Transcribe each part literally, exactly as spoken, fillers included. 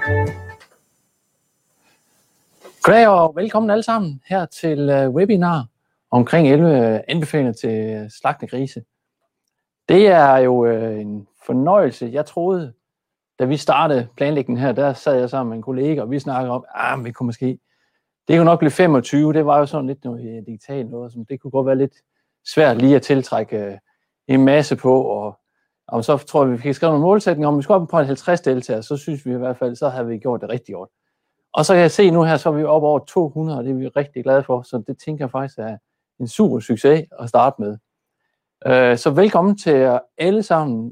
Goddag og velkommen alle sammen her til uh, webinar omkring elleve anbefalinger til slagtede grise. Det er jo uh, en fornøjelse. Jeg troede, da vi startede planlægningen her, der sad jeg sammen med en kollega, og vi snakkede om, at vi kunne måske, det kunne nok blive femogtyve, det var jo sådan lidt noget digitalt noget, som det kunne godt være lidt svært lige at tiltrække uh, en masse på, og, og så tror jeg, vi fik skrevet nogle målsætninger, om vi skulle op på halvtreds deltagere, så synes vi i hvert fald, så havde vi gjort det rigtig godt. Og så kan jeg se nu her, så er vi oppe over to hundrede, og det er vi rigtig glade for, så det tænker jeg faktisk er en super succes at starte med. Så velkommen til alle sammen.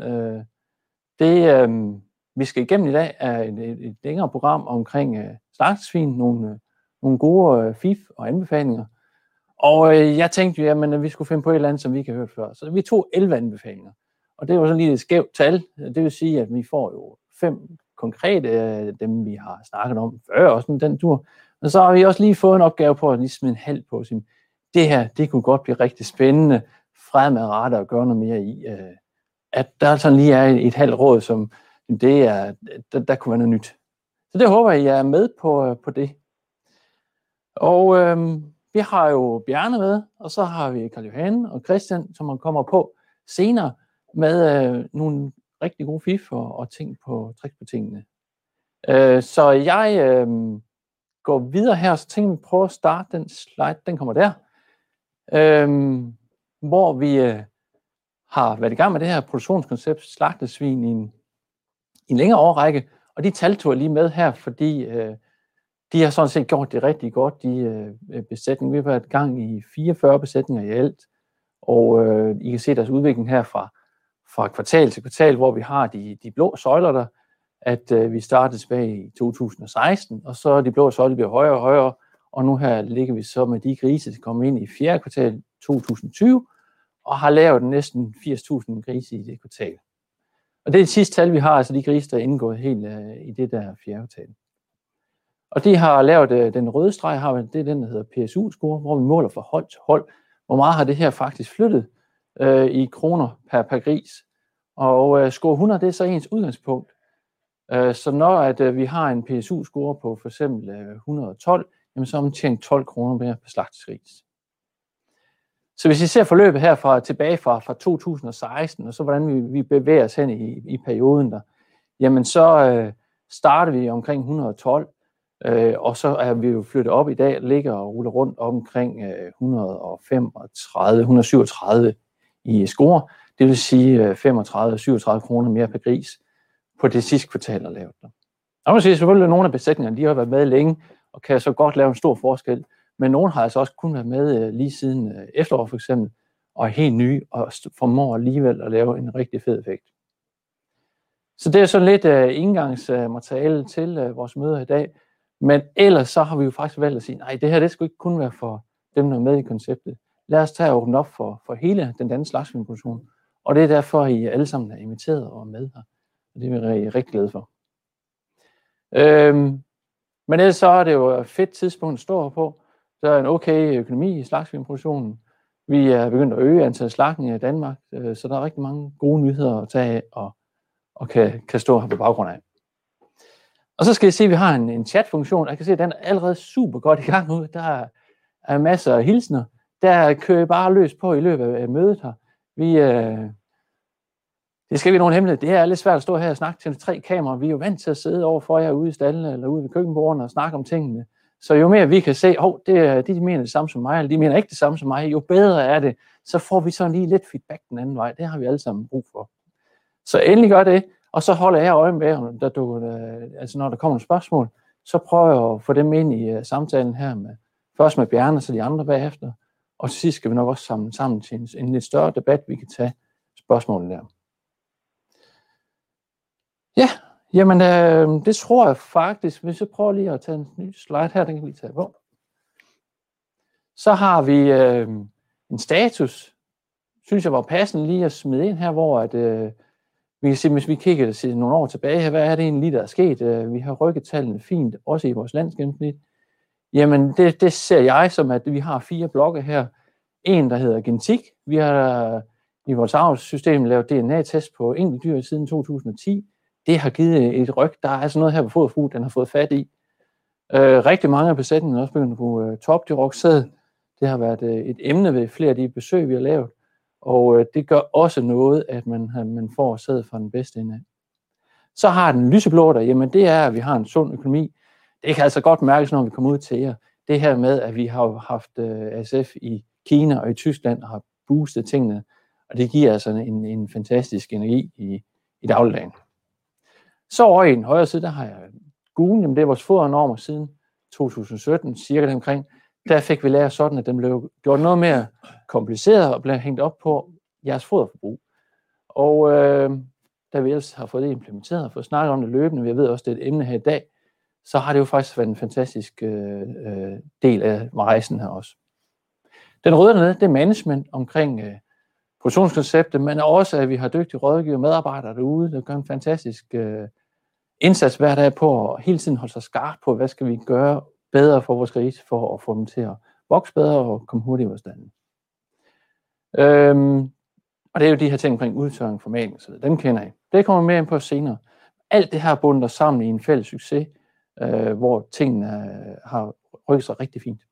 Det, vi skal igennem i dag, er et, et længere program omkring slagtesvin, nogle, nogle gode fif og anbefalinger. Og jeg tænkte jo, jamen, at vi skulle finde på et eller andet, som vi ikke har hørt før. Så vi tog elleve anbefalinger, og det var sådan lige et skævt tal. Det vil sige, at vi får jo fem konkrete, dem vi har snakket om før, og sådan den tur. Og så har vi også lige fået en opgave på at lige smide en halv på. Sige, det her, det kunne godt blive rigtig spændende fremadrettet at gøre noget mere i. At der sådan lige er et, et halvt råd, som det er, der, der kunne være noget nyt. Så det håber jeg, I er med på, på det. Og øhm, vi har jo Bjarne med, og så har vi Karl Johan og Christian, som kommer på senere med øh, nogle rigtig gode fif og, og ting på tricks på tingene. Øh, så jeg øh, går videre her, så tænker vi prøve at starte den slide, den kommer der, øh, hvor vi øh, har været i gang med det her produktionskoncept slagtesvin i en, i en længere årrække, og de tal tog jeg lige med her, fordi øh, de har sådan set gjort det rigtig godt, de øh, besætninger. Vi har været i gang i fireogfyrre besætninger i alt, og øh, I kan se deres udvikling her fra fra kvartal til kvartal, hvor vi har de, de blå søjler der, at øh, vi startede tilbage i to tusind og seksten, og så de blå søjler bliver højere og højere, og nu her ligger vi så med de grise, der kommer ind i fjerde kvartal to tusind og tyve, og har lavet næsten firs tusind grise i det kvartal. Og det er det sidste tal, vi har, altså de grise, der er indgået helt øh, i det der fjerde kvartal. Og de har lavet, øh, den røde streg, har vi, det er den, der hedder P S U-score, hvor vi måler fra hold til hold, hvor meget har det her faktisk flyttet øh, i kroner per, per gris. Og øh, score hundrede, det er så ens udgangspunkt. Øh, så når at, øh, vi har en P S U-score på for eksempel øh, et hundrede og tolv, jamen, så har man tjent tolv kroner mere per slagtesgris. Så hvis I ser forløbet her fra, tilbage fra, fra to tusind og seksten, og så hvordan vi, vi bevæger os hen i, i perioden der, jamen så øh, starter vi omkring et hundrede og tolv, øh, og så er vi jo flyttet op i dag, ligger og ruller rundt omkring øh, et hundrede og femogtredive, et hundrede og syvogtredive i score. Det vil sige femogtredive til syvogtredive kroner mere per gris på det sidste kvartal, der lavet der. Og man siger selvfølgelig, at nogle af besætningerne, de har været med længe, og kan så godt lave en stor forskel, men nogle har altså også kun været med lige siden efterår for eksempel, og er helt nye, og formår alligevel at lave en rigtig fed effekt. Så det er sådan lidt indgangsmateriale til vores møder i dag, men ellers så har vi jo faktisk valgt at sige, nej, det her det skulle ikke kun være for dem, der er med i konceptet. Lad os tage og åbne op for, for hele den danske slagtesvinsproduktion. Og det er derfor, at I alle sammen er inviteret og med her. Og det er vi rigtig glade for. Øhm, men ellers så er det jo et fedt tidspunkt at stå her på. Der er en okay økonomi i slagtesvinsproduktionen. Vi er begyndt at øge antallet af slagtninger i Danmark, øh, så der er rigtig mange gode nyheder at tage af og, og kan, kan stå her på baggrund af. Og så skal I se, at vi har en, en chatfunktion. Jeg kan se, at den er allerede super godt i gang nu. Der er, er masser af hilsner. Der kører I bare løs på i løbet af mødet her. Vi, øh, det skal vi nogen hemmelighed. Det er lidt svært at stå her og snakke til tre kameraer. Vi er jo vant til at sidde over for jer ude i stallen eller ude ved køkkenbordene og snakke om tingene. Så jo mere vi kan se, at oh, de, de mener det samme som mig, eller de mener ikke det samme som mig, jo bedre er det. Så får vi sådan lige lidt feedback den anden vej. Det har vi alle sammen brug for. Så endelig gør det, og så holder jeg øje med, der du, altså når der kommer nogle spørgsmål, så prøver jeg at få dem ind i samtalen her med, først med Bjarne og så de andre bagefter. Og til sidst skal vi nok også samle sammen til en, en lidt større debat, vi kan tage spørgsmålene der. Ja, jamen øh, det tror jeg faktisk, hvis jeg prøver lige at tage en ny slide her, den kan vi lige tage på. Så har vi øh, en status, synes jeg var passende lige at smide ind her, hvor at, øh, vi kan se, hvis vi kigger til nogle år tilbage, hvad er det egentlig lige, der er sket? Øh, vi har rykket tallene fint, også i vores landsgennemsnit. Jamen, det, det ser jeg som, at vi har fire blokke her. En, der hedder genetik. Vi har i vores avlssystem lavet D N A-test på enkelte dyr siden to tusind og ti. det har givet et ryg. Der er altså noget her på foderfugl, den har fået fat i. Øh, rigtig mange af besætningerne er også begyndt at bruge øh, topdyroksæd. Det har været øh, et emne ved flere af de besøg, vi har lavet. Og øh, det gør også noget, at man, man får sæd fra den bedste ende af. Så har den lyseblå der, jamen det er, at vi har en sund økonomi. Det kan altså godt mærkes, når vi kommer ud til jer. Det her med, at vi har haft øh, A S F i Kina og i Tyskland og har boostet tingene, og det giver altså en, en fantastisk energi i, i dagligdagen. Så over i den højre side, der har jeg Guen, jamen det er vores fodernormer siden to tusind sytten, cirka omkring. Der fik vi lært sådan, at den blev gjort noget mere kompliceret og blev hængt op på jeres foderforbrug. Og øh, da vi ellers har fået det implementeret og fået snakket om det løbende, vi ved også, det er et emne her i dag, så har det jo faktisk været en fantastisk øh, del af rejsen her også. Den røde nede, det er management omkring øh, produktionskonceptet, men også, at vi har dygtige rådgivere og medarbejdere derude, der gør en fantastisk øh, indsats hver dag på at hele tiden holde sig skarp på, hvad skal vi gøre bedre for vores grise, for at få dem til at vokse bedre og komme hurtigt ud af standen. Øhm, og det er jo de her ting omkring udtørring, formaling, så dem kender I. Det kommer mere ind på senere. Alt det her bundet sammen i en fælles succes, øh, hvor tingene øh, har rykket sig rigtig fint.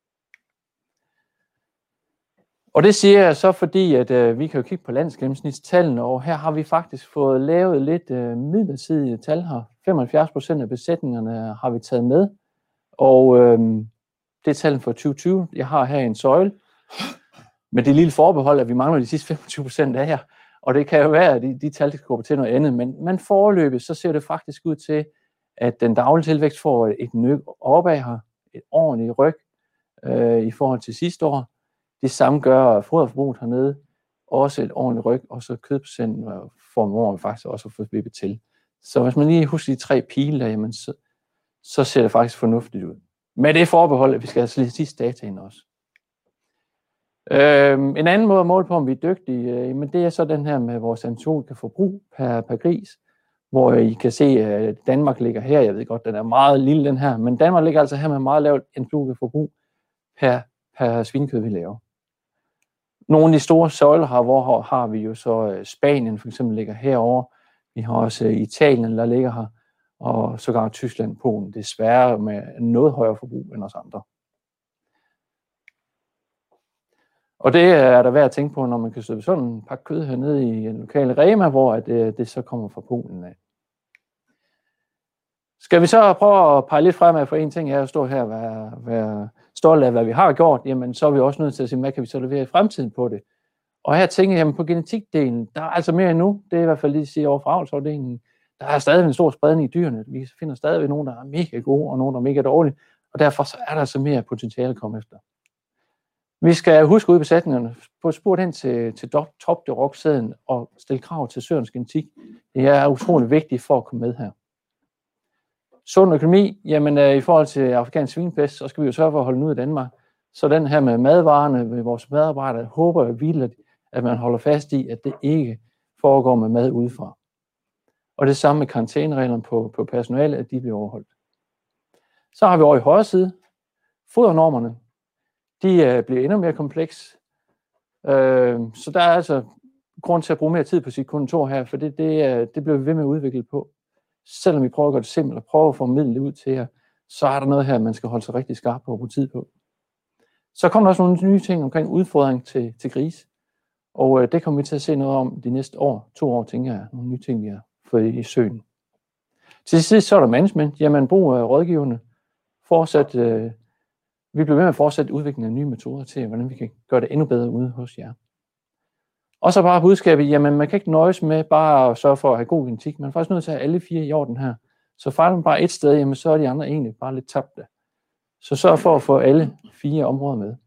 Og det siger jeg så, fordi at øh, vi kan jo kigge på landsgennemsnitstallene, og her har vi faktisk fået lavet lidt øh, midlertidige tal her. femoghalvfjerds procent af besætningerne har vi taget med, og øh, det er tallene for tyve tyve. Jeg har her en søjle, med det lille forbehold, at vi mangler de sidste femogtyve procent af jer, og det kan jo være, at de, de tal skal gå til noget andet, men, men foreløbet, så ser det faktisk ud til, at den daglige tilvækst får et nøk opad her, et ordentligt ryg øh, i forhold til sidste år. Det samme gør foderforbruget hernede, også et ordentligt ryg, og så kødprocenten formår vi faktisk også at få vippet til. Så hvis man lige husker de tre pile der, jamen så, så ser det faktisk fornuftigt ud. Med det forbehold, at vi skal have sidste data ind også. Øhm, en anden måde at måle på, om vi er dygtige, øh, men det er så den her med vores antibiotikaforbrug per, per gris, hvor I kan se, at Danmark ligger her. Jeg ved godt, den er meget lille den her, men Danmark ligger altså her med meget lavt antibiotikaforbrug per, per svinekød, vi laver. Nogle af de store søjler her, hvor har vi jo så Spanien for eksempel ligger herover. Vi har også Italien, der ligger her, og sågar Tyskland, Polen, desværre med noget højere forbrug end os andre. Og det er der værd at tænke på, når man kan støtte sådan en pakke kød hernede i en lokale Rema, hvor det, det så kommer fra Polen af. Skal vi så prøve at pege lidt fremad, for en ting er at stå her og være, være stolt af, hvad vi har gjort, jamen så er vi også nødt til at sige, hvad kan vi så levere i fremtiden på det. Og her tænker jeg på genetikdelen, der er altså mere endnu, det er i hvert fald lige at sige over for avlsafdelingen, der er stadig en stor spredning i dyrene, vi finder stadig nogen, der er mega gode, og nogen, der er mega dårlige, og derfor så er der altså mere potentiale at komme efter. Vi skal huske ud i besætningerne, få spurgt hen til, til topdyroksæden og stille krav til søernes genetik. Det er utroligt vigtigt for at komme med her. Sund økonomi, jamen i forhold til afrikansk svinepest, så skal vi jo sørge for at holde den ud i Danmark. Så den her med madvarerne med vores medarbejdere, håber jeg vildt, at man holder fast i, at det ikke foregår med mad udefra. Og det samme med karantænereglerne på, på personale, at de bliver overholdt. Så har vi over i højre side, fodernormerne. De øh, bliver endnu mere kompleks. Øh, så der er altså grund til at bruge mere tid på sit kontor her, for det, det, det bliver vi ved med at udvikle på. Selvom vi prøver at gøre det simpelt og prøver at formidle det ud til jer, så er der noget her, man skal holde sig rigtig skarp på og bruge tid på. Så kommer der også nogle nye ting omkring udfordring til, til gris. Og øh, det kommer vi til at se noget om de næste år, to år, tænker jeg. Nogle nye ting, vi har fået i søen. Til sidst så er der management. Jamen, brug af rådgiverne. Fortsat, øh, vi bliver ved med at fortsætte udviklingen af nye metoder til, hvordan vi kan gøre det endnu bedre ude hos jer. Og så bare budskabet, jamen man kan ikke nøjes med bare at sørge for at have god genetik. Man er faktisk nødt til at have alle fire i orden her. Så fejler man bare et sted, jamen så er de andre egentlig bare lidt tabte. Så sørg for at få alle fire områder med.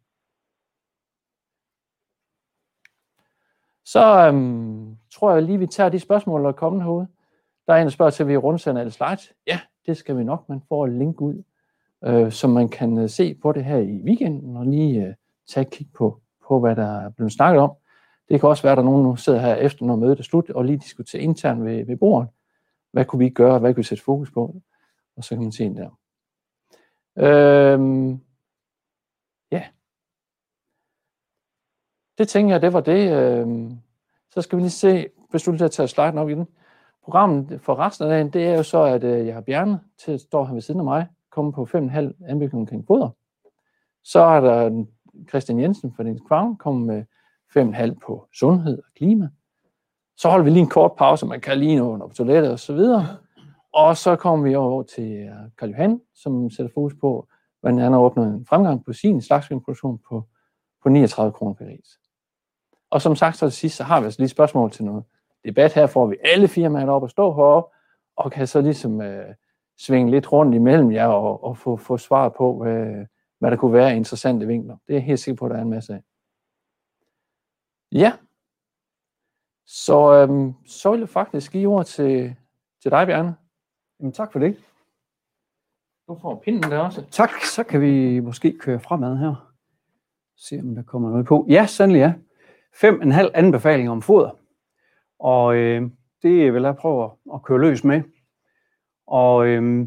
Så øhm, tror jeg lige, vi tager de spørgsmål, der er kommet herude. Der er en, der spørger til, at vi rundsender alle slides. Ja, det skal vi nok. Man får et link ud, øh, så man kan øh, se på det her i weekenden og lige øh, tage et kig på, på, hvad der er blevet snakket om. Det kan også være, at der er nogen, der sidder her efter, når mødet er slut, og lige diskuterer internt ved, ved bordet. Hvad kunne vi gøre? Hvad kunne vi sætte fokus på? Og så kan man se en der. Øhm, ja. Det tænker jeg, det var det. Øhm, så skal vi lige se, hvis du lige tager sliden op igen. programmet for resten af dagen, det er jo så, at øh, jeg har Bjarne til at stå her ved siden af mig, komme på fem komma fem anbefalinger omkring foder. Så er der Christian Jensen fra Danish Crown, kommer med fem komma fem på sundhed og klima. Så holder vi lige en kort pause, man kan lige nå på toilettet og så videre. Og så kommer vi over til Karl Johan, som sætter fokus på, hvordan han har opnået en fremgang på sin slagtsvinproduktion på, på niogtredive kroner per gris. Og som sagt så til sidst, så har vi altså lige spørgsmål til noget debat. Her får vi alle firmaer op og stå heroppe, og kan så ligesom øh, svinge lidt rundt imellem jer og, og få, få svar på, hvad, hvad der kunne være interessante vinkler. Det er jeg helt sikker på, at der er en masse af. Ja, så, øhm, så vil jeg faktisk give ord til, til dig, Bjarne. Jamen, tak for det. Du får pinden der også. Tak, så kan vi måske køre fremad her. Se om der kommer noget på. Ja, sandelig ja. Fem og en halv anbefalinger om foder. Og øh, det vil jeg prøve at, at køre løs med. Og øh,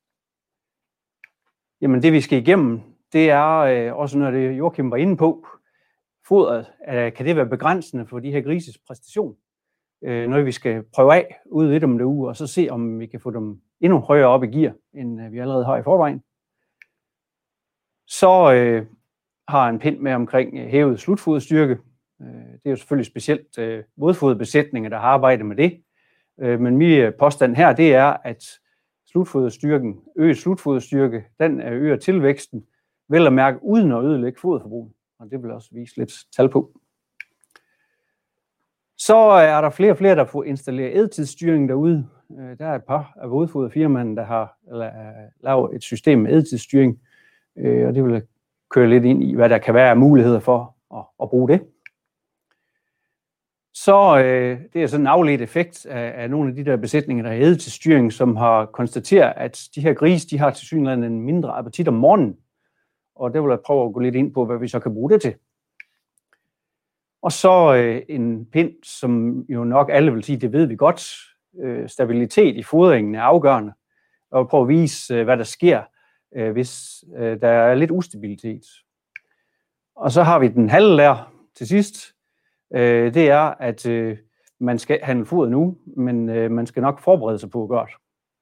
jamen det vi skal igennem, det er øh, også noget det Joachim var inde på. Fodret, øh, kan det være begrænsende for de her grises præstation? Øh, noget vi skal prøve af ude i dem derude, og så se om vi kan få dem endnu højere op i gear, end øh, vi allerede har i forvejen. Så øh, har en pind med omkring øh, hævet slutfoderstyrke. Øh, det er jo selvfølgelig specielt øh, vådfoderbesætninger, der har arbejdet med det. Øh, men min påstand her, det er, at slutfoderstyrken, øget slutfoderstyrke, den øger tilvæksten, vel at mærke uden at ødelægge foderforbruget. Og det vil også vise lidt tal på. Så er der flere og flere, der får installeret ædetidsstyring derude. Der er et par af vådfoderfirmaerne, der har lavet et system med ædetidsstyring, og det vil køre lidt ind i, hvad der kan være af muligheder for at, at bruge det. Så øh, det er sådan en afledt effekt af, af nogle af de der besætninger, der har ædetidsstyring, som har konstateret, at de her grise, de har tilsyneladende en mindre appetit om morgenen. Og det vil jeg prøve at gå lidt ind på, hvad vi så kan bruge det til. Og så øh, en pind, som jo nok alle vil sige, det ved vi godt. Øh, stabilitet i fodringen er afgørende. Og jeg vil prøve at vise, øh, hvad der sker, øh, hvis øh, der er lidt ustabilitet. Og så har vi den halve der til sidst. Øh, det er, at øh, man skal handle foder nu, men øh, man skal nok forberede sig på at gøre det.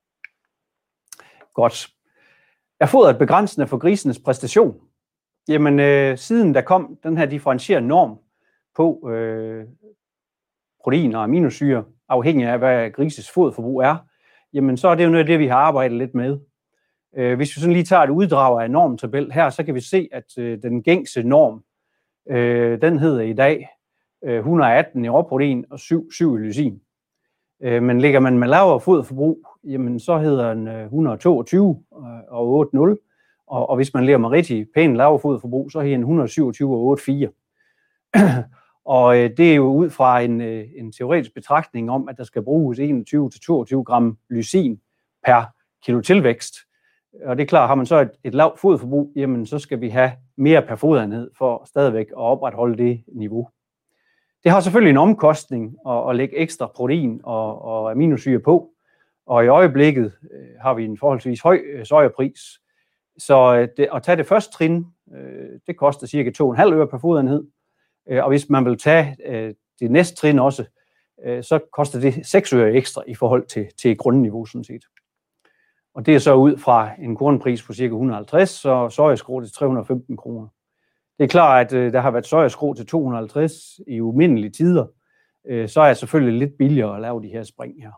Godt. Er fodret begrænsende for grisenes præstation? Jamen, øh, siden der kom den her differentierede norm på øh, protein og aminosyre, afhængig af, hvad grises foderforbrug er, jamen så er det jo noget af det, vi har arbejdet lidt med. Øh, hvis vi sådan lige tager et uddrag af normtabel her, så kan vi se, at øh, den gængse norm, øh, den hedder i dag øh, et hundrede og atten i råprotein og syv, syv i lysin. Øh, men ligger man med lavere foderforbrug, jamen så hedder den øh, et hundrede og toogtyve og otte nul, og, og hvis man ligger med rigtig pænt lavere foderforbrug, så hedder den et hundrede og syvogtyve og otte fire. Og øh, det er jo ud fra en, øh, en teoretisk betragtning om, at der skal bruges enogtyve til toogtyve gram lysin per kilo tilvækst. Og det er klart, har man så et, et lavt foderforbrug, jamen så skal vi have mere per foderenhed for stadigvæk at opretholde det niveau. Det har selvfølgelig en omkostning at, at lægge ekstra protein og, og aminosyre på, og i øjeblikket øh, har vi en forholdsvis høj øh, sojapris. Så øh, det, at tage det første trin, øh, det koster cirka to komma fem øre per foderenhed. Og hvis man vil tage øh, det næste trin også, øh, så koster det seks øre ekstra i forhold til, til grundniveau sådan set. Og det er så ud fra en kornpris på cirka et hundrede og halvtreds, og sojaskrå til tre hundrede og femten kroner. Det er klart, at øh, der har været sojaskrå til to hundrede og halvtreds i umindelige tider, øh, så er det selvfølgelig lidt billigere at lave de her spring her.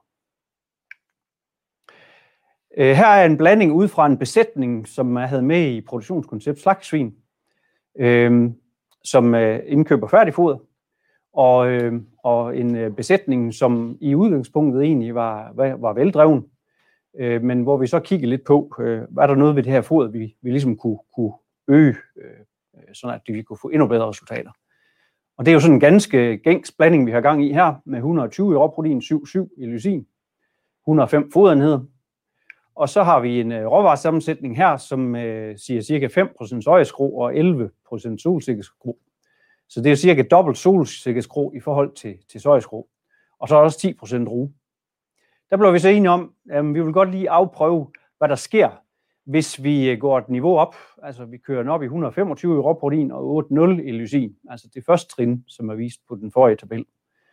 Øh, her er en blanding ud fra en besætning, som jeg havde med i produktionskoncept slagtsvin. Øh, som øh, indkøber færdigfoder, og, øh, og en øh, besætning, som i udgangspunktet egentlig var, var, var veldreven, øh, men hvor vi så kiggede lidt på, øh, var der noget ved det her foder, vi, vi ligesom kunne, kunne øge, øh, sådan at vi kunne få endnu bedre resultater. Og det er jo sådan en ganske gængs blanding, vi har gang i her, med et hundrede og tyve i råprotein, syv komma syv i lysin, et hundrede og fem foderenheder. Og så har vi en øh, råvaresammensætning her, som øh, siger cirka fem procent sojaskrå og elleve procent solsikkeskrå. Så det er cirka dobbelt solsikkeskrå i forhold til, til sojaskrå. Og så er der også ti procent rug. Der blev vi så enige om, at vi vil godt lige afprøve, hvad der sker, hvis vi går et niveau op. Altså vi kører den op i et hundrede og femogtyve i råprotein og otte nul i lysin. Altså det første trin, som er vist på den forrige tabel.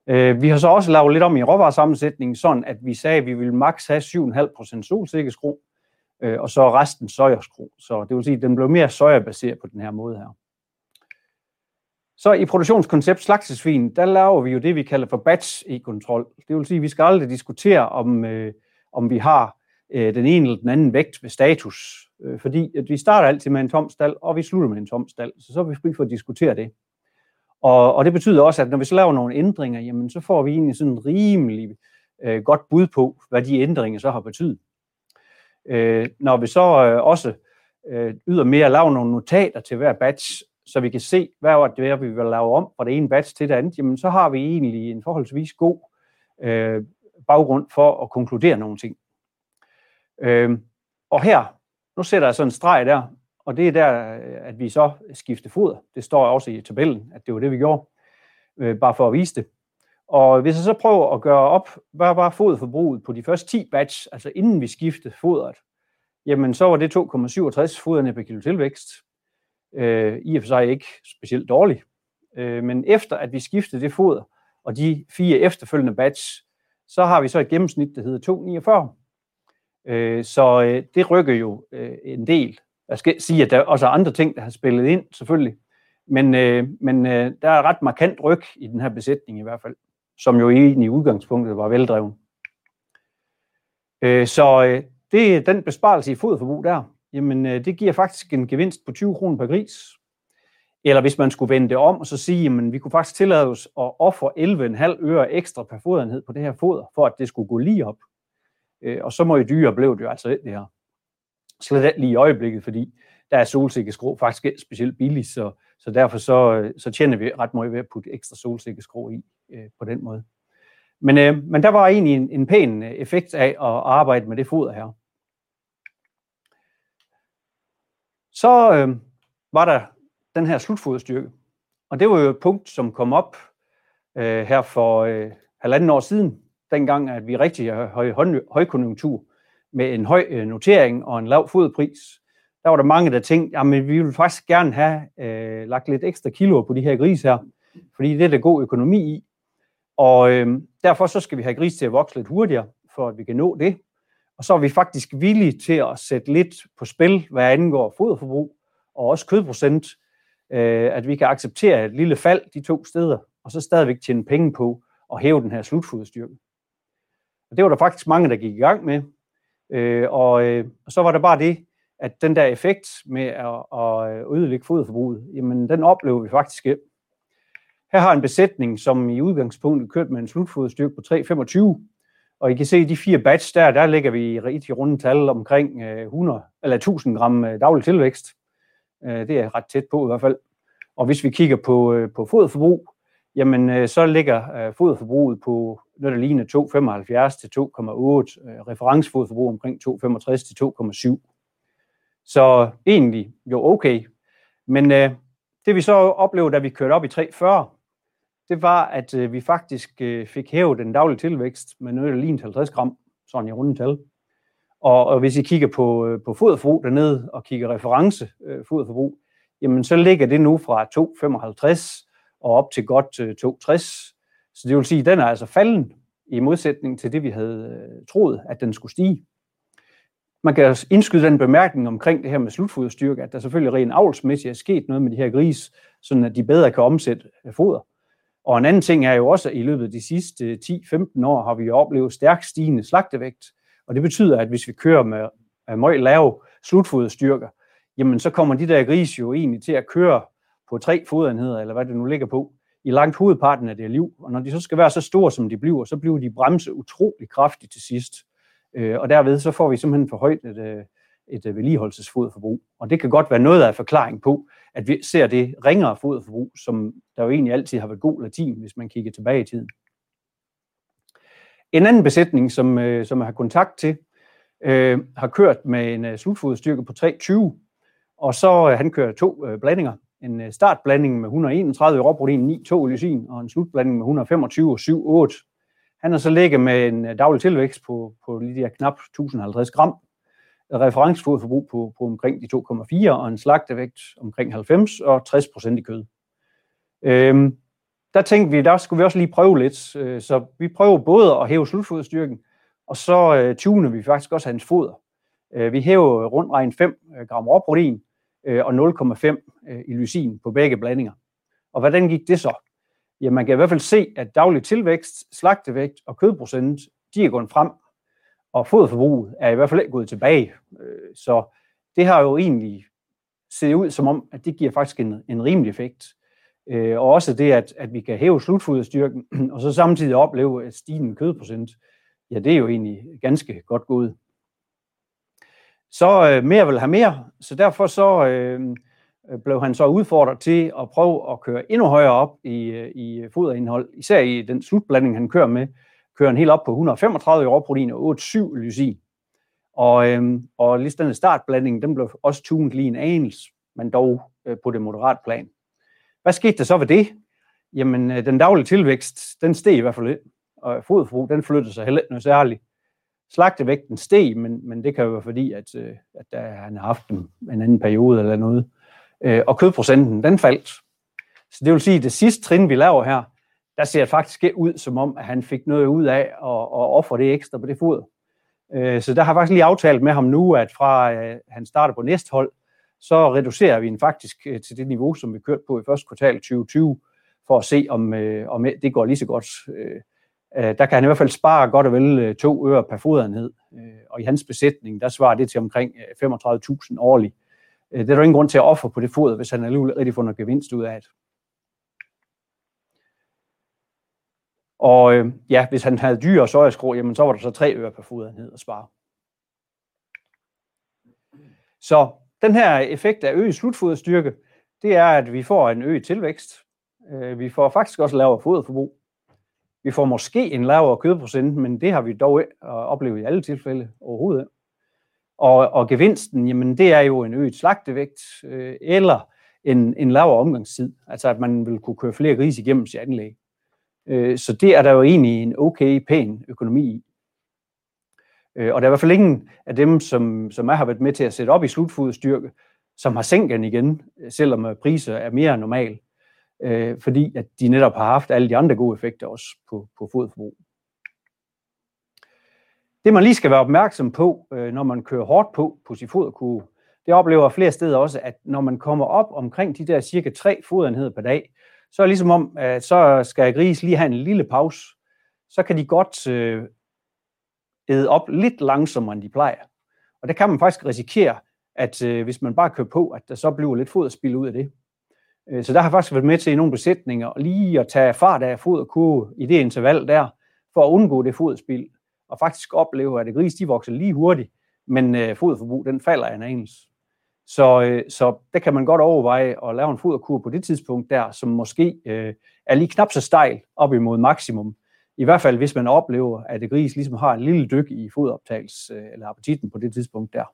Øh, vi har så også lavet lidt om i råvaresammensætningen, sådan at vi sagde, at vi ville maks have syv komma fem procent solsikkeskro, øh, og så resten sojaskro. Så det vil sige, at den blev mere sojabaseret på den her måde her. Så i produktionskoncept slagtesvin, der laver vi jo det, vi kalder for batch-e-kontrol. Det vil sige, at vi skal aldrig diskutere, om, øh, om vi har øh, den ene eller den anden vægt ved status. Øh, fordi at vi starter altid med en tom stald, og vi slutter med en tom stald. Så så er vi fri for at diskutere det. Og, og det betyder også, at når vi så laver nogle ændringer, jamen, så får vi egentlig sådan en rimelig øh, godt bud på, hvad de ændringer så har betydet. Øh, når vi så øh, også øh, ydermere laver nogle notater til hver batch, så vi kan se, hvad var det er, vi vil lave om fra det ene batch til det andet, jamen så har vi egentlig en forholdsvis god øh, baggrund for at konkludere nogle ting. Øh, og her, nu sætter jeg sådan en streg der, og det er der, at vi så skifter foder. Det står også i tabellen, at det var det, vi gjorde, øh, bare for at vise det. Og hvis jeg så prøver at gøre op, hvad var foderforbruget på de første ti batch, altså inden vi skiftede fodret, jamen så var det to komma syvogtres foderne per kilo tilvækst. Øh, I og for sig ikke specielt dårligt. Øh, men efter at vi skiftede det foder, og de fire efterfølgende batch, så har vi så et gennemsnit, der hedder to komma niogfyrre. Øh, så øh, det rykker jo øh, en del. Jeg skal sige, at der også er andre ting, der har spillet ind, selvfølgelig. Men, øh, men øh, der er ret markant ryg i den her besætning i hvert fald, som jo egentlig i udgangspunktet var veldreven. Øh, så øh, det er den besparelse i foderforbrug der. Jamen, øh, det giver faktisk en gevinst på tyve kroner per gris. Eller hvis man skulle vende det om og så sige, jamen vi kunne faktisk tillade os at ofre elleve komma fem øre ekstra per foderenhed på det her foder, for at det skulle gå lige op. Øh, og så må I dyre blev det jo altså det her. Slet ikke lige i øjeblikket, fordi der er solsikkeskrå faktisk ikke specielt billigt, så, så derfor så, så tjener vi ret meget ved at putte ekstra solsikkeskrå i øh, på den måde. Men, øh, men der var egentlig en, en pæn effekt af at arbejde med det foder her. Så øh, var der den her slutfoderstyrke, og det var jo et punkt, som kom op øh, her for øh, halvanden år siden, dengang at vi rigtig har høj, høj, højkonjunktur med en høj øh, notering og en lav foderpris. Der var der mange, der tænkte, jamen vi vil faktisk gerne have øh, lagt lidt ekstra kilo på de her grise her, fordi det er der god økonomi i, og øh, derfor så skal vi have gris til at vokse lidt hurtigere, for at vi kan nå det. Og så er vi faktisk villige til at sætte lidt på spil, hvad angår foderforbrug og også kødprocent, øh, at vi kan acceptere et lille fald de to steder, og så stadigvæk tjene penge på at hæve den her slutfoderstyrke. Og det var der faktisk mange, der gik i gang med. Øh, og, øh, og så var der bare det, at den der effekt med at, at ødelægge foderforbruget, jamen den oplever vi faktisk ikke. Her har en besætning, som i udgangspunktet kørt med en slutfoderstyrke på tre komma femogtyve, og I kan se, at de fire batch der, der ligger vi i rigtig runde tal omkring hundrede eller tusind gram daglig tilvækst. Det er ret tæt på i hvert fald. Og hvis vi kigger på, på foderforbrug, jamen så ligger foderforbruget på noget, der ligner to komma femoghalvfjerds til to komma otte, referencefoderforbrug omkring to komma femogtres til to komma syv. Så egentlig jo okay. Men det vi så oplevede, da vi kørte op i tre komma fyrre, det var, at øh, vi faktisk øh, fik hævet den daglige tilvækst med noget, der lignede halvtreds gram, sådan i runde tal. Og, og hvis I kigger på, øh, på foderforbrug dernede, og kigger reference øh, foderforbrug, jamen så ligger det nu fra to komma femoghalvtreds og op til godt øh, to komma tres. Så det vil sige, at den er altså falden i modsætning til det, vi havde øh, troet, at den skulle stige. Man kan indskyde den bemærkning omkring det her med slutfoderstyrke, at der selvfølgelig rent avlsmæssigt er sket noget med de her gris, sådan at de bedre kan omsætte foder. Og en anden ting er jo også, at i løbet af de sidste ti til femten år har vi jo oplevet stærkt stigende slagtevægt. Og det betyder, at hvis vi kører med meget lave slutfoderstyrker, jamen så kommer de der grise jo egentlig til at køre på tre foderenheder, eller hvad det nu ligger på, i langt hovedparten af deres liv. Og når de så skal være så store, som de bliver, så bliver de bremset utrolig kraftigt til sidst. Og derved så får vi simpelthen for højt et, et vedligeholdelsesfoderforbrug. Og det kan godt være noget af forklaring på, at vi ser det ringere foderforbrug, som der jo egentlig altid har været god latin, hvis man kigger tilbage i tiden. En anden besætning, som, øh, som jeg har kontakt til, øh, har kørt med en uh, slutfoderstyrke på tre komma tyve, og så øh, han kører to øh, blandinger. En øh, startblanding med et hundrede og enogtredive råprotein, ni komma to lysin, og en slutblanding med et hundrede og femogtyve og syv komma otte. Han har så ligget med en øh, daglig tilvækst på, på lige der knap tusind og halvtreds gram, referencefoderforbrug på, på omkring de to komma fire og en slagtevægt omkring halvfems og tres procent i kød. Øhm, der tænkte vi, der skulle vi også lige prøve lidt. Så vi prøver både at hæve slutfoderstyrken, og så tuner vi faktisk også hans foder. Vi hæver rundt regn fem gram råprotein og nul komma fem i lysin på begge blandinger. Og hvordan gik det så? Ja, man kan i hvert fald se, at daglig tilvækst, slagtevægt og kødprocent, de er gået frem, og foderforbruget er i hvert fald ikke gået tilbage. Så det har jo egentlig set ud som om, at det giver faktisk en, en rimelig effekt. Og også det, at, at vi kan hæve slutfoderstyrken, og så samtidig opleve et stigende kødprocent, ja, det er jo egentlig ganske godt gået. Så øh, mere vil have mere, så derfor så øh, blev han så udfordret til at prøve at køre endnu højere op i, i foderindhold, især i den slutblanding, han kører med, kører han helt op på et hundrede og femogtredive i råprotein og otte komma syv lysin. Og, øh, og lige den startblanding, den blev også tunet lige en anelse, men dog øh, på det moderat plan. Hvad skete der så ved det? Jamen, øh, den daglige tilvækst, den steg i hvert fald lidt, og foderforbrug, den flyttede sig heller ikke noget særligt. Slagtevægten steg, men, men det kan jo være fordi, at, at der, han har haft en, en anden periode eller noget. Øh, og kødprocenten, den faldt. Så det vil sige, at det sidste trin, vi laver her, der ser det faktisk ud som om, at han fik noget ud af at, at ofre det ekstra på det foder. Øh, så der har jeg faktisk lige aftalt med ham nu, at fra øh, han starter på næste hold, så reducerer vi den faktisk øh, til det niveau, som vi kørte på i første kvartal tyve tyve, for at se, om, øh, om det går lige så godt. Øh, Der kan han i hvert fald spare godt og vel to øre per foderenhed, og i hans besætning, der svarer det til omkring femogtredive tusind årligt. Det er der ingen grund til at ofre på det foder, hvis han alligevel rigtig får noget gevinst ud af det. Og ja, hvis han havde dyr og sojaskro, jamen så var der så tre øre per foderenhed at spare. Så den her effekt af øget slutfoderstyrke, det er, at vi får en øget tilvækst. Vi får faktisk også lavere foderforbrug. Vi får måske en lavere kødprocent, men det har vi dog oplevet i alle tilfælde overhovedet. Og, og gevinsten, jamen det er jo en øget slagtevægt øh, eller en, en lavere omgangstid. Altså at man vil kunne køre flere grise igennem sit anlæg. Øh, så det er der jo egentlig en okay, pæn økonomi i. Øh, og der er i hvert fald ingen af dem, som, som jeg har været med til at sætte op i slutfoderstyrke, som har sænket den igen, selvom priser er mere normal. Øh, fordi at de netop har haft alle de andre gode effekter også på, på foderforbrug. Det man lige skal være opmærksom på, øh, når man kører hårdt på på sin foderkurve, det oplever flere steder også, at når man kommer op omkring de der cirka tre foderenheder per dag, så er det ligesom om, at så skal gris lige have en lille pause, så kan de godt øh, æde op lidt langsommere, end de plejer. Og der kan man faktisk risikere, at øh, hvis man bare kører på, at der så bliver lidt foderspild ud af det. Så der har jeg faktisk været med til i nogle besætninger lige at tage fart af foderkurve i det interval der, for at undgå det foderspild, og faktisk opleve, at gris de vokser lige hurtigt, men øh, foderforbrug den falder en anelse. Så, øh, så der kan man godt overveje at lave en foderkurve på det tidspunkt der, som måske øh, er lige knap så stejl op imod maksimum. I hvert fald hvis man oplever, at gris ligesom har en lille dyk i foderoptagelse øh, eller appetitten på det tidspunkt der.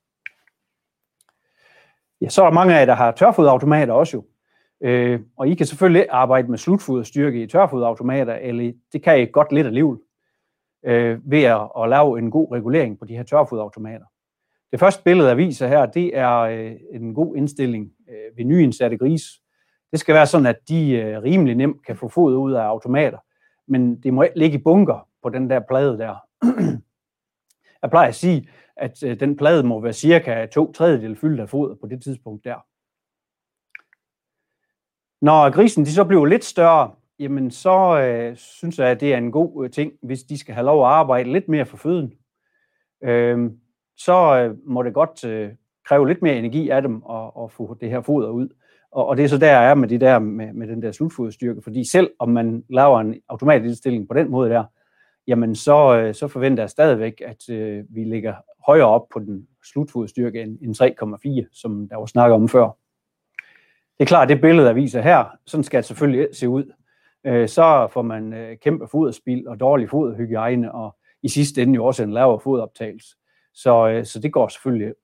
Ja, så er der mange af jer, der har tørfoderautomater også jo. Øh, og I kan selvfølgelig arbejde med slutfoderstyrke i tørfoderautomater, eller det kan I godt lidt alligevel, øh, ved at, at lave en god regulering på de her tørfoderautomater. Det første billede, jeg viser her, det er øh, en god indstilling øh, ved nyindsatte gris. Det skal være sådan, at de øh, rimelig nemt kan få foder ud af automater, men det må ikke ligge i bunker på den der plade der. Jeg plejer at sige, at øh, den plade må være cirka to tredjedel fyldt af foder på det tidspunkt der. Når grisen de så bliver lidt større, jamen så øh, synes jeg, at det er en god øh, ting, hvis de skal have lov at arbejde lidt mere for føden. Øh, så øh, må det godt øh, kræve lidt mere energi af dem at, at få det her foder ud. Og, og det er så der, jeg er med, de der, med, med den der slutfoderstyrke. Fordi selv om man laver en automatindstilling på den måde der, jamen så, øh, så forventer jeg stadigvæk, at øh, vi ligger højere op på den slutfoderstyrke end, end tre komma fire, som der var snakket om før. Det er klart, det billede, jeg viser her, sådan skal det selvfølgelig se ud. Øh, så får man øh, kæmpe foderspild og dårlig foderhygiejne, og i sidste ende jo også en lavere foderoptagelse. Så, øh, så det går selvfølgelig.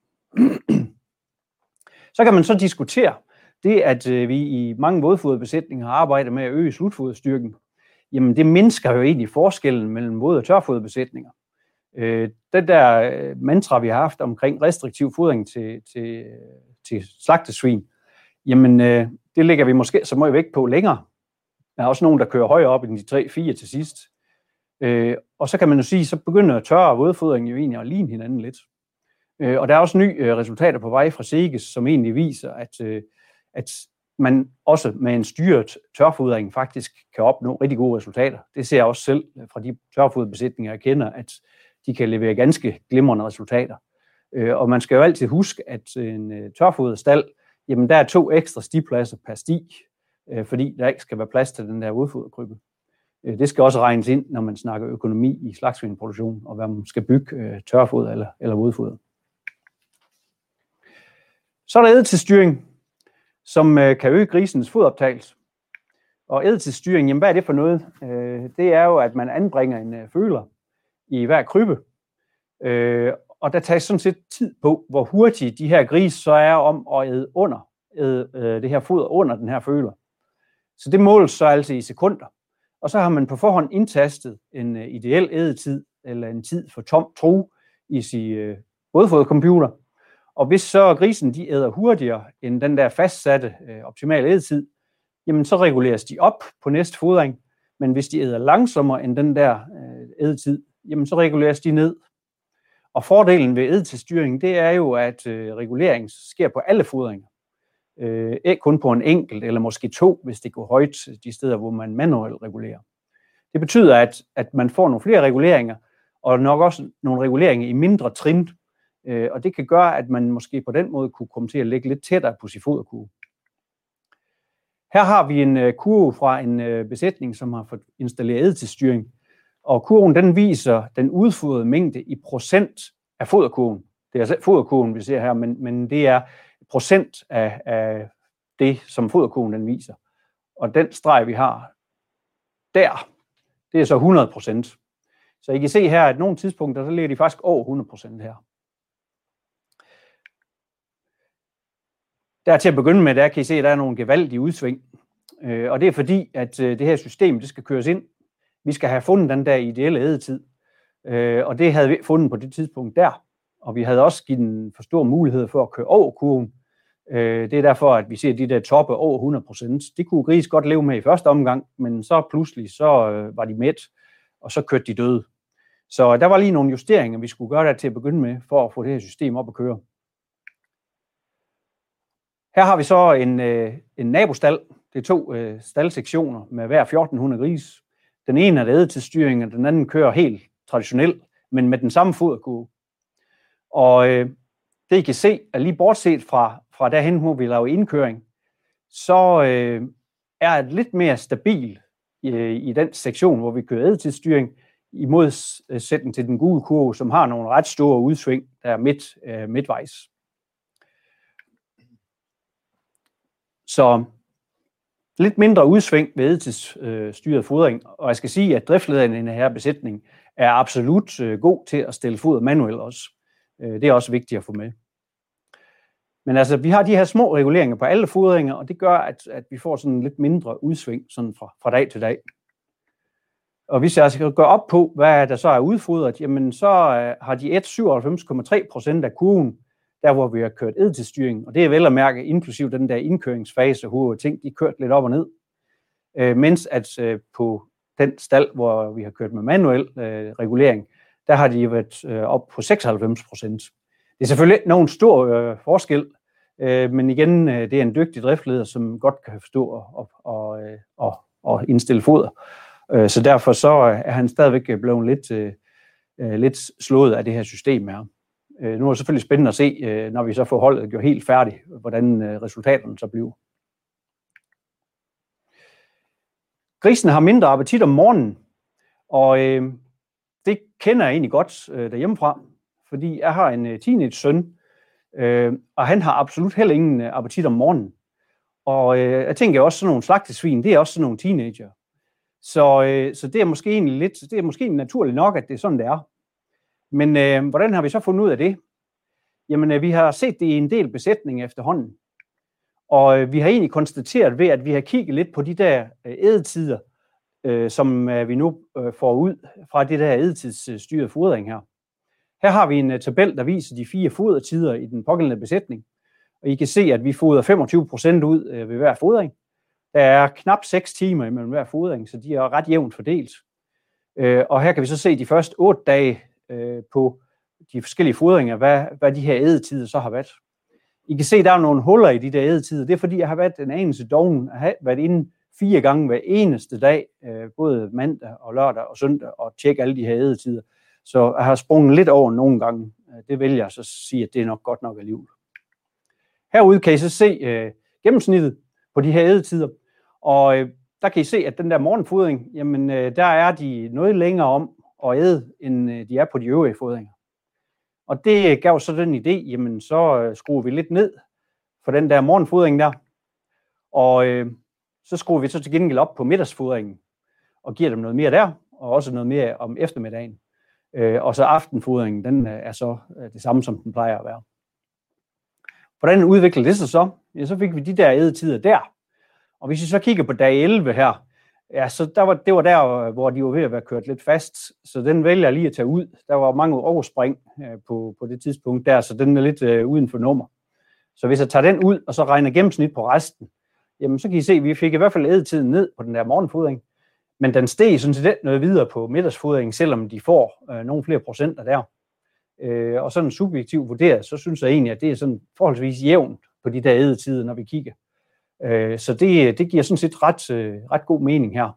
Så kan man så diskutere det, at øh, vi i mange vådfoderbesætninger har arbejdet med at øge slutfoderstyrken. Jamen det mindsker jo egentlig forskellen mellem våd- og tørfoderbesætninger. Øh, den der øh, mantra, vi har haft omkring restriktiv fodring til, til, til slagtesvin, jamen, øh, det lægger vi måske så meget vægt på længere. Der er også nogen, der kører højere op end de tre fire til sidst. Øh, og så kan man jo sige, så begynder tørre og vådfodring jo egentlig at ligne hinanden lidt. Øh, og der er også nye øh, resultater på vej fra SEGES, som egentlig viser, at, øh, at man også med en styret tørfodring faktisk kan opnå rigtig gode resultater. Det ser jeg også selv fra de tørfoderbesætninger, jeg kender, at de kan levere ganske glimrende resultater. Øh, og man skal jo altid huske, at en øh, tørfoderstald, jamen der er to ekstra stipladser per sti, øh, fordi der ikke skal være plads til den der vådfoderkrybbe. Øh, det skal også regnes ind, når man snakker økonomi i slagtsvineproduktion, og hvad man skal bygge øh, tørfoder eller, eller vådfoder. Så er der eddeltidsstyring, som øh, kan øge grisens foderoptagelse. Og eddeltidsstyring, jamen hvad er det for noget? Øh, det er jo, at man anbringer en øh, føler i hver krybbe. Øh, og der tages sådan set tid på, hvor hurtigt de her gris så er om at æde under, æde, øh, det her foder under den her føler. Så det måles så altså i sekunder. Og så har man på forhånd indtastet en øh, ideel ædetid, eller en tid for tom tro i sin øh, vådfodercomputer. Og hvis så grisen de æder hurtigere end den der fastsatte øh, optimale ædetid, jamen så reguleres de op på næste fodring. Men hvis de æder langsommere end den der øh, ædetid, jamen så reguleres de ned. Og fordelen ved eddeltidsstyring, det er jo, at øh, regulering sker på alle fodringer. Øh, ikke kun på en enkelt, eller måske to, hvis det går højt de steder, hvor man manuelt regulerer. Det betyder, at, at man får nogle flere reguleringer, og nok også nogle reguleringer i mindre trin. Øh, og det kan gøre, at man måske på den måde kunne komme til at ligge lidt tættere på sin foderkurve. Her har vi en øh, kurve fra en øh, besætning, som har fået installeret eddeltidsstyring. Og kurven den viser den udfodrede mængde i procent af foderkurven. Det er altså foderkurven, vi ser her, men, men det er procent af, af det, som foderkurven den viser. Og den streg, vi har der, det er så hundrede procent. Så I kan se her, at nogle tidspunkter, så ligger de faktisk over hundrede procent her. Der til at begynde med, der kan I se, at der er nogle gevaldige udsving. Og det er fordi, at det her system, det skal køres ind. Vi skal have fundet den der ideelle ædetid, øh, og det havde vi fundet på det tidspunkt der. Og vi havde også givet den for stor mulighed for at køre over kurven. Øh, det er derfor, at vi ser de der toppe over hundrede procent. Det kunne gris godt leve med i første omgang, men så pludselig så øh, var de mæt, og så kørte de døde. Så der var lige nogle justeringer, vi skulle gøre der til at begynde med, for at få det her system op at køre. Her har vi så en, øh, en nabostal. Det er to øh, staldsektioner med hver fjorten hundrede gris. Den ene er eddeltidsstyring, og den anden kører helt traditionelt, men med den samme foderkurve. Og øh, det I kan se, er lige bortset fra, fra derhen, hvor vi laver indkøring, så øh, er det lidt mere stabil i, i den sektion, hvor vi kører eddeltidsstyring, i modsætning til den gule kurve, som har nogle ret store udsving, der er midt, øh, midtvejs. Så lidt mindre udsving ved eddeltidsstyret fodring, og jeg skal sige, at driftlederen i den her besætning er absolut god til at stille foder manuelt også. Det er også vigtigt at få med. Men altså, vi har de her små reguleringer på alle fodringer, og det gør, at, at vi får sådan lidt mindre udsving sådan fra, fra dag til dag. Og hvis jeg skal gå op på, hvad der så er udfodret, jamen så har de et syvoghalvfems komma tre procent af kurven, der hvor vi har kørt eddeltidsstyring, og det er vel at mærke inklusiv den der indkøringsfase, hvor ting de kørt lidt op og ned, øh, mens at øh, på den stald, hvor vi har kørt med manuel øh, regulering, der har de været øh, op på seksoghalvfems procent. Det er selvfølgelig ikke nogen stor øh, forskel, øh, men igen, øh, det er en dygtig driftleder, som godt kan forstå og, og, øh, og, og indstille foder. Øh, så derfor så er han stadigvæk blevet lidt, øh, lidt slået af det her system her. Nu er det selvfølgelig spændende at se, når vi så får holdet gjort helt færdigt, hvordan resultaterne så bliver. Grisen har mindre appetit om morgenen, og øh, det kender jeg egentlig godt øh, derhjemmefra, fordi jeg har en øh, teenage-søn, øh, og han har absolut heller ingen øh, appetit om morgenen. Og øh, jeg tænker også, sådan nogle slagtesvin, det er også sådan nogle teenager. Så, øh, så det er måske egentlig lidt, det er måske naturligt nok, at det er sådan, det er. Men øh, hvordan har vi så fundet ud af det? Jamen, øh, vi har set det i en del besætninger efterhånden. Og øh, vi har egentlig konstateret ved, at vi har kigget lidt på de der øh, ædetider, øh, som øh, vi nu øh, får ud fra det der ædetidsstyrede fodring her. Her har vi en øh, tabel, der viser de fire fodertider i den pågældende besætning. Og I kan se, at vi fodrer femogtyve procent ud øh, ved hver fodring. Der er knap seks timer imellem hver fodring, så de er ret jævnt fordelt. Øh, og her kan vi så se de første otte dage øh, på de forskellige fodringer, hvad, hvad de her ædetider så har været. I kan se, at der er nogle huller i de der ædetider. Det er fordi, jeg har været en anelse doven, jeg har været inde fire gange hver eneste dag, øh, både mandag og lørdag og søndag, og tjekke alle de her ædetider. Så jeg har sprunget lidt over nogle gange. Det vælger jeg så sige, at det er nok godt nok alligevel. Herude kan I så se øh, gennemsnittet på de her ædetider, og øh, der kan I se, at den der morgenfodring, jamen øh, der er de noget længere om at æde, end øh, de er på de øvrige fodringer. Og det gav så den idé, jamen så øh, skruer vi lidt ned for den der morgenfodring der, og øh, så skruer vi så til gengæld op på middagsfodringen, og giver dem noget mere der, og også noget mere om eftermiddagen. Øh, og så aftenfodringen, den øh, er så øh, det samme, som den plejer at være. Hvordan udvikler det sig så? Ja, så fik vi de der ædetider der. Og hvis vi så kigger på dag elleve her, ja, så der var, det var der, hvor de var ved at være kørt lidt fast, så den vælger jeg lige at tage ud. Der var mange overspring øh, på, på det tidspunkt der, så den er lidt øh, uden for nummer. Så hvis jeg tager den ud, og så regner gennemsnit på resten, jamen så kan I se, at vi fik i hvert fald ædetiden ned på den der morgenfodring. Men den steg sådan set noget videre på middagsfodringen, selvom de får øh, nogle flere procenter der. Øh, og sådan subjektivt vurderet, så synes jeg egentlig, at det er sådan forholdsvis jævnt på de der ædetider, når vi kigger. Øh, så det, det giver sådan set ret, øh, ret god mening her.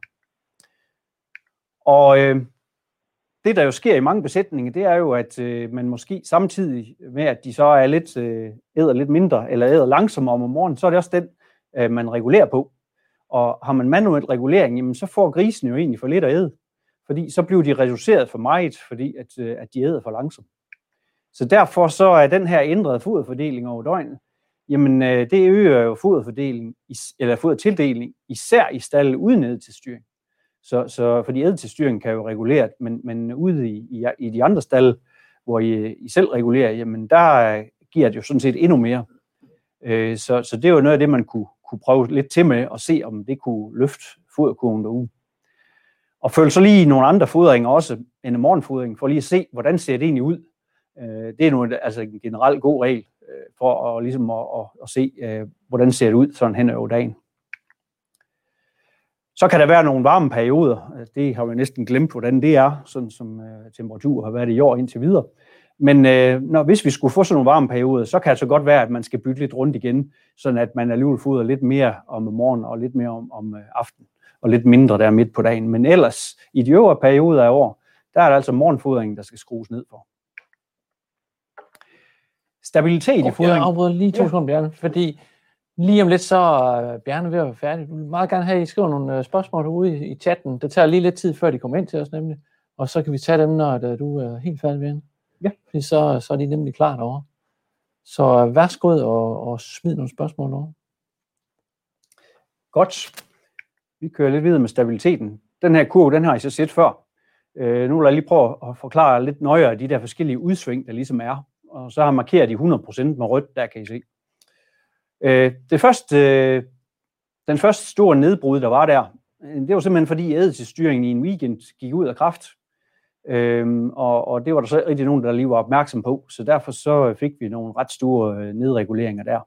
Og øh, det, der jo sker i mange besætninger, det er jo, at øh, man måske samtidig med, at de så er lidt, øh, æder lidt mindre, eller æder langsommere om morgenen, så er det også den, øh, man regulerer på. Og har man manuel regulering, jamen, så får grisen jo egentlig for lidt at æde. Fordi så bliver de reduceret for meget, fordi at, øh, at de æder for langsomt. Så derfor så er den her ændrede foderfordeling over døgnet, jamen øh, det øger jo foderfordeling, eller fodertildeling, især i stalde uden ædetilstyring. Så, så fordi ædetilstyring kan jo regulere, men, men ude i, i, i de andre stalde, hvor I, I selv regulerer, jamen der giver det jo sådan set endnu mere. Øh, så, så det er jo noget af det, man kunne, kunne prøve lidt til med, og se om det kunne løfte foderkurven derude. Og følge så lige nogle andre fodringer også, end morgenfodring, for lige at se, hvordan ser det egentlig ud. Øh, det er nu altså en generelt god regel, øh, for at, ligesom at, at, at se, øh, hvordan ser det ud sådan hen over dagen. Så kan der være nogle varme perioder. Det har vi næsten glemt, hvordan det er, sådan som øh, temperatur har været i år indtil videre. Men øh, når, hvis vi skulle få sådan nogle varme perioder, så kan det så godt være, at man skal bytte lidt rundt igen, sådan at man alligevel fodrer lidt mere om morgenen og lidt mere om, om øh, aftenen, og lidt mindre der midt på dagen. Men ellers, i de øvrige perioder af år, der er det altså morgenfodringen, der skal skrues ned for. Stabilitet i fodringen. Jeg afbryder lige to sekunder, Bjarne, fordi lige om lidt så er Bjarne ved at være færdig. Du vil meget gerne have, at I skriver nogle spørgsmål derude i, i chatten. Det tager lige lidt tid, før de kommer ind til os nemlig. Og så kan vi tage dem, når du er helt færdig, Bjarne. Ja. Fordi så, så er de nemlig klar derovre. Så værsgo og, og smid nogle spørgsmål over. Godt. Vi kører lidt videre med stabiliteten. Den her kurve, den har I så set før. Øh, nu vil jeg lige prøve at forklare lidt nøjere de der forskellige udsving, der ligesom er. Og så har jeg markeret de hundrede procent med rødt, der kan I se. Øh, det første, øh, den første store nedbrud, der var der, det var simpelthen fordi ædeltilstyringen i en weekend gik ud af kraft. Øhm, og, og det var der så rigtig nogen, der lige var opmærksom på. Så derfor så fik vi nogle ret store øh, nedreguleringer der.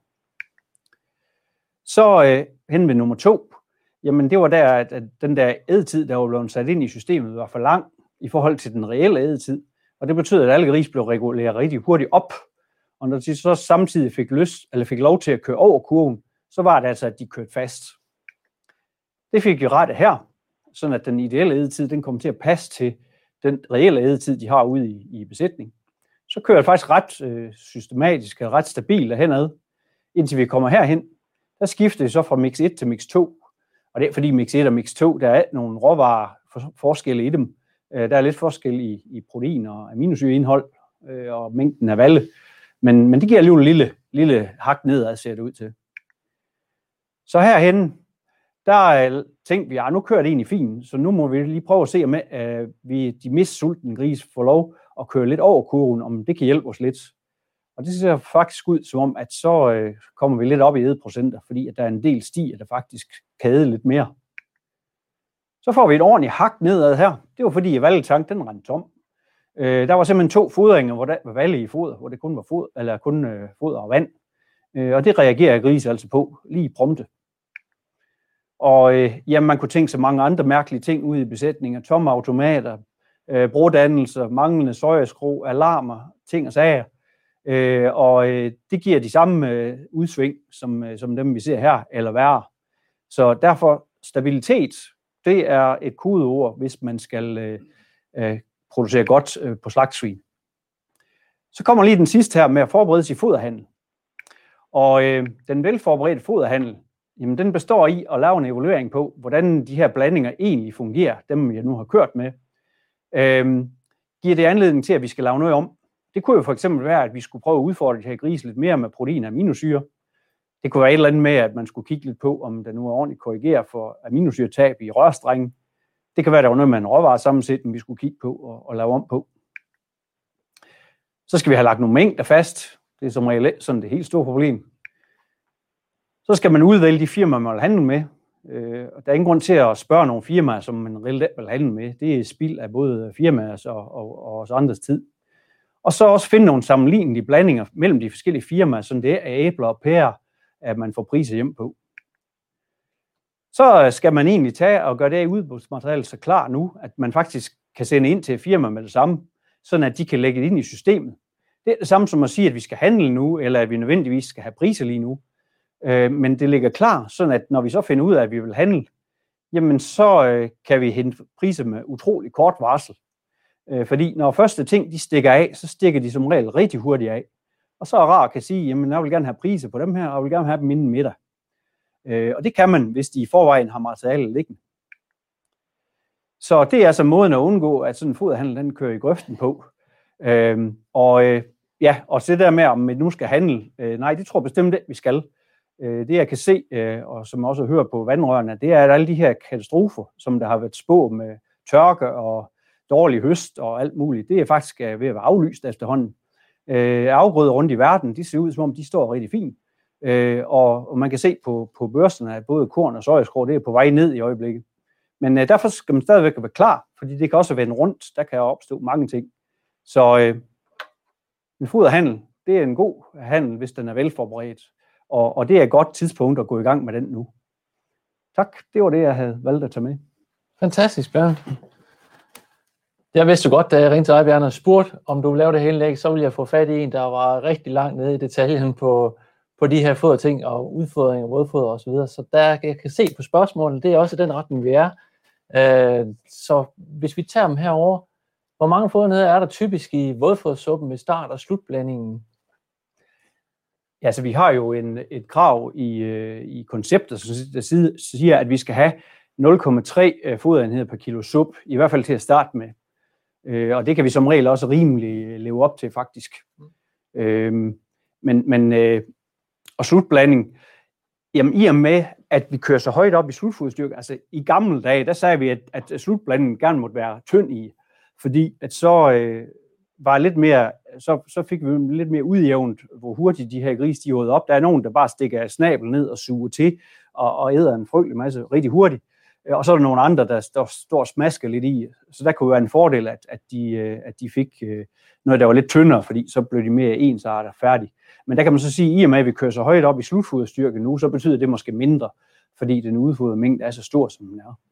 Så øh, hen ved nummer to, jamen det var der, at, at den der ædetid, der var blevet sat ind i systemet, var for lang i forhold til den reelle ædetid. Og det betød, at alle grise blev reguleret rigtig hurtigt op. Og når de så samtidig fik, lyst, eller fik lov til at køre over kurven, så var det altså, at de kørte fast. Det fik vi rette her, sådan at den ideelle ædetid, den kom til at passe til den reelle ædetid, de har ude i, i besætning. Så kører det faktisk ret øh, systematisk og ret stabilt derhenad, indtil vi kommer herhen. Der skifter det så fra mix et til mix to. Og det er fordi mix et og mix to, der er nogle råvarer for, forskelle i dem. Øh, der er lidt forskel i, i protein og aminosyreindhold øh, og mængden af valle. Men, men det giver alligevel en lille, lille hak nedad, ser det ud til. Så herhen, der tænkte vi, at nu kører det egentlig fint, så nu må vi lige prøve at se, om uh, vi, de mest sultne grise får lov at køre lidt over kurven, om det kan hjælpe os lidt. Og det ser faktisk ud som om, at så uh, kommer vi lidt op i ædeprocenter, fordi at der er en del stier, der faktisk kan æde lidt mere. Så får vi et ordentligt hak nedad her. Det var fordi, at valgetank, den rendte tom. Uh, der var simpelthen to fodringer, hvor der var valle i foder, hvor det kun var fod, eller kun uh, foder og vand. Uh, og det reagerer grise altså på lige prompte. Og øh, jamen, man kunne tænke sig mange andre mærkelige ting ude i besætninger. Tomme automater, øh, brodannelser, manglende søjeskrå, alarmer, ting og sager. Øh, og øh, det giver de samme øh, udsving, som, øh, som dem vi ser her, eller værre. Så derfor stabilitet, det er et kodeord, hvis man skal øh, øh, producere godt øh, på slagtesvin. Så kommer lige den sidste her med at forberede sig i foderhandel. Og øh, den velforberedte foderhandel, jamen den består i at lave en evaluering på, hvordan de her blandinger egentlig fungerer, dem jeg nu har kørt med. Øh, giver det anledning til, at vi skal lave noget om? Det kunne jo for eksempel være, at vi skulle prøve at udfordre de her grise lidt mere med protein og aminosyre. Det kunne være et eller andet med, at man skulle kigge lidt på, om der nu er ordentligt korrigeret for aminosyretab i rørstrenge. Det kan være, der var noget med en råvaresammensætning, vi skulle kigge på og, og lave om på. Så skal vi have lagt nogle mængder fast. Det er som regel sådan det helt store problem. Så skal man udvælge de firmaer, man vil handle med. Øh, og der er ingen grund til at spørge nogle firmaer, som man reelt vil handle med. Det er spild af både firmaers og, og, og os andres tid. Og så også finde nogle sammenlignelige blandinger mellem de forskellige firmaer, som det er æbler og pærer, at man får priser hjem på. Så skal man egentlig tage og gøre det udbudsmateriale så klar nu, at man faktisk kan sende ind til firmaer med det samme, sådan at de kan lægge det ind i systemet. Det er det samme som at sige, at vi skal handle nu, eller at vi nødvendigvis skal have priser lige nu. Men det ligger klar, sådan at når vi så finder ud af, at vi vil handle, jamen så kan vi hente priser med utrolig kort varsel. Fordi når første ting de stikker af, så stikker de som regel rigtig hurtigt af. Og så er rart kan sige, jamen jeg vil gerne have priser på dem her, og jeg vil gerne have dem inden middag. Og det kan man, hvis de i forvejen har materiale liggende. Så det er altså måden at undgå, at sådan en foderhandel, den kører i grøften på. Og ja, og så det der med, om vi nu skal handle, nej, det tror jeg bestemt ikke, vi skal. Det jeg kan se, og som jeg også hører på vandrørene, det er, at alle de her katastrofer, som der har været spå med tørke og dårlig høst og alt muligt, det er faktisk ved at være aflyst efterhånden. Afgrøder rundt i verden, de ser ud som om, de står rigtig fint. Og man kan se på, på børserne, at både korn og søjeskrå, det er på vej ned i øjeblikket. Men derfor skal man stadigvæk være klar, fordi det kan også vende rundt, der kan opstå mange ting. Så øh, en foderhandel, det er en god handel, hvis den er velforberedt. Og, og det er et godt tidspunkt at gå i gang med den nu. Tak, det var det, jeg havde valgt at tage med. Fantastisk, Bjørn. Jeg vidste godt, da jeg ringte til dig, Bjørn, og spurgte, om du ville lave det hele læg, så ville jeg få fat i en, der var rigtig langt nede i detaljen på, på de her foderting og udfordringer, vådfoder og så videre. Så der jeg kan se på spørgsmålene, det er også den retning, vi er. Øh, så hvis vi tager dem herover, hvor mange foderenheder er der typisk i vådfodersuppen ved start- og slutblandingen? Ja, så vi har jo en, et krav i, øh, i konceptet, der siger, at vi skal have nul komma tre foderenheder per kilo sup, i hvert fald til at starte med. Øh, og det kan vi som regel også rimelig leve op til, faktisk. Mm. Øh, men, men øh, og slutblanding, jamen i og med, at vi kører så højt op i slutfoderstyrke, altså i gamle dage, der sagde vi, at, at slutblandingen gerne måtte være tynd i, fordi at så øh, var lidt mere, så, så fik vi lidt mere udjævnt, hvor hurtigt de her grise, de åd op. Der er nogen, der bare stikker snabel ned og suger til, og, og æder en frygtelig masse rigtig hurtigt. Og så er der nogle andre, der står, står og smasker lidt i. Så der kunne være en fordel, at, at, de, at de fik noget, der var lidt tyndere, fordi så blev de mere ensartet og færdige. Men der kan man så sige, at i og med, at vi kører så højt op i slutfoderstyrke nu, så betyder det måske mindre, fordi den udfodrede mængde er så stor, som den er.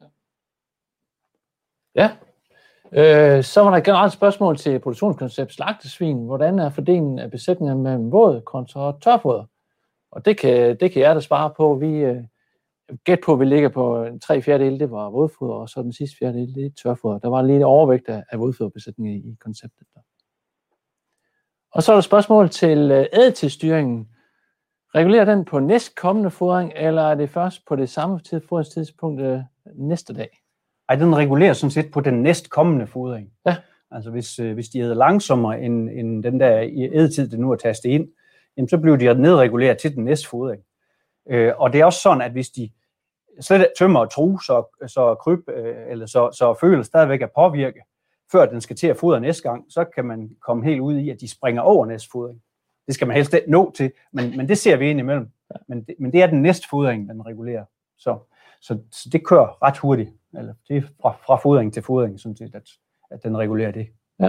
Ja. Øh, så var der et generelt spørgsmål til produktionskoncept slagtesvin. Hvordan er fordelingen af besætninger mellem våd kontra tørfoder? Og det kan, det kan jeg da svare på. Vi øh, gæt på, at vi ligger på tre fjerdedele, det var vådfoder, og så den sidste fjerdedel, det er tørfoder. Der var lidt overvægt af, af vådfoderbesætninger i, i konceptet. Der. Og så er der spørgsmål til øh, ædetidstyringen. Regulerer den på næstkommende fodring, eller er det først på det samme fodringstidspunkt øh, næste dag? Ej, den regulerer sådan set på den næstkommende fodring. Ja. Altså hvis, øh, hvis de æder langsommere end, end den der ædetid, det nu er tastet ind, jamen, så bliver de nedreguleret til den næste fodring. Øh, og det er også sådan, at hvis de slet tømmer og tru, så, så kryb, øh, eller så, så føler stadigvæk at påvirke, før den skal til at fodre næste gang, så kan man komme helt ud i, at de springer over næste fodring. Det skal man helst nå til, men, men det ser vi ind imellem. Men det, men det er den næste fodring, den regulerer. Så, så, så det kører ret hurtigt. Eller det er fra, fra fodring til fodring, sådan set, at, at den regulerer det. Ja.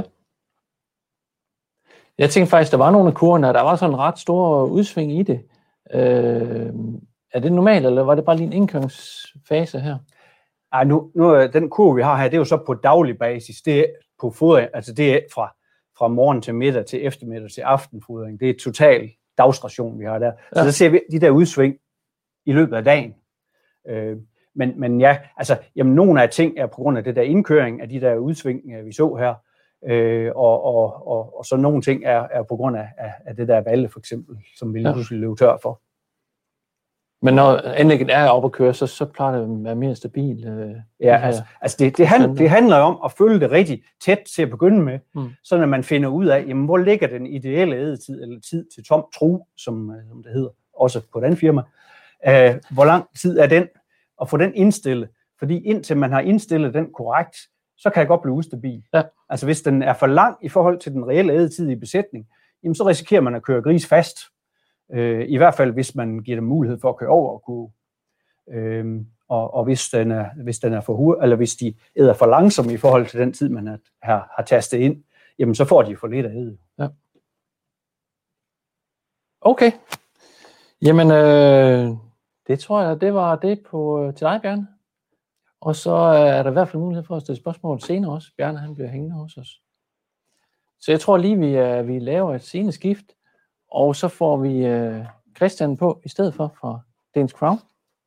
Jeg tænkte faktisk, der var nogle af kurvene, der var sådan en ret stor udsving i det. Øh, er det normalt, eller var det bare lige en indkøringsfase her? Ej, nu, nu den kurve, vi har her, det er jo så på daglig basis. Det er på fodring, altså det er fra, fra morgen til middag til eftermiddag til aftenfodring. Det er total dagsration, vi har der. Så ja. Der ser vi de der udsving i løbet af dagen. Øh, men, men ja, altså, jamen, nogle af ting er på grund af det der indkøring af de der udsving, vi så her. Øh, og, og, og, og så nogle ting er, er på grund af, af, af det der valle, for eksempel, som vi lige pludselig løber tør for. Men når anlægget er oppe at køre, så, så plejer det at være mere stabil. Øh, ja, altså, altså det, det, handler, det handler om at følge det rigtig tæt til at begynde med, mm. så når man finder ud af, jamen, hvor ligger den ideelle ædetid, eller tid til tom tro, som, som det hedder, også på den firma. Øh, hvor lang tid er den, og få den indstillet. Fordi indtil man har indstillet den korrekt, så kan det godt blive ustabil. Ja. Altså hvis den er for lang i forhold til den reelle ædetid i besætning, jamen, så risikerer man at køre gris fast. Øh, I hvert fald, hvis man giver dem mulighed for at køre over og kunne. Øh, og og hvis, den er, hvis den er for hurtig, eller hvis de æder for langsomt i forhold til den tid, man har, har, har tastet ind, jamen så får de for lidt at æde. Ja. Okay. Jamen, øh, det tror jeg, det var det på, til dig, Bjarne. Og så er der i hvert fald mulighed for at stille spørgsmål senere også. Bjarne, han bliver hængende hos os. Så jeg tror lige, vi, uh, vi laver et senere skift, og så får vi uh, Christian på i stedet for fra Danish Crown.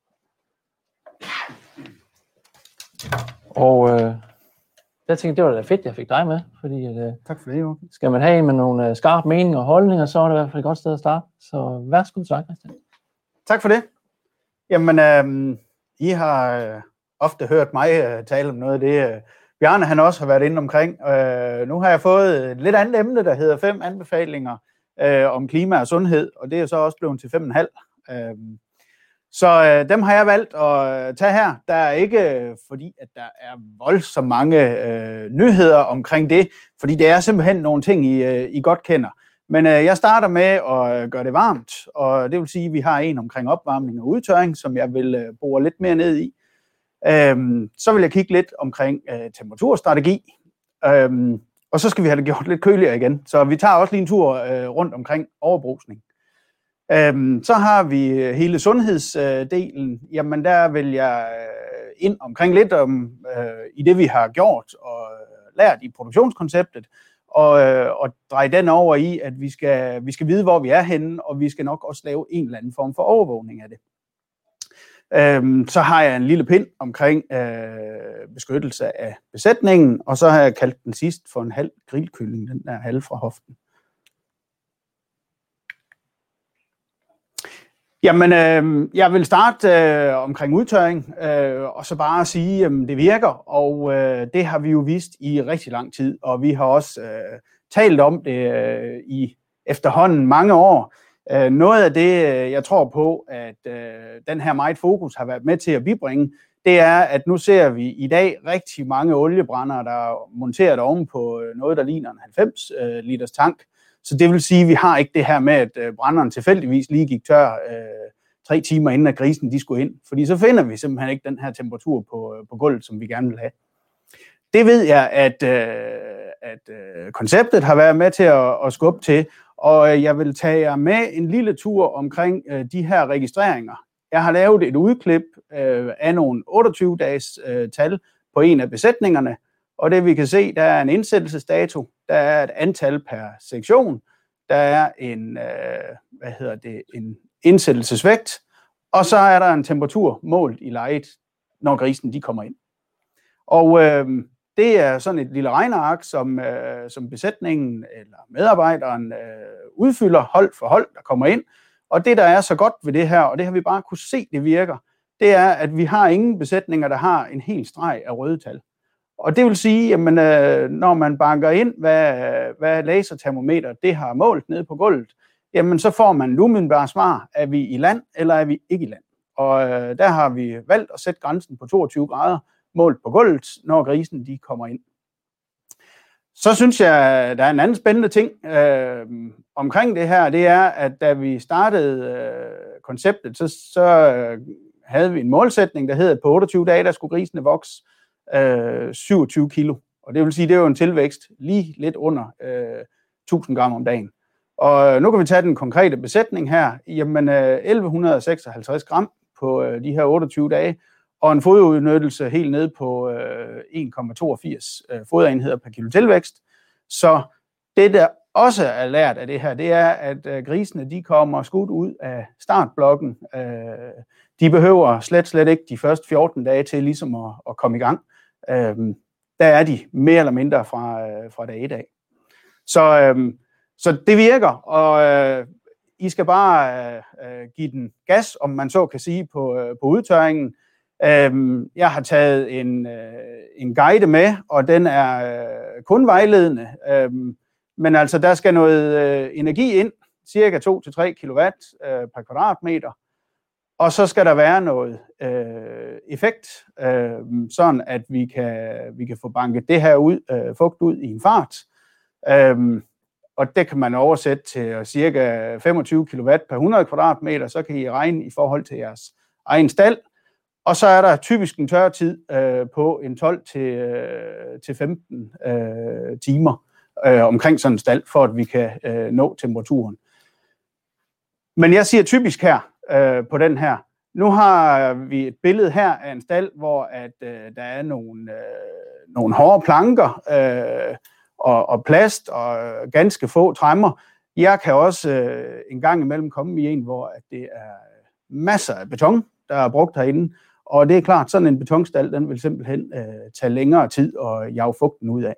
Og uh, jeg tænkte, det var da fedt, jeg fik dig med, fordi uh, tak for det, jo. Skal man have en med nogle uh, skarpe meninger og holdninger, så er det i hvert fald et godt sted at starte. Så værsgo til dig, Christian. Tak for det. Jamen, øh, I har øh, ofte hørt mig øh, tale om noget af det, øh, Bjarne han også har været inde omkring. Øh, nu har jeg fået et lidt andet emne, der hedder fem anbefalinger øh, om klima og sundhed, og det er så også blevet til fem og en halv. Øh, så øh, dem har jeg valgt at tage her. Der er ikke, fordi at der er voldsomt mange øh, nyheder omkring det, fordi det er simpelthen nogle ting, I, øh, I godt kender. Men øh, jeg starter med at gøre det varmt, og det vil sige, at vi har en omkring opvarmning og udtørring, som jeg vil øh, bore lidt mere ned i. Øhm, så vil jeg kigge lidt omkring øh, temperaturstrategi, øhm, og så skal vi have det gjort lidt køligere igen. Så vi tager også lige en tur øh, rundt omkring overbrusning. Øhm, så har vi hele sundhedsdelen. Jamen der vil jeg øh, ind omkring lidt om øh, i det, vi har gjort og lært i produktionskonceptet, og, øh, og dreje den over i, at vi skal, vi skal vide, hvor vi er henne, og vi skal nok også lave en eller anden form for overvågning af det. Øhm, så har jeg en lille pind omkring øh, beskyttelse af besætningen, og så har jeg kaldt den sidst for en halv grillkylling, den der halv fra hoften. Jamen, øh, jeg vil starte øh, omkring udtørring, øh, og så bare sige, at det virker, og øh, det har vi jo vist i rigtig lang tid, og vi har også øh, talt om det øh, i efterhånden mange år. Øh, noget af det, jeg tror på, at øh, den her meget fokus har været med til at bibringe, det er, at nu ser vi i dag rigtig mange oliebrændere, der er monteret oven på noget, der ligner en halvfems øh, liters tank. Så det vil sige, at vi har ikke det her med, at øh, brænderen tilfældigvis lige gik tør øh, tre timer inden, at grisen de skulle ind. Fordi så finder vi simpelthen ikke den her temperatur på, øh, på gulvet, som vi gerne vil have. Det ved jeg, at, øh, at øh, konceptet har været med til at, at skubbe til, og jeg vil tage jer med en lille tur omkring øh, de her registreringer. Jeg har lavet et udklip øh, af nogle otteogtyve dages øh, tal på en af besætningerne, og det vi kan se, der er en indsættelsesdato, der er et antal per sektion, der er en, øh, hvad hedder det, en indsættelsesvægt, og så er der en temperatur målt i lejet, når grisen de kommer ind. Og øh, det er sådan et lille regneark, som, øh, som besætningen eller medarbejderen øh, udfylder hold for hold, der kommer ind. Og det, der er så godt ved det her, og det har vi bare kunne se, det virker, det er, at vi har ingen besætninger, der har en hel streg af røde tal. Og det vil sige, at øh, når man banker ind, hvad, hvad lasertermometer det har målt nede på gulvet, jamen så får man umiddelbart svar, er vi i land, eller er vi ikke i land. Og øh, der har vi valgt at sætte grænsen på toogtyve grader, målt på gulvet, når grisen de kommer ind. Så synes jeg, der er en anden spændende ting øh, omkring det her, det er, at da vi startede øh, konceptet, så, så øh, havde vi en målsætning, der hed, at på otteogtyve dage, der skulle grisene vokse øh, syvogtyve kilo. Og det vil sige, det er jo en tilvækst lige lidt under øh, tusind gram om dagen. Og nu kan vi tage den konkrete besætning her. Jamen øh, elleve seksoghalvtreds gram på øh, de her otteogtyve dage, og en foderudnyttelse helt ned på øh, en komma toogfirs øh, foderenheder per kilo tilvækst. Så det, der også er lært af det her, det er, at øh, grisene de kommer skudt ud af startblokken. Øh, de behøver slet, slet ikke de første fjorten dage til ligesom at, at komme i gang. Øh, der er de mere eller mindre fra, øh, fra dag et af. Så, øh, så det virker, og øh, I skal bare øh, give den gas, om man så kan sige, på, øh, på udtørringen. Øh, jeg har taget en, øh, en guide med, og den er øh, kun vejledende. Øh, men altså, der skal noget øh, energi ind, cirka to til tre kilowatt øh, per kvadratmeter. Og så skal der være noget øh, effekt, øh, sådan at vi kan, vi kan få banket det her ud, øh, fugt ud i en fart. Øh, Og det kan man oversætte til cirka femogtyve kilowatt per hundrede kvadratmeter, så kan I regne i forhold til jeres egen stald. Og så er der typisk en tørretid øh, på en tolv til femten øh, timer øh, omkring sådan en stald, for at vi kan øh, nå temperaturen. Men jeg siger typisk her øh, på den her. Nu har vi et billede her af en stald, hvor at, øh, der er nogle, øh, nogle hårde planker, øh, Og, og plast og ganske få træmmer. Jeg kan også øh, en gang imellem komme i en, hvor at det er masser af beton, der er brugt herinde. Og det er klart, sådan en betonstal, den vil simpelthen øh, tage længere tid at jage fugten ud af.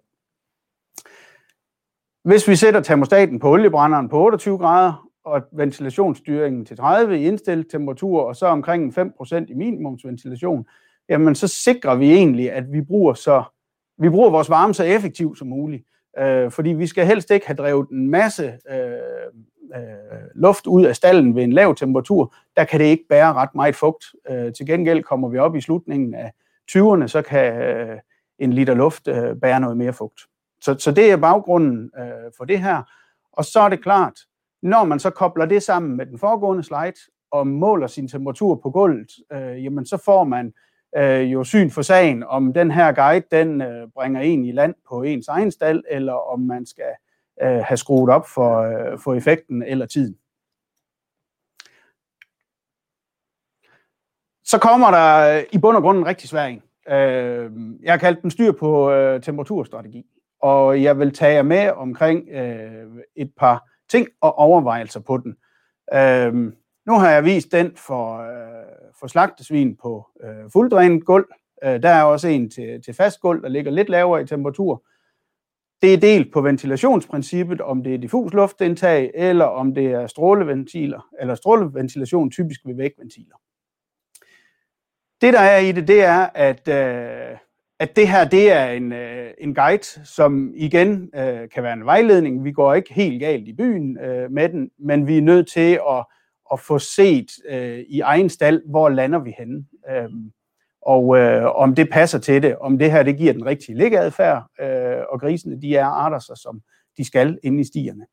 Hvis vi sætter termostaten på oliebrænderen på otteogtyve grader, og ventilationsstyringen til tredive i indstillet temperatur, og så omkring fem procent i minimumsventilation, jamen så sikrer vi egentlig, at vi bruger så Vi bruger vores varme så effektivt som muligt, øh, fordi vi skal helst ikke have drevet en masse øh, øh, luft ud af stallen ved en lav temperatur. Der kan det ikke bære ret meget fugt. Øh, til gengæld kommer vi op i slutningen af tyverne, så kan øh, en liter luft øh, bære noget mere fugt. Så, så det er baggrunden øh, for det her. Og så er det klart, når man så kobler det sammen med den foregående slide og måler sin temperatur på gulvet, øh, jamen så får man Øh, jo syn for sagen, om den her guide, den øh, bringer en i land på ens egen stald, eller om man skal øh, have skruet op for, øh, for effekten eller tiden. Så kommer der øh, i bund og grund en rigtig svær en. Øh, jeg har kaldt den styr på øh, temperaturstrategi, og jeg vil tage jer med omkring øh, et par ting og overvejelser på den. Øh, Nu har jeg vist den for, øh, for slagtesvin på øh, fulddrænet gulv. Øh, der er også en til, til fast gulv, der ligger lidt lavere i temperatur. Det er delt på ventilationsprincippet, om det er diffus luftindtag, eller om det er stråleventiler, eller stråleventilation typisk ved vægventiler. Det, der er i det, det er, at, øh, at det her det er en, øh, en guide, som igen øh, kan være en vejledning. Vi går ikke helt galt i byen øh, med den, men vi er nødt til at at få set øh, i egen stald, hvor lander vi henne, øhm, og øh, om det passer til det, om det her det giver den rigtige liggeadfærd, øh, og grisene de er arter sig, som de skal inde i stierne.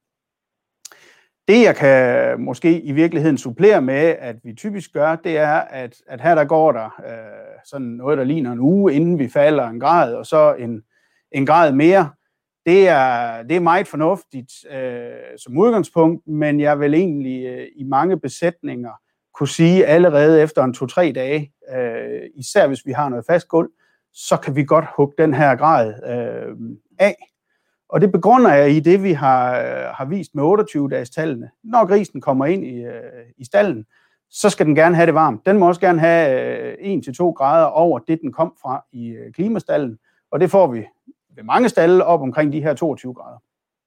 Det jeg kan måske i virkeligheden supplere med, at vi typisk gør, det er, at, at her der går der øh, sådan noget, der ligner en uge, inden vi falder en grad, og så en, en grad mere. Det er, det er meget fornuftigt øh, som udgangspunkt, men jeg vil egentlig øh, i mange besætninger kunne sige allerede efter en to-tre dage, øh, især hvis vi har noget fast gulv, så kan vi godt hugge den her grad øh, af. Og det begrunder jeg i det, vi har, øh, har vist med otteogtyve dages tallene. Når grisen kommer ind i, øh, i stallen, så skal den gerne have det varmt. Den må også gerne have øh, en til to grader over det, den kom fra i øh, klimastallen, og det får vi ved mange stalde op omkring de her toogtyve grader.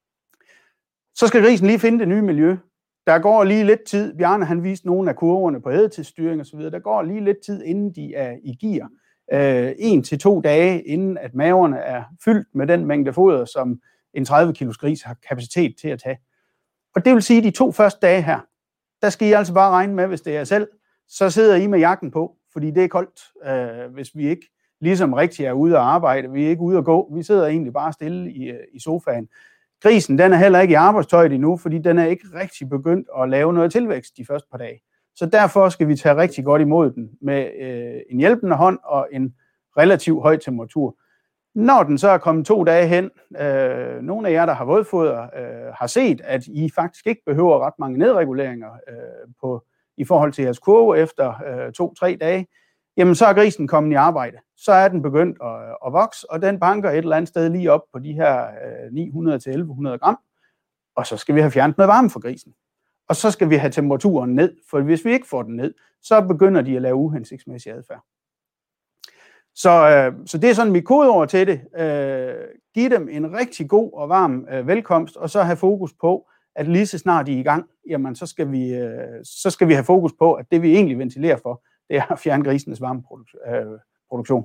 Så skal grisen lige finde det nye miljø. Der går lige lidt tid. Bjarne han viste nogle af kurverne på ædetidsstyring og så videre. Der går lige lidt tid, inden de er i gear. Øh, en til to dage, inden at maverne er fyldt med den mængde foder, som en tredive kilos gris har kapacitet til at tage. Og det vil sige, at de to første dage her, der skal I altså bare regne med, hvis det er selv, så sidder I med jakken på, fordi det er koldt, øh, hvis vi ikke ligesom rigtig er ude at arbejde. Vi er ikke ude at gå. Vi sidder egentlig bare stille i, i sofaen. Grisen, den er heller ikke i arbejdstøjet endnu, fordi den er ikke rigtig begyndt at lave noget tilvækst de første par dage. Så derfor skal vi tage rigtig godt imod den med øh, en hjælpende hånd og en relativt høj temperatur. Når den så er kommet to dage hen, øh, nogle af jer, der har vådfoder, øh, har set, at I faktisk ikke behøver ret mange nedreguleringer øh, på i forhold til jeres kurve efter øh, to-tre dage, jamen så er grisen kommet i arbejde. Så er den begyndt at, at vokse, og den banker et eller andet sted lige op på de her øh, ni hundrede til elleve hundrede gram, og så skal vi have fjernet noget varme for grisen. Og så skal vi have temperaturen ned, for hvis vi ikke får den ned, så begynder de at lave uhensigtsmæssig adfærd. Så, øh, så det er sådan mit kodeord til det. Øh, giv dem en rigtig god og varm øh, velkomst, og så have fokus på, at lige så snart de er i gang, jamen så skal vi, øh, så skal vi have fokus på, at det vi egentlig ventilerer for, det er at fjerne grisenes varmeproduktion.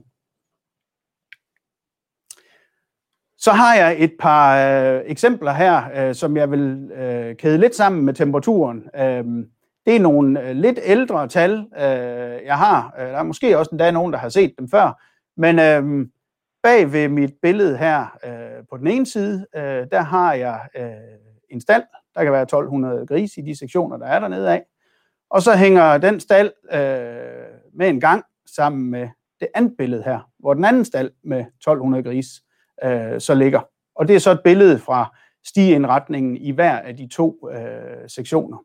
Så har jeg et par øh, eksempler her, øh, som jeg vil øh, kæde lidt sammen med temperaturen. Øh, det er nogle øh, lidt ældre tal, øh, jeg har. Øh, der er måske også endda nogen, der har set dem før. Men øh, bag ved mit billede her øh, på den ene side, øh, der har jeg øh, en stald. Der kan være tolv hundrede grise i de sektioner, der er dernede af. Og så hænger den stald øh, med en gang sammen med det andet billede her, hvor den anden stald med tolv hundrede grise øh, så ligger. Og det er så et billede fra stigeindretningen i hver af de to øh, sektioner.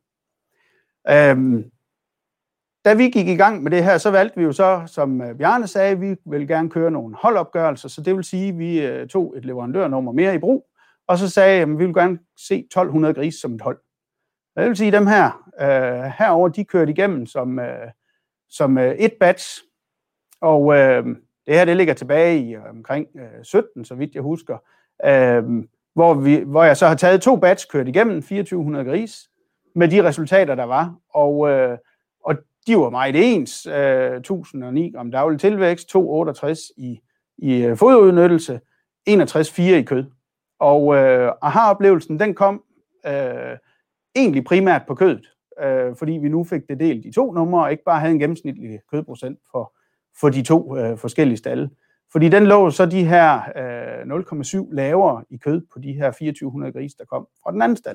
Øhm, da vi gik i gang med det her, så valgte vi jo så, som Bjarne sagde, vi vil gerne køre nogle holdopgørelser, så det vil sige, at vi øh, tog et leverandørnummer mere i brug, og så sagde, at vi vil gerne se tolv hundrede grise som et hold. Det vil sige, at dem her, øh, herover de kørte igennem som, øh, som øh, et batch, og øh, det her det ligger tilbage i øh, omkring øh, sytten, så vidt jeg husker, øh, hvor, vi, hvor jeg så har taget to batch, kørt igennem fireogtyve hundrede grise, med de resultater, der var, og, øh, og de var meget ens, øh, tusind og ni gram daglig tilvækst, to komma otteogtres i, i øh, foderudnyttelse, enogtres komma fire i kød. Og øh, aha-oplevelsen, den kom øh, egentlig primært på kødet, øh, fordi vi nu fik det delt i to numre, og ikke bare havde en gennemsnitlig kødprocent for, for de to øh, forskellige stalle. Fordi den lå så de her øh, nul komma syv lavere i kød på de her fireogtyve hundrede grise, der kom fra den anden stald.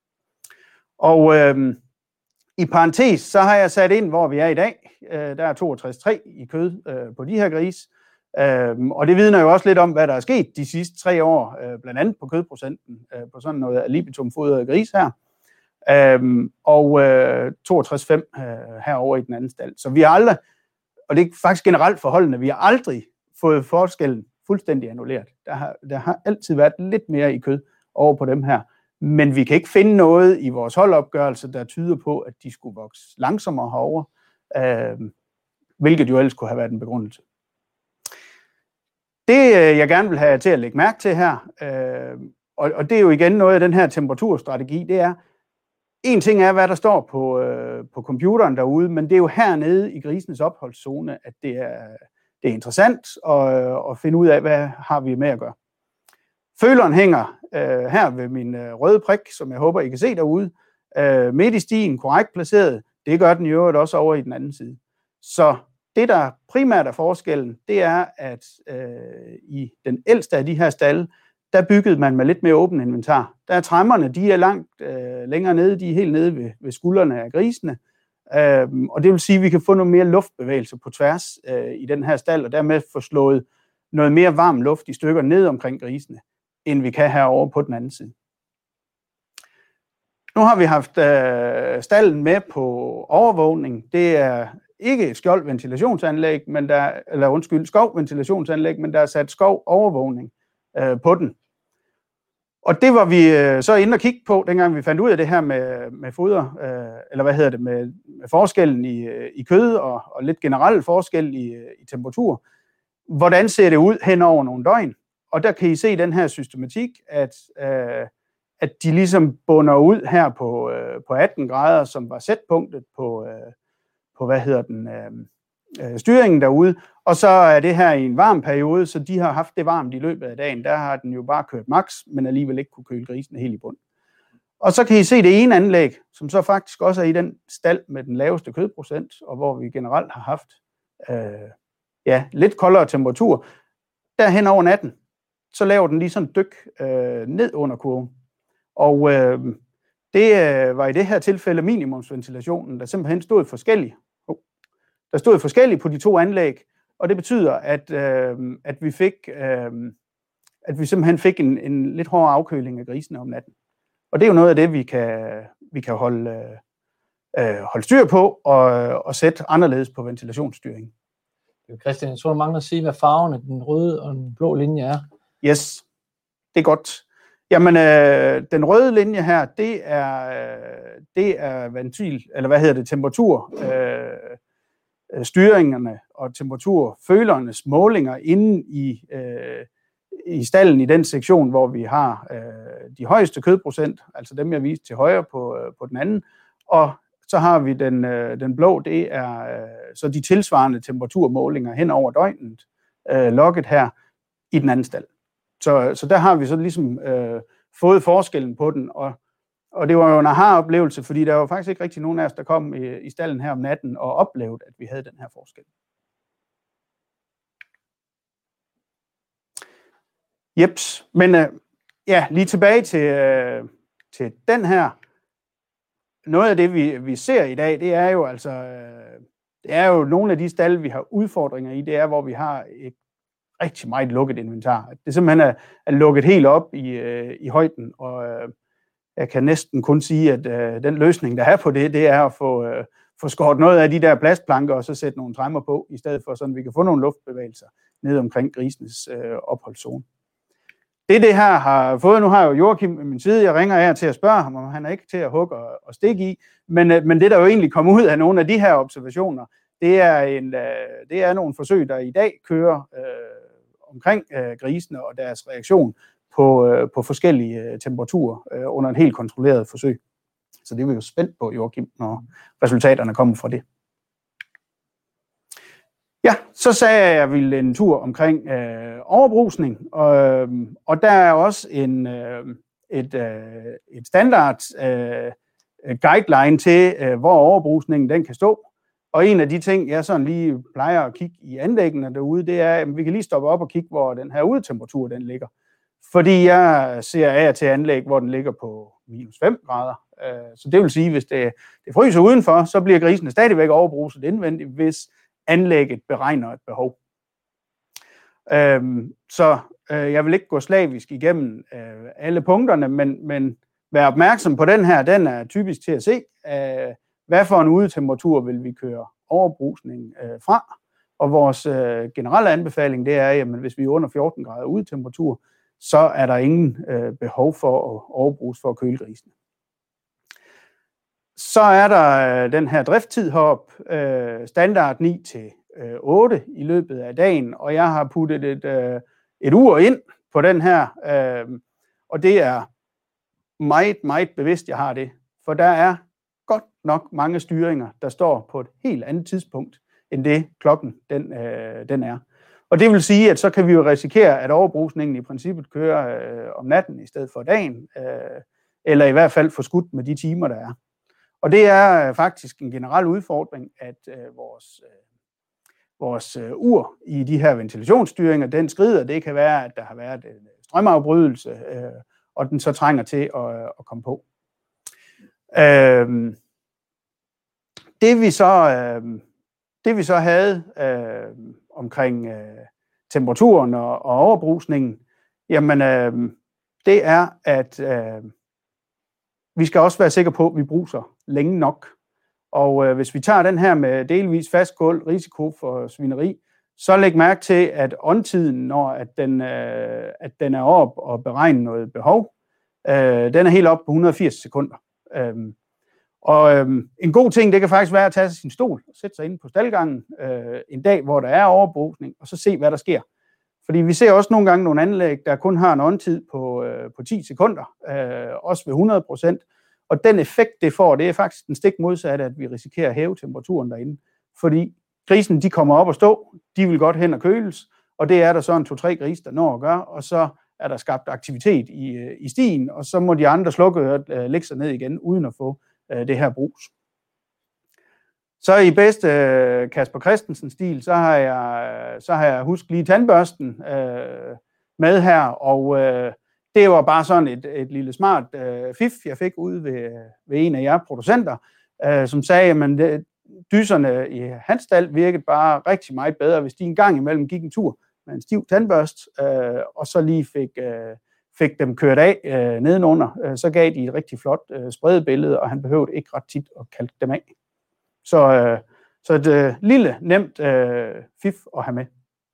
Og øh, i parentes, så har jeg sat ind, hvor vi er i dag. Øh, der er toogtres komma tre i kød øh, på de her grise. Øh, og det vidner jo også lidt om, hvad der er sket de sidste tre år, øh, blandt andet på kødprocenten, øh, på sådan noget af libitumfodret gris her. Øh, og øh, toogtres komma fem øh, herovre i den anden stald. Så vi har aldrig, og det er faktisk generelt forholdende, vi har aldrig fået forskellen fuldstændig annulleret. Der har, der har altid været lidt mere i kød over på dem her. Men vi kan ikke finde noget i vores holdopgørelse, der tyder på, at de skulle vokse langsommere herover, øh, hvilket jo ellers kunne have været en begrundelse. Det, jeg gerne vil have til at lægge mærke til her, øh, og, og det er jo igen noget af den her temperaturstrategi, det er, en ting er, hvad der står på, øh, på computeren derude, men det er jo hernede i grisenes opholdszone, at det er, det er interessant at, at finde ud af, hvad har vi med at gøre. Føleren hænger øh, her ved min øh, røde prik, som jeg håber, I kan se derude, øh, midt i stien, korrekt placeret. Det gør den i øvrigt også over i den anden side. Så det, der primært er forskellen, det er, at øh, i den ældste af de her stalle, der byggede man med lidt mere åben inventar. Der er træmmerne, de er langt øh, længere nede, de er helt nede ved, ved skuldrene af grisene. Øh, og det vil sige, at vi kan få noget mere luftbevægelse på tværs øh, i den her stald, og dermed få slået noget mere varm luft i stykker ned omkring grisene, end vi kan herovre på den anden side. Nu har vi haft øh, stallen med på overvågning. Det er ikke et skjoldventilationsanlæg, men der, eller undskyld, skovventilationsanlæg, men der er sat skovovervågning øh, på den. Og det var vi øh, så inde og kigge på, dengang vi fandt ud af det her med, med foder, øh, eller hvad hedder det, med, med forskellen i, i kød og, og lidt generel forskel i, i temperatur. Hvordan ser det ud hen over nogle døgn? Og der kan I se den her systematik, at, øh, at de ligesom bunder ud her på, øh, på atten grader, som var sætpunktet på, øh, på hvad hedder den, øh, styringen derude. Og så er det her i en varm periode, så de har haft det varmt i løbet af dagen. Der har den jo bare kørt max, men alligevel ikke kunne køle grisen helt i bund. Og så kan I se det ene anlæg, som så faktisk også er i den stald med den laveste kødprocent, og hvor vi generelt har haft øh, ja, lidt koldere temperatur. Der hen over natten, så laver den lige sådan et dyk øh, ned under kurven. Og øh, det øh, var i det her tilfælde minimumsventilationen, der simpelthen stod forskellige. Oh, der stod forskellige på de to anlæg, og det betyder, at, øh, at, vi, fik, øh, at vi simpelthen fik en, en lidt hårdere afkøling af grisene om natten. Og det er jo noget af det, vi kan, vi kan holde, øh, holde styr på og, og sætte anderledes på ventilationsstyringen. Christian, jeg tror, du mangler at sige, hvad farven af den røde og den blå linje er. Yes, det er godt. Jamen, øh, den røde linje her, det er, øh, det er ventil, eller hvad hedder det, temperatur, øh, styringerne og temperaturfølernes målinger inde i, øh, i stallen i den sektion, hvor vi har øh, de højeste kødprocent, altså dem, jeg viste til højre på, øh, på den anden, og så har vi den, øh, den blå, det er øh, så de tilsvarende temperaturmålinger hen over døgnet, øh, logget her i den anden stald. Så, så der har vi så ligesom øh, fået forskellen på den, og, og det var jo en aha-oplevelse, fordi der var faktisk ikke rigtig nogen af os, der kom i, i stallen her om natten og oplevede, at vi havde den her forskel. Jeps, men øh, ja, lige tilbage til, øh, til den her. Noget af det, vi, vi ser i dag, det er jo altså, øh, det er jo nogle af de stalde, vi har udfordringer i, det er, hvor vi har et rigtig meget lukket inventar. Det simpelthen er, er lukket helt op i, øh, i højden, og øh, jeg kan næsten kun sige, at øh, den løsning, der er på det, det er at få, øh, få skåret noget af de der plastplanker, og så sætte nogle tremmer på, i stedet for sådan, vi kan få nogle luftbevægelser ned omkring grisenes øh, opholdszone. Det, det her har fået, nu har jeg jo Joachim ved min side, jeg ringer her til at spørge ham, om han er ikke til at hugge og, og stikke i, men, men det, der jo egentlig kom ud af nogle af de her observationer, det er, en, det er nogle forsøg, der i dag kører øh, omkring øh, grisene og deres reaktion på, øh, på forskellige temperaturer øh, under en helt kontrolleret forsøg. Så det er vi jo spændt på, Joachim, når resultaterne kommer fra det. Ja, så sagde jeg, at jeg ville en tur omkring øh, overbrusning, og, øh, og der er også en, øh, et, øh, et standard øh, guideline til, øh, hvor overbrusningen den kan stå. Og en af de ting, jeg sådan lige plejer at kigge i anlæggene derude, det er, at vi kan lige stoppe op og kigge, hvor den her udetemperatur den ligger. Fordi jeg ser af til anlæg, hvor den ligger på minus fem grader. Øh, så det vil sige, hvis det, det fryser udenfor, så bliver grisene stadigvæk overbruset indvendigt, hvis anlægget beregner et behov. Øhm, så øh, jeg vil ikke gå slavisk igennem øh, alle punkterne, men, men vær opmærksom på den her. Den er typisk til at se, øh, hvad for en udetemperatur vil vi køre overbrusning øh, fra. Og vores øh, generelle anbefaling, det er, at hvis vi er under fjorten grader udetemperatur, så er der ingen øh, behov for at overbruse for at køle grisene. Så er der øh, den her drifttid heroppe, øh, standard ni til otte i løbet af dagen, og jeg har puttet et, øh, et ur ind på den her, øh, og det er meget, meget bevidst, jeg har det, for der er godt nok mange styringer, der står på et helt andet tidspunkt, end det klokken den, øh, den er. Og det vil sige, at så kan vi jo risikere, at overbrusningen i princippet kører øh, om natten i stedet for dagen, øh, eller i hvert fald få skudt med de timer, der er. Og det er øh, faktisk en generel udfordring, at øh, vores, øh, vores øh, ur i de her ventilationsstyringer, den skrider. Det kan være, at der har været en strømafbrydelse, øh, og den så trænger til at, at komme på. Øh, det, vi så, øh, det vi så havde øh, omkring øh, temperaturen og, og overbrusningen, jamen øh, det er, at øh, vi skal også være sikre på, at vi bruser længe nok. Og øh, hvis vi tager den her med delvis fast kul, risiko for svineri, så læg mærke til, at åndtiden, når at den, øh, at den er op og beregner noget behov, øh, den er helt op på et hundrede og firs sekunder. Øhm, og øhm, en god ting, det kan faktisk være at tage sin stol og sætte sig inde på staldgangen øh, en dag, hvor der er overbrusning, og så se, hvad der sker. Fordi vi ser også nogle gange nogle anlæg, der kun har en åndtid på, øh, på ti sekunder, øh, også ved hundrede procent. Og den effekt, det får, det er faktisk den stik modsatte, at vi risikerer at hæve temperaturen derinde. Fordi grisen, de kommer op og stå, de vil godt hen og køles, og det er der så en to-tre grise, der når at gøre, og så er der skabt aktivitet i, i stien, og så må de andre slukkører øh, lægge sig ned igen, uden at få øh, det her brus. Så i bedste øh, Kasper Christensen-stil, så har jeg, så har jeg husket lige tandbørsten øh, med her, og øh, det var bare sådan et, et lille smart øh, fif, jeg fik ude ved, ved en af jer producenter, øh, som sagde, at dyserne i hans stald virkede bare rigtig meget bedre, hvis de en gang imellem gik en tur med en stiv tandbørst, øh, og så lige fik, øh, fik dem kørt af øh, nedenunder, øh, så gav de et rigtig flot øh, spredebillede, og han behøvede ikke ret tit at kalke dem af. Så, øh, så et øh, lille, nemt øh, fif at have med.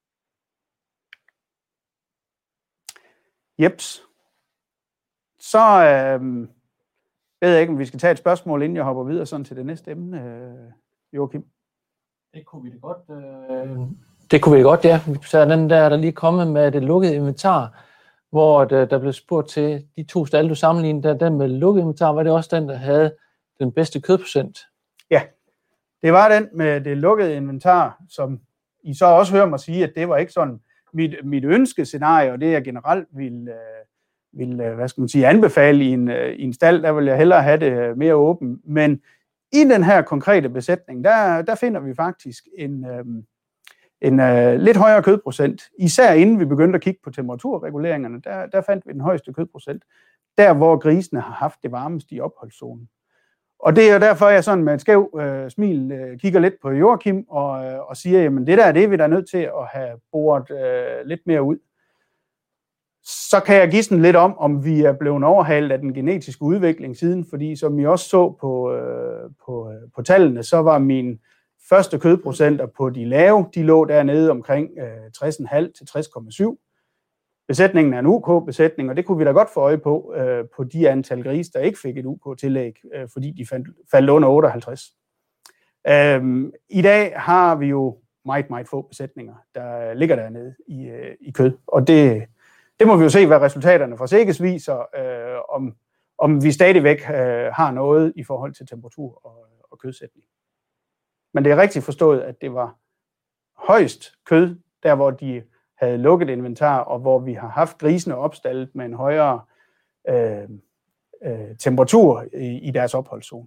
Jeps. Så øh, ved jeg ikke, om vi skal tage et spørgsmål, inden jeg hopper videre sådan til det næste emne, øh, Joachim. Det kunne vi det godt. Øh, det kunne vi det godt, ja. Så den der, der lige kommet med det lukkede inventar, hvor der, der blev spurgt til de to stalde, du sammenlignede, der, den med lukket inventar, var det også den, der havde den bedste kødprocent? Ja, det var den med det lukkede inventar, som I så også hører mig sige, at det var ikke sådan mit, mit ønskescenarie, og det jeg generelt ville, ville hvad skal man sige, anbefale i en, i en stald, der vil jeg hellere have det mere åbent. Men i den her konkrete besætning, der, der finder vi faktisk en, en uh, lidt højere kødprocent. Især inden vi begyndte at kigge på temperaturreguleringerne, der, der fandt vi den højeste kødprocent. Der, hvor grisene har haft det varmeste i opholdszonen. Og det er jo derfor, jeg sådan med et skæv øh, smil øh, kigger lidt på Joachim og, øh, og siger, jamen det der, det er vi da nødt til at have boret øh, lidt mere ud. Så kan jeg gisne lidt om, om vi er blevet overhalet af den genetiske udvikling siden, fordi som I også så på, øh, på, øh, på tallene, så var mine første kødprocenter på de lave, de lå dernede omkring øh, tres komma fem til tres komma syv. Besætningen er en U K-besætning, og det kunne vi da godt få øje på, øh, på de antal grise, der ikke fik et U K-tillæg, øh, fordi de fandt, faldt under otteoghalvtreds. Øhm, I dag har vi jo meget, meget få besætninger, der ligger dernede i, øh, i kød, og det, det må vi jo se, hvad resultaterne fra Seges viser, øh, om, om vi stadigvæk øh, har noget i forhold til temperatur og, og kødsætning. Men det er rigtigt forstået, at det var højst kød, der hvor de havde lukket inventar, og hvor vi har haft grisene opstaldet med en højere øh, øh, temperatur i, i deres opholdszone.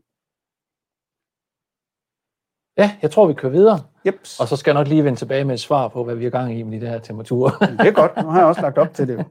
Ja, jeg tror, vi kører videre. Jeps. Og så skal jeg nok lige vende tilbage med et svar på, hvad vi er gang i med de der temperaturer. Det er godt. Nu har jeg også lagt op til det.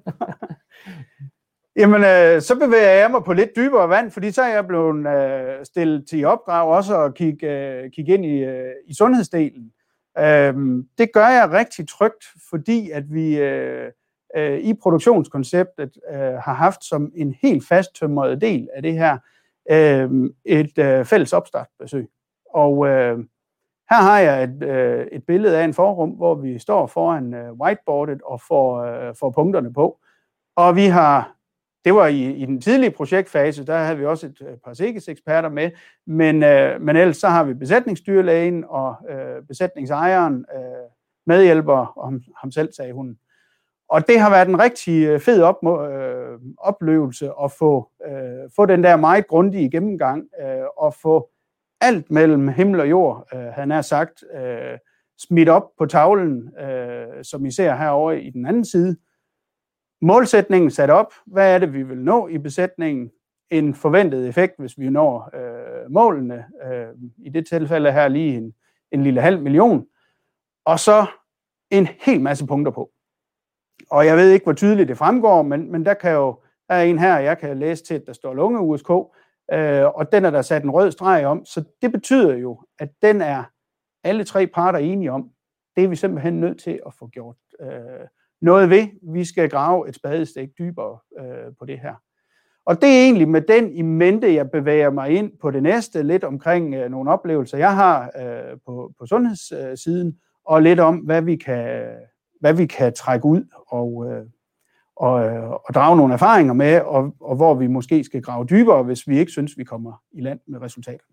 Jamen, øh, så bevæger jeg mig på lidt dybere vand, fordi så er jeg blevet øh, stillet til opdrag også at kigge, øh, kigge ind i, øh, i sundhedsdelen. Øhm, det gør jeg rigtig trygt, fordi at vi øh, øh, i produktionskonceptet øh, har haft som en helt fasttømret del af det her øh, et øh, fælles opstartbesøg. Og øh, her har jeg et, øh, et billede af en forrum, hvor vi står foran øh, whiteboardet og får, øh, får punkterne på. Og vi har, det var i, i den tidlige projektfase, der havde vi også et øh, par sikkerhedseksperter med, men, øh, men ellers så har vi besætningsdyrlægen og øh, besætningsejeren, øh, medhjælper, og ham, ham selv, sagde hun. Og det har været en rigtig fed op, øh, oplevelse at få, øh, få den der meget grundige gennemgang øh, og få alt mellem himmel og jord, øh, han har sagt, øh, smidt op på tavlen, øh, som I ser herovre i den anden side. Målsætningen sat op. Hvad er det, vi vil nå i besætningen? En forventet effekt, hvis vi når øh, målene. Øh, I det tilfælde her lige en, en lille halv million. Og så en hel masse punkter på. Og jeg ved ikke, hvor tydeligt det fremgår, men, men der kan jo, der er en her, jeg kan læse til, at der står lunge U S K, øh, og den er der sat en rød streg om. Så det betyder jo, at den er alle tre parter enige om. Det er vi simpelthen nødt til at få gjort øh, noget ved. Vi skal grave et spadestik dybere øh, på det her. Og det er egentlig med den i mente, jeg bevæger mig ind på det næste, lidt omkring øh, nogle oplevelser, jeg har øh, på, på sundhedssiden, og lidt om, hvad vi kan, hvad vi kan trække ud og, øh, og, og drage nogle erfaringer med, og, og hvor vi måske skal grave dybere, hvis vi ikke synes, vi kommer i land med resultaterne.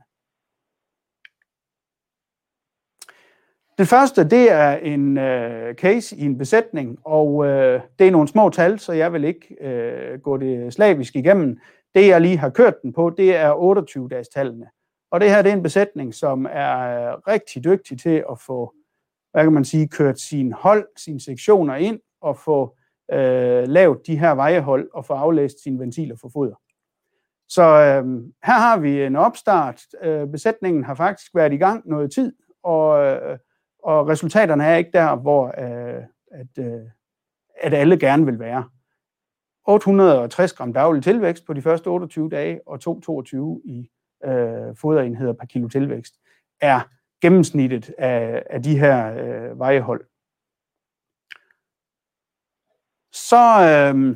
Det første, det er en øh, case i en besætning, og øh, det er nogle små tal, så jeg vil ikke øh, gå det slavisk igennem. Det, jeg lige har kørt den på, det er otteogtyve-dages tallene. Og det her, det er en besætning, som er rigtig dygtig til at få, hvad kan man sige, kørt sin hold, sine sektioner ind, og få øh, lavet de her vejehold, og få aflæst sine ventiler for foder. Så øh, her har vi en opstart. Øh, besætningen har faktisk været i gang noget tid, og øh, Og resultaterne er ikke der, hvor øh, at, øh, at alle gerne vil være. otte hundrede og tres gram daglig tilvækst på de første otteogtyve dage, og to komma toogtyve i øh, foderenheder per kilo tilvækst, er gennemsnittet af, af de her øh, vejehold. Så øh,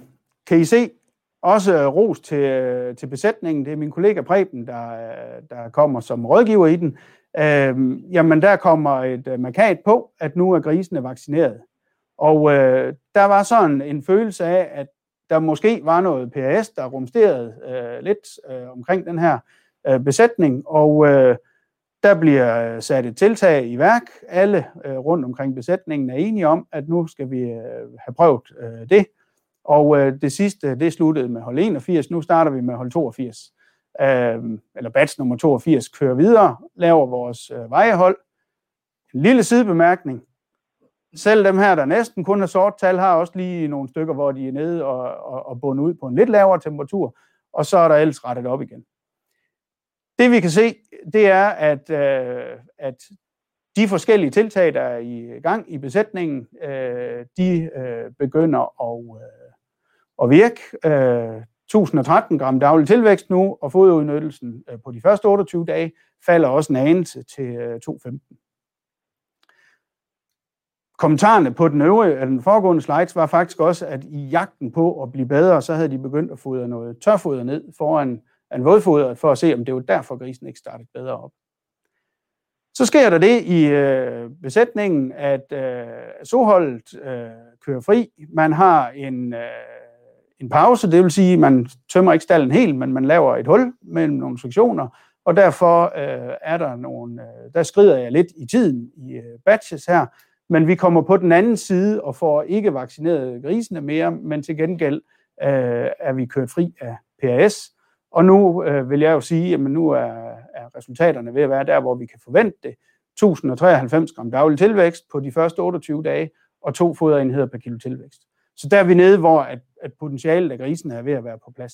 kan I se, også ros til, til besætningen. Det er min kollega Preben, der, der kommer som rådgiver i den. Øh, jamen, der kommer et markat på, at nu er grisene vaccineret. Og øh, der var sådan en følelse af, at der måske var noget P A S, der rumsterede øh, lidt øh, omkring den her øh, besætning, og øh, der bliver sat et tiltag i værk. Alle øh, rundt omkring besætningen er enige om, at nu skal vi øh, have prøvet øh, det. Og øh, det sidste, det sluttede med hold enogfirs. Nu starter vi med hold toogfirs. Øh, eller batch nummer toogfirs kører videre, laver vores øh, vejehold. En lille sidebemærkning. Selv dem her, der næsten kun har sort tal, har også lige nogle stykker, hvor de er nede og, og, og bundet ud på en lidt lavere temperatur, og så er der ellers rettet op igen. Det vi kan se, det er, at, øh, at de forskellige tiltag, der er i gang i besætningen, øh, de øh, begynder at, øh, at virke. Øh, tusind og tretten gram daglig tilvækst nu, og foderudnyttelsen øh, på de første otteogtyve dage falder også en anelse til øh, to komma femten. Kommentarerne på den øvrige, eller den foregående slides var faktisk også, at i jagten på at blive bedre, så havde de begyndt at fodre noget tørfoder ned foran en vådfoder, for at se, om det var derfor, grisen ikke startede bedre op. Så sker der det i øh, besætningen, at øh, soholdet øh, kører fri. Man har en, øh, en pause, det vil sige, at man tømmer ikke stallen helt, men man laver et hul mellem nogle sektioner, og derfor øh, er der nogle, øh, der skrider jeg lidt i tiden i øh, batches her, men vi kommer på den anden side og får ikke vaccineret grisene mere, men til gengæld øh, er vi kørt fri af P A S. Og nu øh, vil jeg jo sige, at nu er, er resultaterne ved at være der, hvor vi kan forvente det. tusind og treoghalvfems gram daglig tilvækst på de første otteogtyve dage, og to foderenheder per kilo tilvækst. Så der er vi nede, hvor at, at potentialet af grisen er ved at være på plads.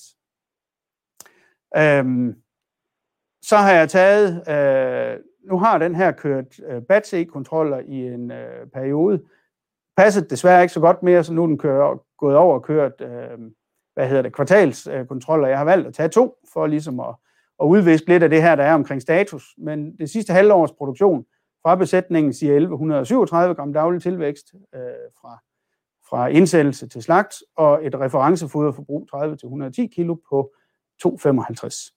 Øhm, så har jeg taget... Øh, Nu har den her kørt øh, batch-kontroller i en øh, periode. Passet desværre ikke så godt mere, så nu er den kører, gået over og kørt øh, hvad hedder det, kvartalskontroller. Jeg har valgt at tage to, for ligesom at, at udviske lidt af det her, der er omkring status. Men det sidste halvårs produktion fra besætningen siger elleve syvogtredive gram daglig tilvækst øh, fra, fra indsættelse til slagt, og et referencefoderforbrug tredive til et hundrede og ti kilo på to komma femoghalvtreds.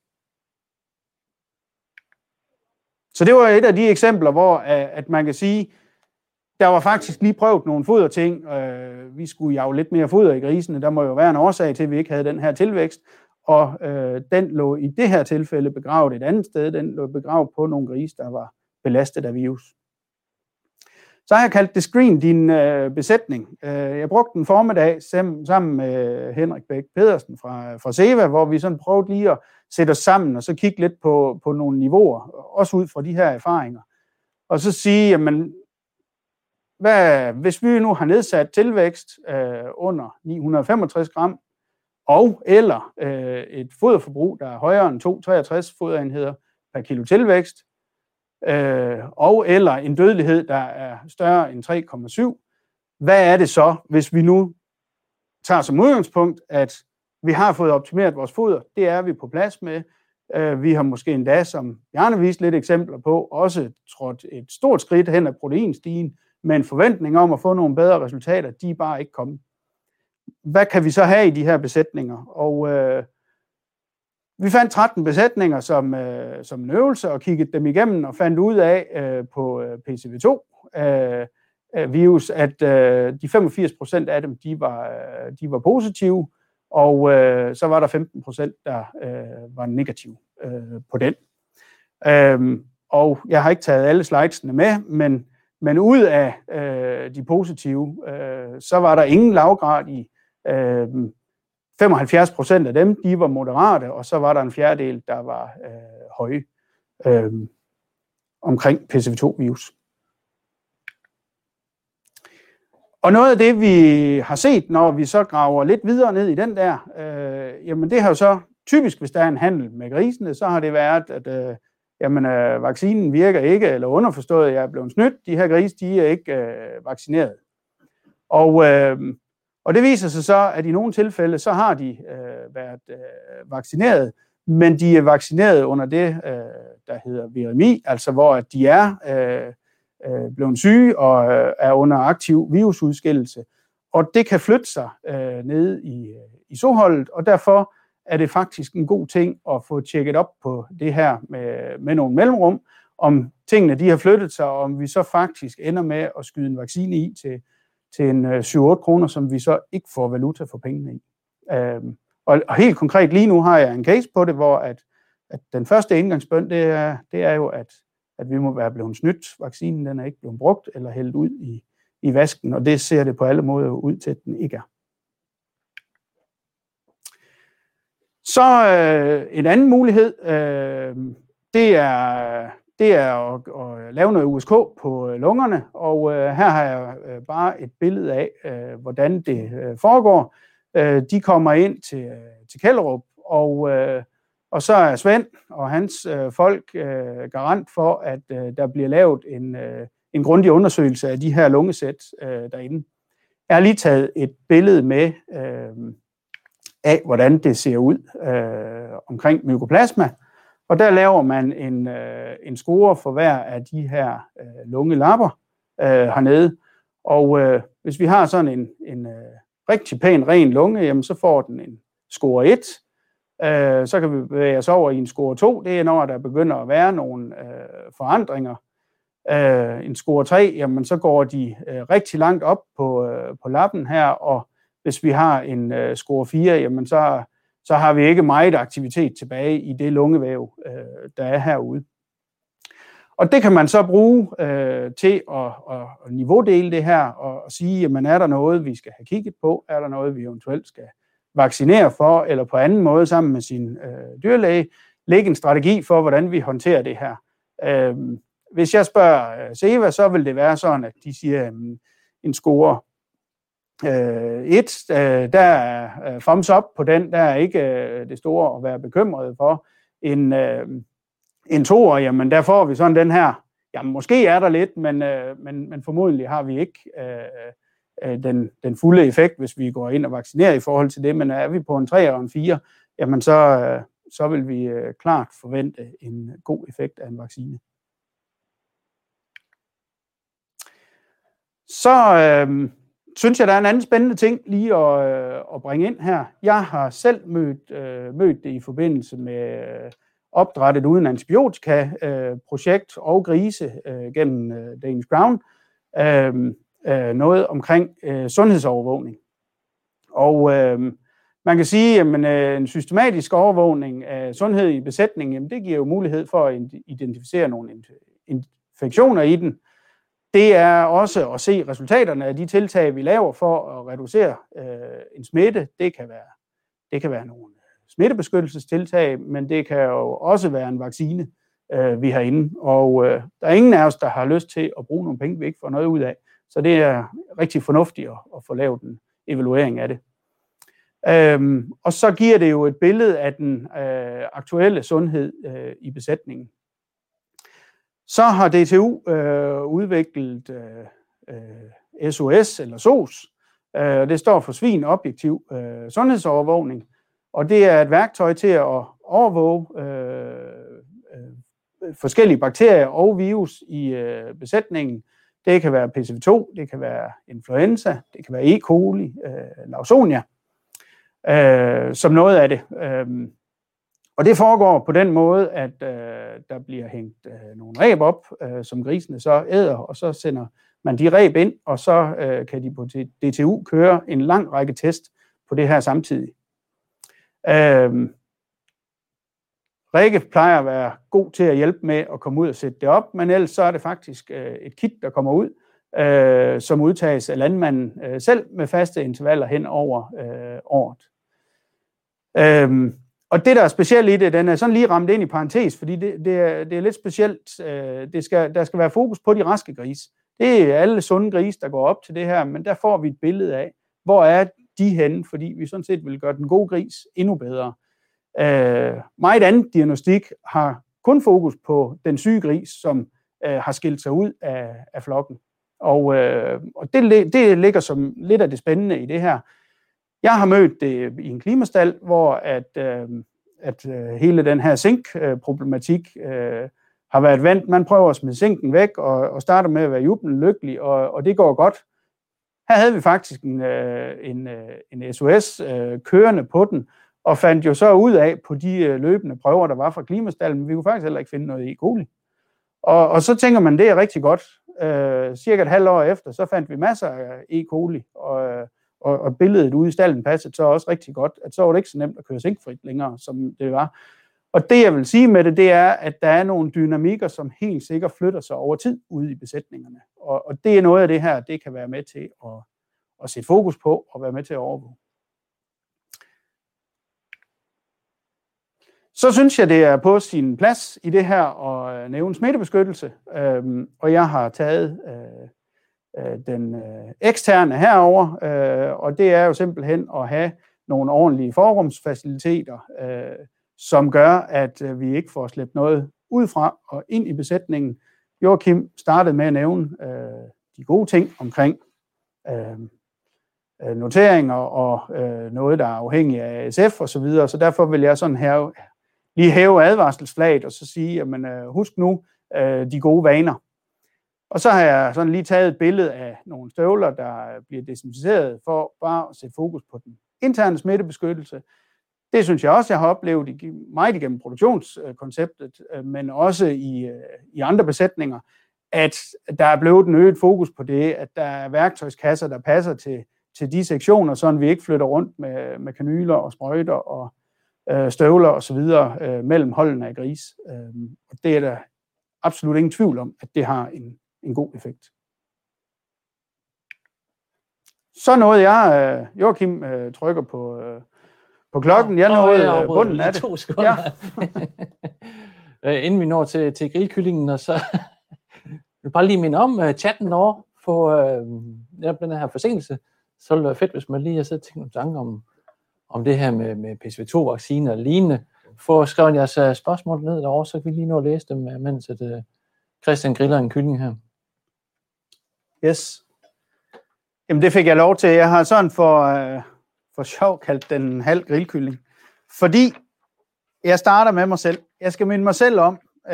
Så det var et af de eksempler, hvor at man kan sige, der var faktisk lige prøvet nogle foderting. Vi skulle jage lidt mere foder i grisene. Der må jo være en årsag til, at vi ikke havde den her tilvækst. Og øh, den lå i det her tilfælde begravet et andet sted. Den lå begravet på nogle grise, der var belastet af virus. Så har jeg kaldt det Screen din øh, besætning. Jeg brugte en formiddag sammen med Henrik Bæk Pedersen fra, fra Seva, hvor vi sådan prøvede lige at sætte os sammen og så kigge lidt på, på nogle niveauer, også ud fra de her erfaringer. Og så sige, jamen, hvad, hvis vi nu har nedsat tilvækst øh, under ni hundrede og femogtres gram, og eller øh, et foderforbrug, der er højere end to komma treogtres foderenheder per kilo tilvækst, øh, og eller en dødelighed, der er større end tre komma syv, hvad er det så, hvis vi nu tager som udgangspunkt, at vi har fået optimeret vores foder, det er vi på plads med. Vi har måske endda, som Bjarne viste lidt eksempler på, også trådt et stort skridt hen ad proteinstigen med en forventning om at få nogle bedre resultater. De er bare ikke kommet. Hvad kan vi så have i de her besætninger? Og øh, vi fandt tretten besætninger som, øh, som en øvelse og kiggede dem igennem og fandt ud af øh, på øh, P C V to øh, virus, at øh, de femogfirs procent af dem, de var, øh, de var positive. Og øh, så var der femten procent, der øh, var negativ øh, på den. Øhm, og jeg har ikke taget alle slidesene med, men, men ud af øh, de positive, øh, så var der ingen lavgrad i. Øh, femoghalvfjerds procent af dem, de var moderate, og så var der en fjerdedel, der var øh, høje øh, omkring P C V to virus. Og noget af det, vi har set, når vi så graver lidt videre ned i den der, øh, jamen det har jo så typisk, hvis der er en handel med grisene, så har det været, at øh, jamen, øh, vaccinen virker ikke, eller underforstået, at jeg er blevet snydt. De her grise, de er ikke øh, vaccineret. Og, øh, og det viser sig så, at i nogle tilfælde, så har de øh, været øh, vaccineret, men de er vaccineret under det, øh, der hedder viremi, altså hvor de er øh, øh, blevet syge og øh, er under aktiv virusudskillelse. Og det kan flytte sig øh, nede i, i soholdet, og derfor er det faktisk en god ting at få tjekket op på det her med, med nogle mellemrum, om tingene de har flyttet sig, og om vi så faktisk ender med at skyde en vaccine i til, til en syv otte kroner, som vi så ikke får valuta for pengene i. Øhm, og, og helt konkret lige nu har jeg en case på det, hvor at, at den første indgangsbøn, det er, det er jo, at, at vi må være blevet snydt. Vaccinen den er ikke blevet brugt eller hældt ud i, i vasken, og det ser det på alle måder ud til, at den ikke er. Så øh, en anden mulighed, øh, det er, det er at, at lave noget U S K på lungerne, og øh, her har jeg øh, bare et billede af, øh, hvordan det øh, foregår. Øh, de kommer ind til, til Kjellerup, og, øh, og så er Svend og hans øh, folk øh, garant for, at øh, der bliver lavet en, øh, en grundig undersøgelse af de her lungesæt øh, derinde. Jeg har lige taget et billede med øh, af, hvordan det ser ud øh, omkring mykoplasma. Og der laver man en, øh, en score for hver af de her øh, lungelapper øh, hernede. Og øh, hvis vi har sådan en, en øh, rigtig pæn, ren lunge, jamen, så får den en score et. Øh, så kan vi bevæge os over i en score to. Det er, når der begynder at være nogle øh, forandringer. Øh, en score tre, jamen, så går de øh, rigtig langt op på, øh, på lappen her, og hvis vi har en øh, score fire, jamen så, så har vi ikke meget aktivitet tilbage i det lungevæv, øh, der er herude. Og det kan man så bruge øh, til at, at, at niveaudele det her, og, og sige, jamen er der noget, vi skal have kigget på? Er der noget, vi eventuelt skal vaccinere for, eller på anden måde sammen med sin øh, dyrlæge, lægge en strategi for, hvordan vi håndterer det her. Øh, hvis jeg spørger øh, Seva, så vil det være sådan, at de siger, øh, en score Øh, et, øh, der er uh, thumbs up på den, der er ikke uh, det store at være bekymret for. En, uh, en toer, jamen der får vi sådan den her, jamen måske er der lidt, men, uh, men, men formodentlig har vi ikke uh, uh, den, den fulde effekt, hvis vi går ind og vaccinerer i forhold til det, men er vi på en tre og en fire, jamen så, uh, så vil vi uh, klart forvente en god effekt af en vaccine. Så uh, synes jeg, der er en anden spændende ting lige at, øh, at bringe ind her. Jeg har selv mødt, øh, mødt det i forbindelse med øh, opdrættet uden antibiotika-projekt øh, og grise øh, gennem øh, Danish Crown. Øh, øh, noget omkring øh, sundhedsovervågning. Og øh, man kan sige, at øh, en systematisk overvågning af sundhed i besætningen, jamen, det giver jo mulighed for at identificere nogle infektioner i den. Det er også at se resultaterne af de tiltag, vi laver for at reducere øh, en smitte. Det kan være, det kan være nogle smittebeskyttelsestiltag, men det kan jo også være en vaccine, øh, vi har inde. Og øh, der er ingen af os, der har lyst til at bruge nogle penge, vi ikke får noget ud af. Så det er rigtig fornuftigt at, at få lavet en evaluering af det. Øhm, og så giver det jo et billede af den øh, aktuelle sundhed øh, i besætningen. Så har D T U øh, udviklet øh, øh, S O S eller S O S, øh, det står for svin objektiv øh, sundhedsovervågning, og det er et værktøj til at overvåge øh, øh, forskellige bakterier og virus i øh, besætningen. Det kan være P C V to, det kan være influenza, det kan være E. coli, øh, Lawsonia, øh, som noget af det. Øh, Og det foregår på den måde, at øh, der bliver hængt øh, nogle reb op, øh, som grisene så æder, og så sender man de reb ind, og så øh, kan de på D T U køre en lang række test på det her samtidig. Øh, Rikke plejer at være god til at hjælpe med at komme ud og sætte det op, men ellers så er det faktisk øh, et kit, der kommer ud, øh, som udtages af landmanden øh, selv med faste intervaller hen over øh, året. Øh, Og det, der er specielt i det, den er sådan lige ramt ind i parentes, fordi det, det, er, det er lidt specielt. Det skal, der skal være fokus på de raske grise. Det er alle sunde grise, der går op til det her, men der får vi et billede af, hvor er de henne, fordi vi sådan set vil gøre den gode gris endnu bedre. Øh, meget anden diagnostik har kun fokus på den syge gris, som øh, har skilt sig ud af, af flokken. Og, øh, og det, det ligger som lidt af det spændende i det her. Jeg har mødt det i en klimastal, hvor at, øh, at øh, hele den her zink-problematik øh, har været vendt. Man prøver at smide zinken væk og, og starter med at være jublende lykkelig, og, og det går godt. her havde vi faktisk en, en, en S O S kørende på den, og fandt jo så ud af på de løbende prøver, der var fra klimastallen, men vi kunne faktisk heller ikke finde noget E. coli. Og, og så tænker man, det er rigtig godt. Øh, cirka et halvt år efter, så fandt vi masser af E. coli, og, og, og billedet ude i stallen passede så også rigtig godt, at så var det ikke så nemt at køre zinkfrit længere, som det var. Og det, jeg vil sige med det, det er, at der er nogle dynamikker, som helt sikkert flytter sig over tid ude i besætningerne. Og, og det er noget af det her, det kan være med til at, at sætte fokus på og være med til at overvåge. Så synes jeg, det er på sin plads i det her at nævne smittebeskyttelse, øhm, og jeg har taget øh, øh, den øh, eksterne herover, øh, og det er jo simpelthen at have nogle ordentlige forumsfaciliteter, øh, som gør, at øh, vi ikke får slæbt noget udefra og ind i besætningen. Joachim startede med at nævne øh, de gode ting omkring øh, noteringer og øh, noget, der er afhængig af S F og så videre, så derfor vil jeg sådan have lige hæve advarselsflaget og så sige, jamen øh, husk nu øh, de gode vaner. Og så har jeg sådan lige taget et billede af nogle støvler, der bliver desinficeret for bare at sætte fokus på den interne smittebeskyttelse. Det synes jeg også, jeg har oplevet meget igennem produktionskonceptet, øh, men også i, øh, i andre besætninger, at der er blevet en øget fokus på det, at der er værktøjskasser, der passer til, til de sektioner, så vi ikke flytter rundt med, med kanyler og sprøjter og støvler og så videre øh, mellem holdene af gris. Øh, og det er der absolut ingen tvivl om, at det har en, en god effekt. Så nåede jeg, øh, Joachim øh, trykker på, øh, på klokken, jeg nåede øh, bunden af det. To sekunder. Ja. Inden vi når til, til grillkyllingen, og så jeg vil bare lige minde om uh, chatten over på øh, den her forsinkelse, så ville det være fedt, hvis man lige har siddet og tænkt nogle tanker om om det her med, med P C V to-vacciner og lignende. Få skrevet jeres uh, spørgsmål ned derovre, så kan vi lige nå at læse dem, uh, mens at, uh, Christian griller en kylling her. Yes. Jamen det fik jeg lov til. Jeg har sådan for, uh, for sjov kaldt den halv grillkylling. Fordi jeg starter med mig selv. Jeg skal minde mig selv om, uh,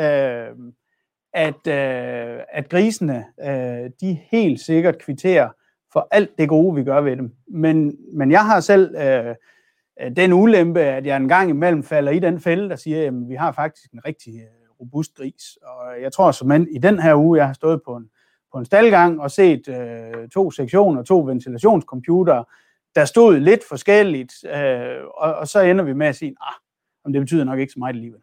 at, uh, at grisene, uh, de helt sikkert kvitterer for alt det gode, vi gør ved dem. Men, men jeg har selv uh, den ulempe, at jeg en gang imellem falder i den fælde, der siger, at vi har faktisk en rigtig robust gris. Og jeg tror, som i den her uge, jeg har stået på en, på en staldgang og set øh, to sektioner, to ventilationscomputere, der stod lidt forskelligt, øh, og, og så ender vi med at sige, at det betyder nok ikke så meget alligevel.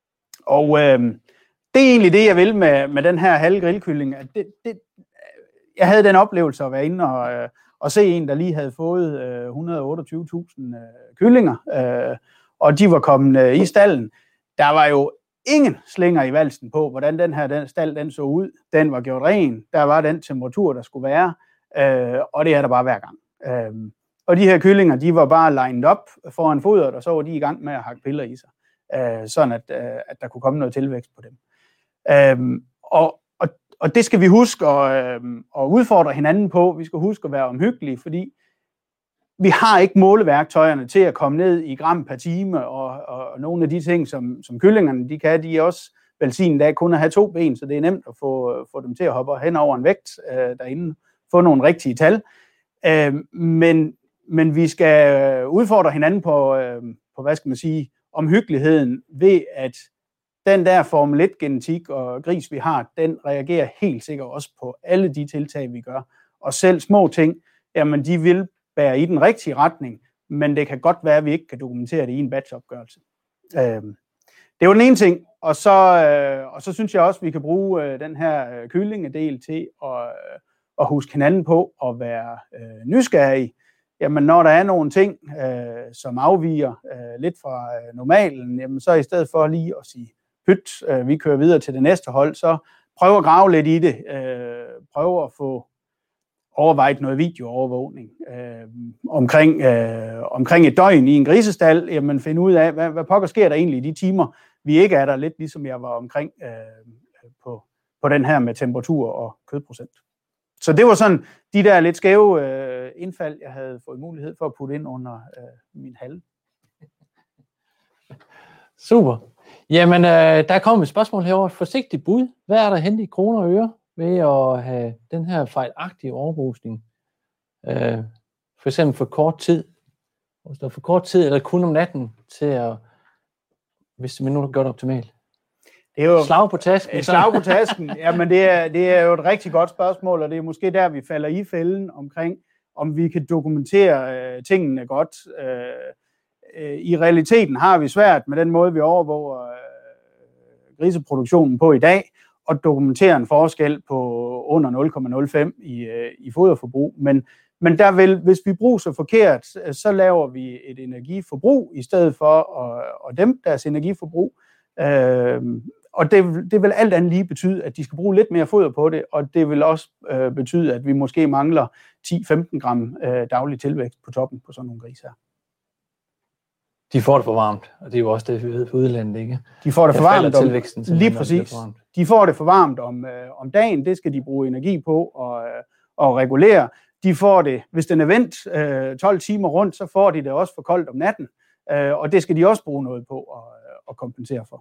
Og øh, det er egentlig det, jeg vil med, med den her halve grillkylling. At det, det, jeg havde den oplevelse at være inde og... Øh, og se en, der lige havde fået øh, et hundrede og otteogtyve tusind øh, kyllinger, øh, og de var kommet øh, i stallen. Der var jo ingen slinger i valsen på, hvordan den her den stald den så ud. Den var gjort ren, der var den temperatur, der skulle være, øh, og det er der bare hver gang. Øh, og de her kyllinger, de var bare lined op foran fodret, og så var de i gang med at hakke piller i sig, øh, sådan at, øh, at der kunne komme noget tilvækst på dem. Øh, og Og det skal vi huske at, øh, at udfordre hinanden på. Vi skal huske at være omhyggelige, fordi vi har ikke måleværktøjerne til at komme ned i gram per time, og, og, og nogle af de ting, som, som kyllingerne de kan, de er også velsignet af kun at have to ben, så det er nemt at få, få dem til at hoppe hen over en vægt øh, derinde, få nogle rigtige tal. Øh, men, men vi skal udfordre hinanden på, øh, på, hvad skal man sige, omhyggeligheden ved, at den der Formel et-genetik og gris, vi har, den reagerer helt sikkert også på alle de tiltag, vi gør. Og selv små ting, jamen de vil bære i den rigtige retning, men det kan godt være, at vi ikke kan dokumentere det i en batchopgørelse. Øh, det var den ene ting, og så, øh, og så synes jeg også, at vi kan bruge øh, den her øh, kyllingedel til at, øh, at huske hinanden på at være øh, nysgerrige. Jamen når der er nogle ting, øh, som afviger øh, lidt fra øh, normalen, jamen så i stedet for lige at sige, pyt, øh, vi kører videre til det næste hold, så prøv at grave lidt i det. Øh, prøv at få overvejet noget videoovervågning øh, omkring, øh, omkring et døgn i en grisestal. Jamen finde ud af, hvad, hvad pokker sker der egentlig i de timer, vi ikke er der, lidt ligesom jeg var omkring øh, på, på den her med temperatur og kødprocent. Så det var sådan de der lidt skæve øh, indfald, jeg havde fået mulighed for at putte ind under øh, min hale. Super. Jamen, øh, der kom et spørgsmål herovre. Et forsigtigt bud. Hvad er der hente i kroner og øre ved at have den her fejlagtige overbrusning øh, for eksempel for kort tid, for kort tid eller kun om natten til at, hvis det nu gør det optimalt. Det er jo slag på tasken. Slag på tasken. Jamen det er, det er jo et rigtig godt spørgsmål, og det er måske der, vi falder i fælden omkring, om vi kan dokumentere øh, tingene godt. Øh, øh, I realiteten har vi svært med den måde, vi overvåger øh, griseproduktionen på i dag, og dokumentere en forskel på under nul komma nul fem i, øh, i foderforbrug. Men, men der vil, hvis vi bruger så forkert, så laver vi et energiforbrug, i stedet for at, at dæmpe deres energiforbrug. Øh, Og det, det vil alt andet lige betyde, at de skal bruge lidt mere foder på det, og det vil også øh, betyde, at vi måske mangler ti til femten gram øh, daglig tilvækst på toppen på sådan nogle grise her. De får det for varmt, og det er jo også det, vi ved for udlandet, ikke? De får det for varmt om, tilvæksten, lige præcis. De får det for varmt om, øh, om dagen, det skal de bruge energi på og, øh, og regulere. De får det, hvis den er vendt øh, tolv timer rundt, så får de det også for koldt om natten, øh, og det skal de også bruge noget på at, at kompensere for.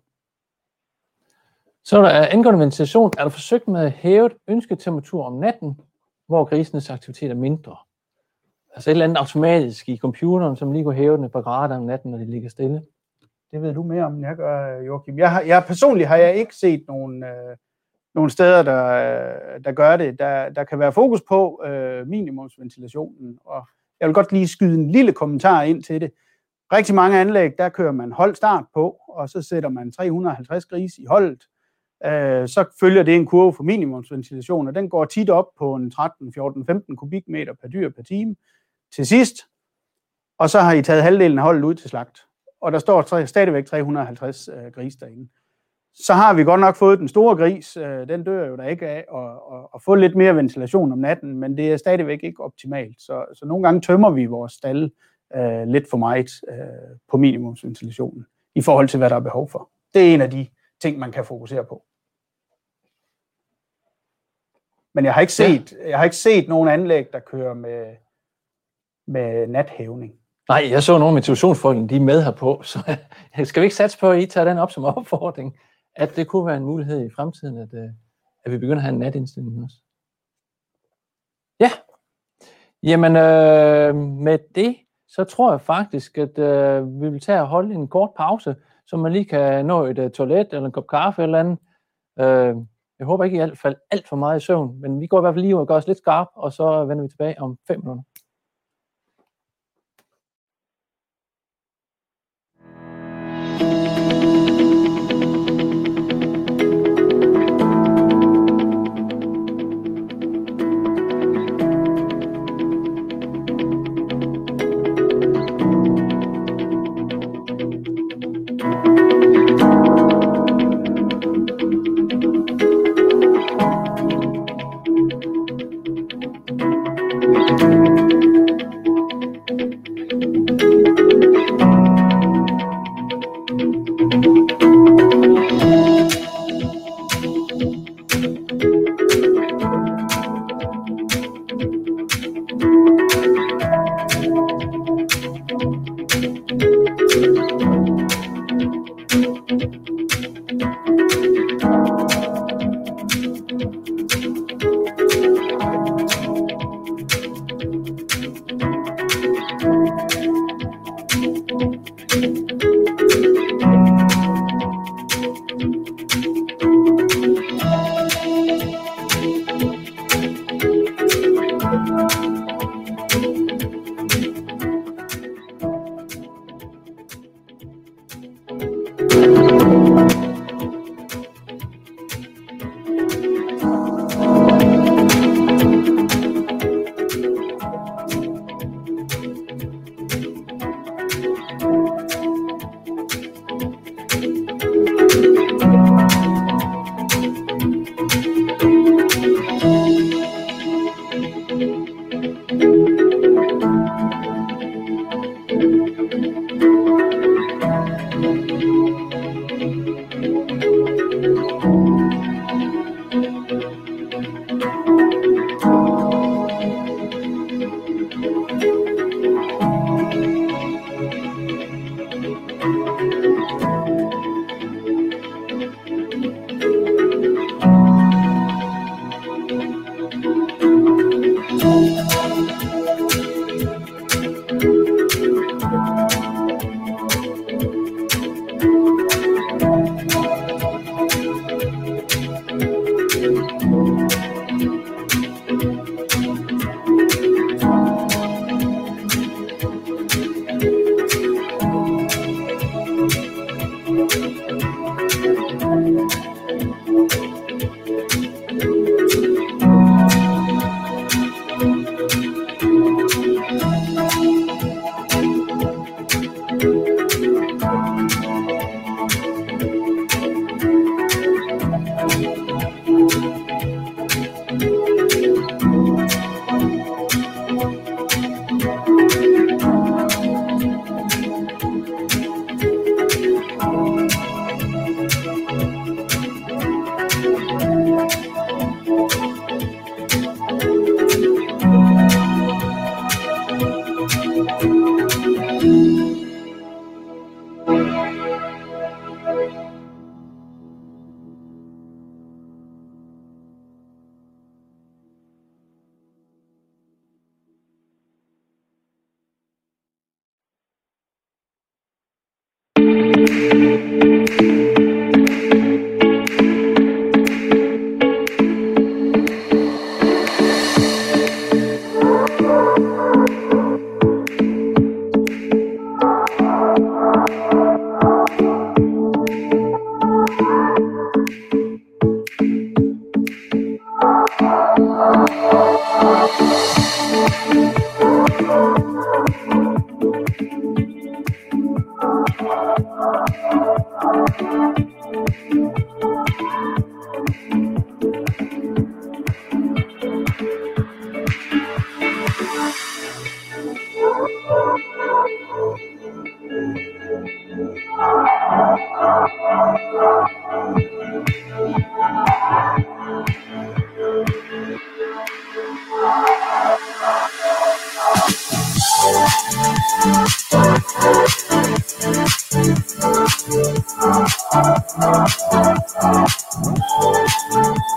Så er der angående ventilation, er der forsøgt med at hæve ønsketemperatur om natten, hvor grisenes aktivitet er mindre. Altså et eller andet automatisk i computeren, som lige går hæve den et par grader om natten, når de ligger stille. Det ved du mere om, jeg gør, Joachim. Jeg, har, jeg personligt har jeg ikke set nogen, øh, nogen steder, der, der gør det. Der, der kan være fokus på øh, minimumsventilationen, og jeg vil godt lige skyde en lille kommentar ind til det. Rigtig mange anlæg, der kører man hold start på, og så sætter man tre hundrede og halvtreds grise i holdet. Så følger det en kurve for minimumsventilation, og den går tit op på en tretten, fjorten, femten kubikmeter per dyr per time til sidst, og så har I taget halvdelen af holdet ud til slagt, og der står stadigvæk tre hundrede og halvtreds øh, gris derinde. Så har vi godt nok fået den store gris, øh, den dør jo der ikke af, og, og, og få lidt mere ventilation om natten, men det er stadigvæk ikke optimalt, så, så nogle gange tømmer vi vores stalde øh, lidt for meget øh, på minimumsventilationen i forhold til, hvad der er behov for. Det er en af de ting, man kan fokusere på. Men jeg har ikke set, ja. jeg har ikke set nogen anlæg, der kører med, med nathævning. Nej, jeg så nogle motivationsfolk, de er med herpå, så skal vi ikke satse på, at I tager den op som opfordring, at det kunne være en mulighed i fremtiden, at, at vi begynder at have en natindstilling også. Ja, jamen øh, med det, så tror jeg faktisk, at øh, vi vil tage og holde en kort pause, så man lige kan nå et uh, toilet eller en kop kaffe eller andet. Uh, jeg håber ikke, I alt falder alt for meget i søvn, men vi går i hvert fald lige og gør os lidt skarp, og så vender vi tilbage om fem minutter. Thank you.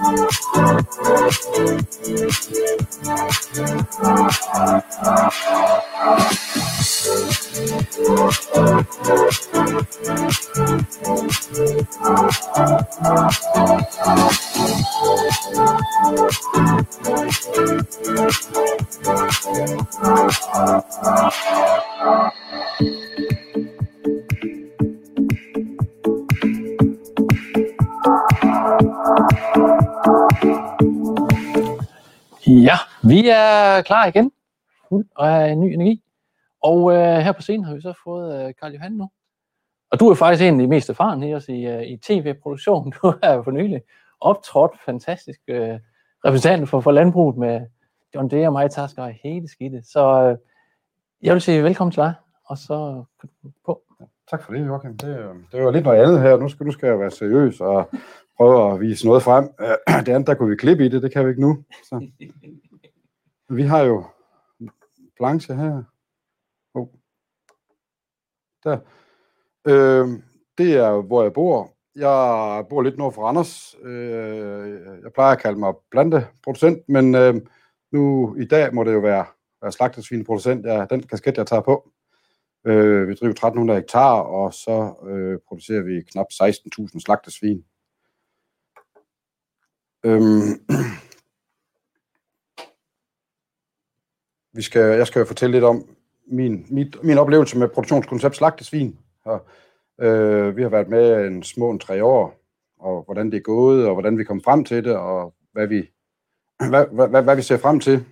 Ja, vi er klar igen. Fuld af ny energi. Og øh, her på scenen har vi så fået øh, Carl Johan nu. Og du er faktisk en af de mest erfarne her i, øh, i tv-produktion. Du er for nylig optrådt fantastisk øh, repræsentant for, for landbruget med John Deere og mig tasker og hele skidtet. Så øh, jeg vil sige velkommen til dig, og så på. Ja, tak for det, Joachim. Det, det var lidt noget andet her. Nu skal, nu skal jeg være seriøs og prøve at vise noget frem. Det andet, der kunne vi klippe i det, det kan vi ikke nu. Så. Vi har jo planche her. Oh. Der. Øh, det er, hvor jeg bor. Jeg bor lidt nord for Randers. Øh, jeg plejer at kalde mig planteproducent, men øh, nu i dag må det jo være, være slagtesvineproducent. Ja, den kasket, jeg tager på. Øh, vi driver tretten hundrede hektar, og så øh, producerer vi knap seksten tusind slagtesvin. Øhm, vi skal, jeg skal jo fortælle lidt om min, mit, min oplevelse med produktionskoncept slagtesvin. Og, øh, vi har været med en små en tre år, og hvordan det er gået, og hvordan vi kom frem til det, og hvad vi, hvad, hvad, hvad, hvad vi ser frem til.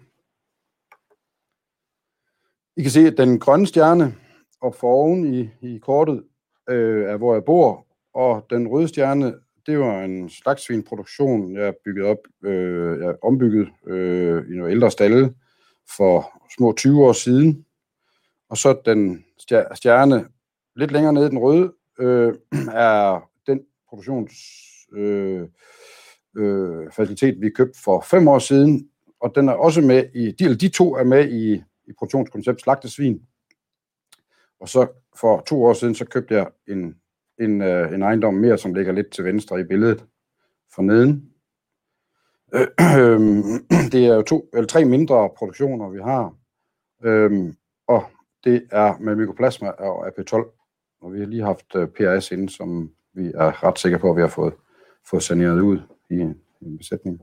I kan se, at den grønne stjerne op for oven i, i kortet øh, er, hvor jeg bor, og den røde stjerne, det var en slagtesvinproduktion, jeg byggede op, øh, jeg ombygget øh, i nogle ældre stalle for små tyve år siden. Og så den stjerne lidt længere nede, den røde, øh, er den produktionsfacilitet, øh, øh, vi købte for fem år siden, og den er også med i, de, de to er med i, i produktionskoncept slagtesvin. Og så for to år siden, så købte jeg en En, øh, en ejendom mere, som ligger lidt til venstre i billedet for neden. Øh, øh, det er jo to eller tre mindre produktioner, vi har, øh, og det er med mykoplasma og A P tolv, og vi har lige haft øh, P R S inde, som vi er ret sikre på, at vi har fået, fået saneret ud i, i en besætning.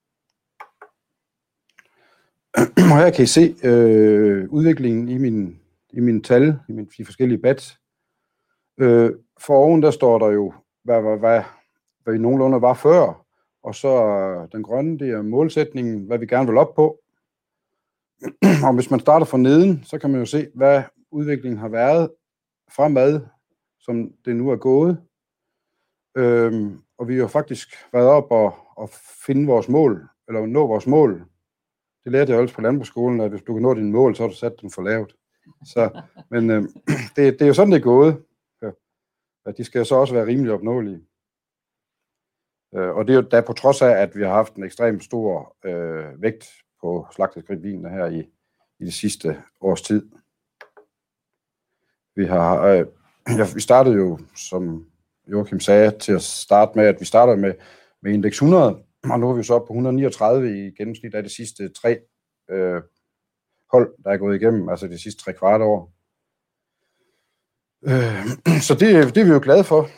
Og her kan I se øh, udviklingen i min, i mine tal, i mine forskellige bat. Øh, for oven, der står der jo, hvad, hvad, hvad, hvad vi nogenlunde var før, og så den grønne, det er målsætningen, hvad vi gerne vil op på. Og hvis man starter fra neden, så kan man jo se, hvad udviklingen har været fremad, som det nu er gået. Øhm, og vi har jo faktisk været op og, og finde vores mål, eller nå vores mål. Det lærte jeg også på landbrugsskolen, at hvis du kan nå dine mål, så har du sat dem for lavt. Så, men øhm, det, det er jo sådan, det er gået. De skal så også være rimelig opnåelige. Og det er jo da på trods af, at vi har haft en ekstremt stor øh, vægt på slagteskridtvinene her i, i det sidste års tid. Vi har, øh, ja, vi startede jo, som Joachim sagde, til at starte med, at vi startede med, med indeks hundrede, og nu er vi så op på et hundrede niogtredive i gennemsnit af de sidste tre øh, hold, der er gået igennem, altså de sidste tre kvart år. Så det, det er vi jo glade for.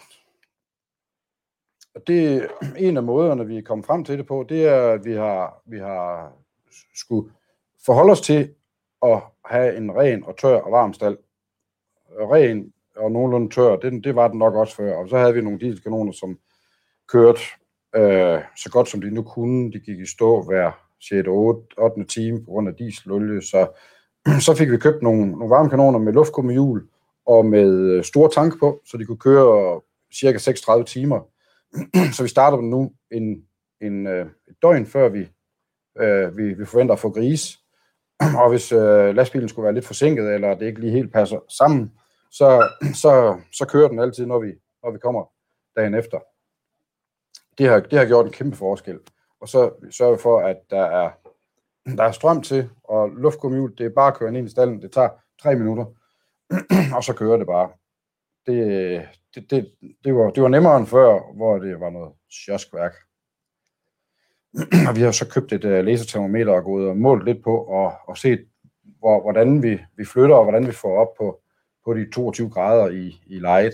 Og det er en af måderne, vi er kommet frem til det på, det er, at vi har, vi har skulle forholde os til at have en ren og tør og varm stald. Ren og nogenlunde tør, det, det var den nok også før. Og så havde vi nogle dieselkanoner, som kørte øh, så godt som de nu kunne. De gik i stå hver sjette og ottende time på grund af dieselolie. Så, så fik vi købt nogle, nogle varmekanoner med luftkummehjul og med store tank på, så de kunne køre cirka seksogtredive timer. Så vi starter nu en, en, et døgn, før vi, øh, vi, vi forventer at få grise. Og hvis øh, lastbilen skulle være lidt forsinket, eller det ikke lige helt passer sammen, så, så, så kører den altid, når vi, når vi kommer dagen efter. Det har, det har gjort en kæmpe forskel. Og så sørger vi for, at der er, der er strøm til, og luftkummehjul, det er bare at køre ind i stallen. Det tager tre minutter, og så kører det bare. Det, det, det, det, var, det var nemmere end før, hvor det var noget sjoskværk. og vi har så købt et uh, lasertermometer og gået og målt lidt på og, og set, hvor, hvordan vi, vi flytter og hvordan vi får op på, på de toogtyve grader i, i lejet.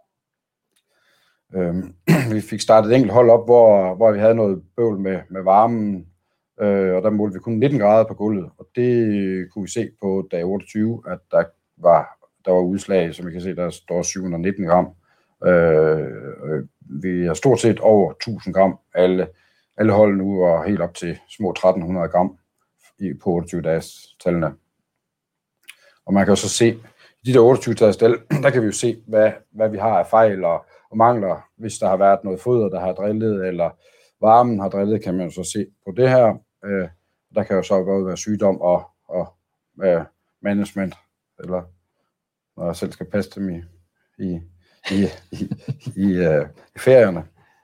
Øhm, vi fik startet et enkelt hold op, hvor, hvor vi havde noget bøvl med, med varmen, øh, og der målte vi kun nitten grader på gulvet, og det kunne vi se på dag otteogtyve, at der var, der var udslag, som I kan se, der står syv hundrede og nitten gram. Øh, vi er stort set over tusind gram alle, alle hold nu, og helt op til små tretten hundrede gram i, på otteogtyve dages tallene. Og man kan jo så se, i de der otteogtyve dages tal, der kan vi jo se, hvad, hvad vi har af fejl og, og mangler. Hvis der har været noget foder, der har drillet, eller varmen har drillet, kan man jo så se på det her. Øh, der kan jo så både være sygdom og, og øh, management, eller når jeg selv skal passe dem i, i, i, i, i, øh, i ferierne.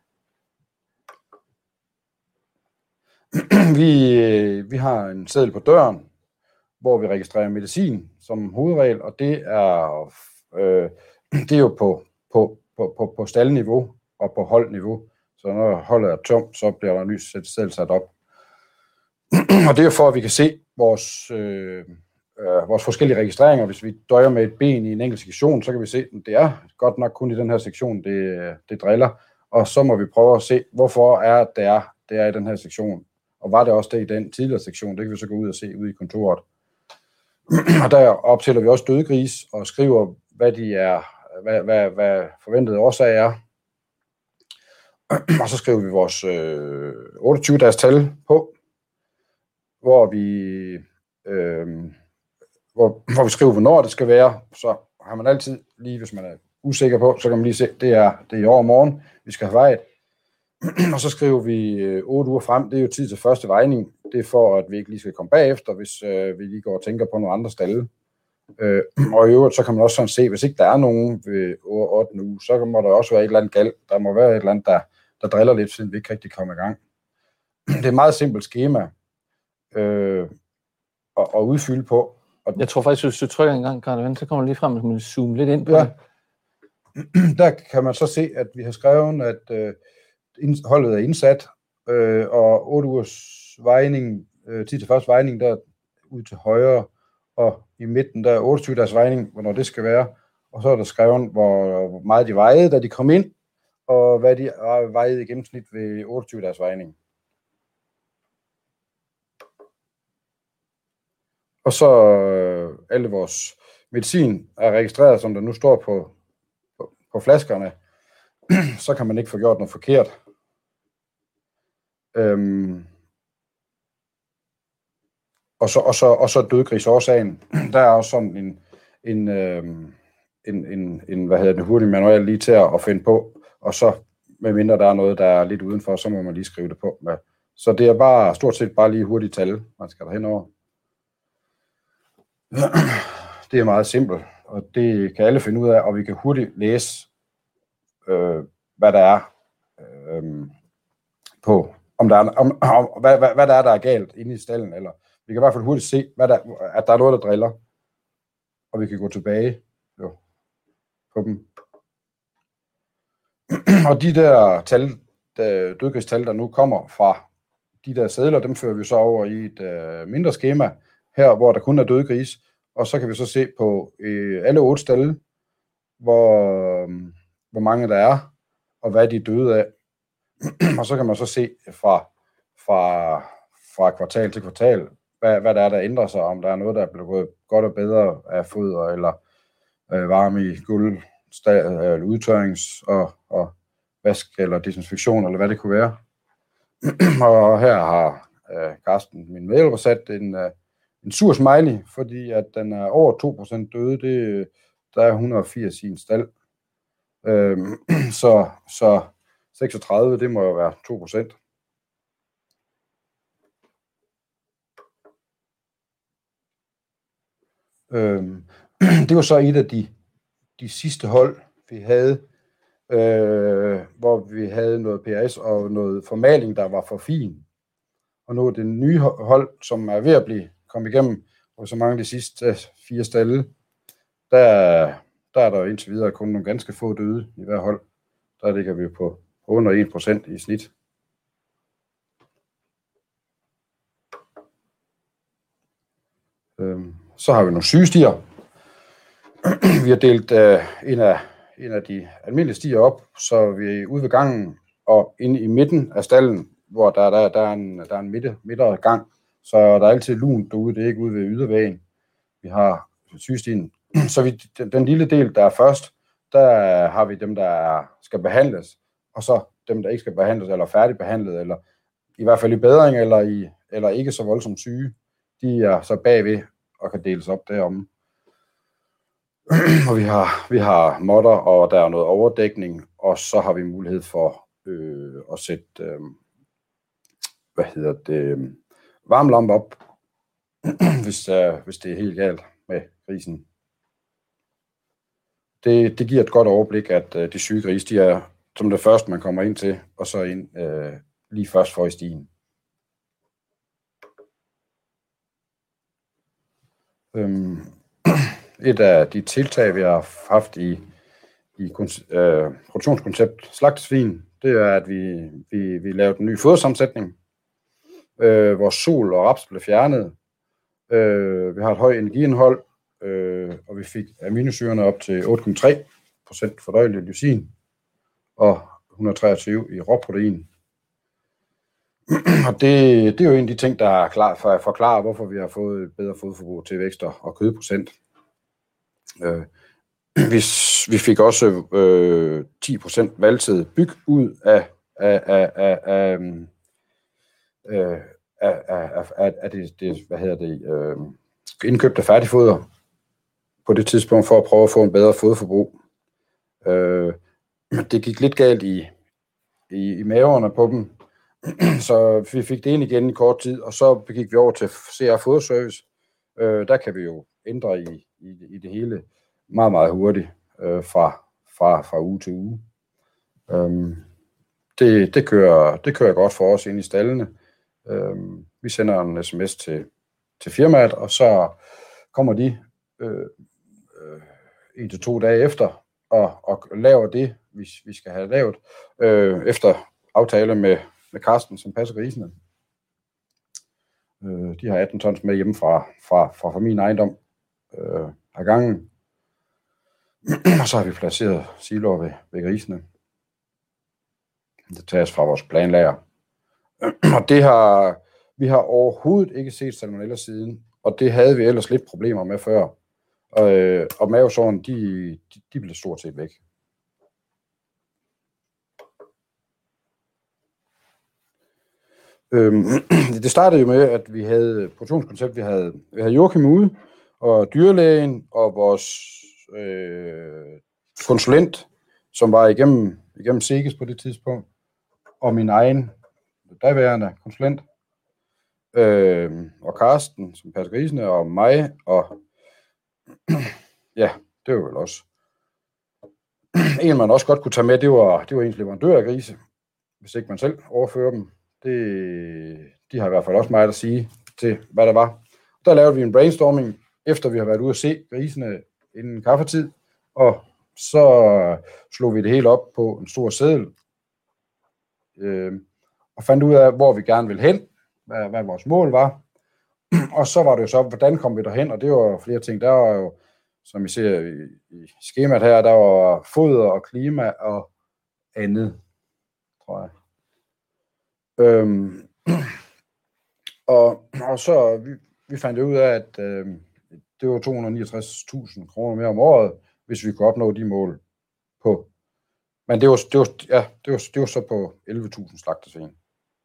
vi, vi har en seddel på døren, hvor vi registrerer medicin som hovedregel, og det er, øh, det er jo på, på, på, på, på staldniveau og på holdniveau. Så når holdet er tomt, så bliver der en ny seddel sat op. Og det er jo for, at vi kan se vores, øh, øh, vores forskellige registreringer. Hvis vi døjer med et ben i en enkelt sektion, så kan vi se, at det er godt nok kun i den her sektion, det, det driller. Og så må vi prøve at se, hvorfor er det er, det er i den her sektion. Og var det også det i den tidligere sektion, det kan vi så gå ud og se ude i kontoret. Og der optæller vi også dødgris og skriver, hvad de er, hvad, hvad, hvad forventede årsag er. Og så skriver vi vores øh, otteogtyve dages tal på, hvor vi, øh, hvor, hvor vi skriver, hvornår det skal være. Så har man altid, lige hvis man er usikker på, så kan man lige se, det er, det er i år og morgen, vi skal have vejet. Og så skriver vi øh, otte uger frem, det er jo tid til første vejning. Det er for, at vi ikke lige skal komme bagefter, hvis øh, vi lige går og tænker på nogle andre stalle. Øh, og i øvrigt, så kan man også sådan se, hvis ikke der er nogen ved ottende uge, så må der også være et eller andet galt. Der må være et eller andet, der, der driller lidt, siden vi ikke rigtig kommer i gang. Det er et meget simpelt schema øh, at, at udfylde på. Og jeg tror faktisk, hvis du trykker en gang, Karl, så kommer du lige frem, og man zoome lidt ind på ja. det. Der kan man så se, at vi har skrevet, at øh, holdet er indsat, øh, og otte ugers vejning, øh, tid til første vejning, der ud til højre, og i midten, der er otteogtyve dages vejning, hvornår det skal være, og så er der skrevet, hvor meget de vejede, da de kom ind, og hvad de vejede i gennemsnit ved otteogtyve dages vejning. Og så øh, alle vores medicin er registreret, som der nu står på, på, på flaskerne. Så kan man ikke få gjort noget forkert. Øhm, og, så, og, så, og så dødgrisårsagen. Der er også sådan en, en, øhm, en, en, en hvad hedder det, hurtig manual lige til at, at finde på. Og så, medmindre der er noget, der er lidt udenfor, så må man lige skrive det på. Med. Så det er bare stort set bare lige hurtigt tal, man skal derhen over. Det er meget simpelt, og det kan alle finde ud af, og vi kan hurtigt læse, øh, hvad der er øh, på, om der er, om, om, hvad, hvad, hvad der er, der er galt inde i stallen, eller vi kan i hvert fald hurtigt se, hvad der, at der er noget, der driller, og vi kan gå tilbage jo, på dem. Og de der tal, der, dødgristal, der nu kommer fra de der sedler, dem fører vi så over i et øh, mindre skema her, hvor der kun er dødgris, og så kan vi så se på øh, alle otte stalle, hvor, øh, hvor mange der er, og hvad de er døde af. Og så kan man så se fra, fra, fra kvartal til kvartal, hvad, hvad der er, der ændrer sig, om der er noget, der er blevet gået godt og bedre af foder, eller øh, varme i gulv, eller udtørrings- og, og vask, eller desinfektion, eller hvad det kunne være. Og her har øh, Carsten, min medhjælper, sat en, øh, en sur smiley, fordi at den er over to procent døde. Det, der er et hundrede og firs i en stald. Øh, så, så seksogtredive, det må jo være to procent. Øh, det var så et af de, de sidste hold, vi havde, øh, hvor vi havde noget P R S og noget formaling, der var for fin. Og nu er det nye hold, som er ved at blive kommet igennem, og så mange af de sidste fire stalle, der, der er der indtil videre kun nogle ganske få døde i hver hold. Der ligger vi på under en procent i snit. Øhm, så har vi nogle sygestier. Vi har delt øh, en, af, en af de almindelige stier op, så vi er ude ved gangen og inde i midten af stallen, hvor der, der, der er en, der er en midte, midtere gang, så der er altid lunt derude, det er ikke ude ved ydervægen. Vi har sygestien. Så vi, den, den lille del, der er først, der har vi dem, der skal behandles, og så dem, der ikke skal behandles, eller færdigbehandlet, eller i hvert fald i bedring, eller, i, eller ikke så voldsomt syge. De er så bagved og kan deles op deromme. Og vi har, vi har modder, og der er noget overdækning, og så har vi mulighed for øh, at sætte, øh, hvad hedder det, varmlampe op, hvis, øh, hvis det er helt galt med grisen. Det, det giver et godt overblik, at øh, de syge grise, de er som det første, man kommer ind til, og så ind øh, lige først for i stien. Øhm, et af de tiltag, vi har haft i, i øh, produktionskoncept slagtesvin, det er, at vi, vi, vi lavede en ny fodersammensætning, øh, hvor sol og raps blev fjernet. Øh, vi har et højt energiindhold, øh, og vi fik aminosyrerne op til otte komma tre procent fordøjelig lysin og et hundrede og treogtyve i råprotein. Og det, det er jo en af de ting, der er klar for at forklare, hvorfor vi har fået et bedre fodforbrug til vækster og kødprocent. Øh, vi, vi fik også øh, ti procent valgtid byg ud af, af, af, af, af, af, af, af, af, af det, det, hvad hedder det, øh, indkøbte færdigfoder på det tidspunkt for at prøve at få en bedre fodforbrug. Øh, det gik lidt galt i, i, i maverne på dem, så vi fik det ind igen i kort tid, og så gik vi over til C R Foderservice. Øh, der kan vi jo ændre i, i, i det hele meget, meget hurtigt øh, fra, fra, fra uge til uge. Øhm, det, det, kører, det kører godt for os ind i stallene. Øhm, vi sender en sms til, til firmaet, og så kommer de øh, øh, en til to dage efter og, og laver det, vi, vi skal have lavet, øh, efter aftale med, med Carsten, som passer grisene. Øh, de har atten tons med hjemme fra, fra, fra, fra min ejendom øh, ad gangen. Og så har vi placeret siloer ved, ved grisene. Det tages fra vores planlager. Og det har, vi har overhovedet ikke set salmonella siden, og det havde vi ellers lidt problemer med før. Og, øh, og mavesårene, de, de, de blev stort set væk. Øhm, det startede jo med, at vi havde produktionskoncept, vi havde, vi havde Joachim ude, og dyrlægen, og vores øh, konsulent, som var igennem, igennem Seges på det tidspunkt, og min egen daværende konsulent, øh, og Carsten, som passer grisene, og mig, og ja, det var vel også. En, man også godt kunne tage med, det var, det var ens leverandør af grise, hvis ikke man selv overfører dem. Det, de har i hvert fald også meget at sige til, hvad der var. Der lavede vi en brainstorming, efter vi har været ude at se grisene inden kaffetid, og så slog vi det hele op på en stor seddel, øh, og fandt ud af, hvor vi gerne ville hen, hvad, hvad vores mål var. Og så var det jo så, hvordan kom vi derhen, og det var flere ting. Der var jo, som I ser i, i skemaet her, der var foder og klima og andet, tror jeg. Øhm, og, og så vi, vi fandt ud af, at øh, det var to hundrede og niogtres tusind kroner mere om året, hvis vi kunne opnå de mål på. Men det var, det var, ja, det var, det var så på elleve tusind slagtesvin.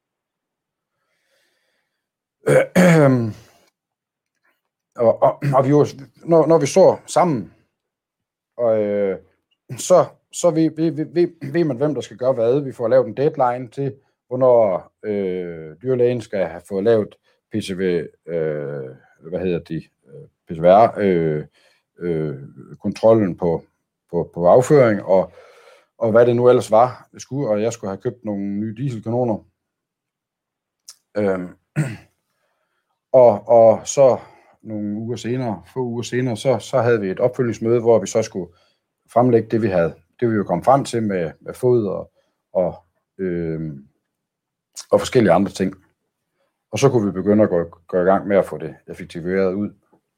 Øh, og, og, og vi var, når, når vi så sammen, og, øh, så, så ved, ved, ved, ved man, hvem der skal gøre hvad. Vi får lavet en deadline til, hvornår øh, dyrlægen skal have fået lavet P C V, øh, hvad hedder de, P C V R, øh, øh, kontrollen på, på, på afføring, og, og hvad det nu ellers var, det skulle, og jeg skulle have købt nogle nye dieselkanoner. Øhm, og, og så nogle uger senere, få uger senere, så, så havde vi et opfølgningsmøde, hvor vi så skulle fremlægge det, vi havde, det vi jo kom frem til med, med foder og, og øh, og forskellige andre ting. Og så kunne vi begynde at gå, gå i gang med at få det effektiveret ud.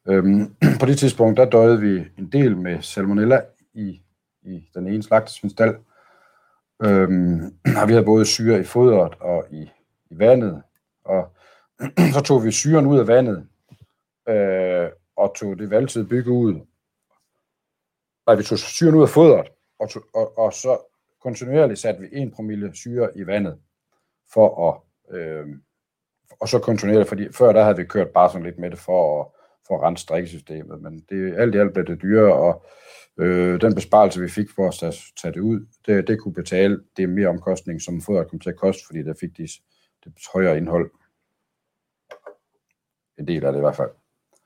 Øhm, på det tidspunkt, der døjede vi en del med salmonella i, i den ene slagtesvindstal. Øhm, vi havde både syre i fodret og i, i vandet, og så tog vi syren ud af vandet, øh, og tog det valgtid bygge ud. Nej, vi tog syren ud af fodret, og, tog, og, og så kontinuerligt satte vi en promille syre i vandet, for at, øh, og så kontinuerligt, fordi før der havde vi kørt bare sådan lidt med det, for at, for at rense drikkesystemet, men det, alt i alt blev det dyrere, og øh, den besparelse, vi fik for at tage, tage det ud, det, det kunne betale det mere omkostning, som fodret kom til at koste, fordi der fik de, det højere indhold. En del af det i hvert fald.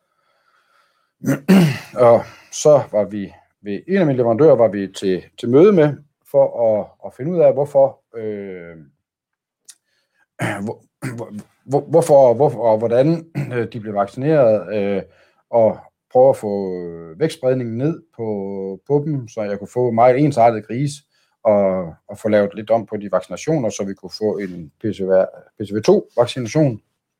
Og så var vi ved en af mine leverandører var vi til, til møde med, for at, at finde ud af, hvorfor, øh, hvor, hvor, hvorfor, hvorfor og hvordan de blev vaccineret, øh, og prøve at få vækstspredningen ned på, på dem, så jeg kunne få meget ensartet gris, og, og få lavet lidt om på de vaccinationer, så vi kunne få en P C V to vaccination.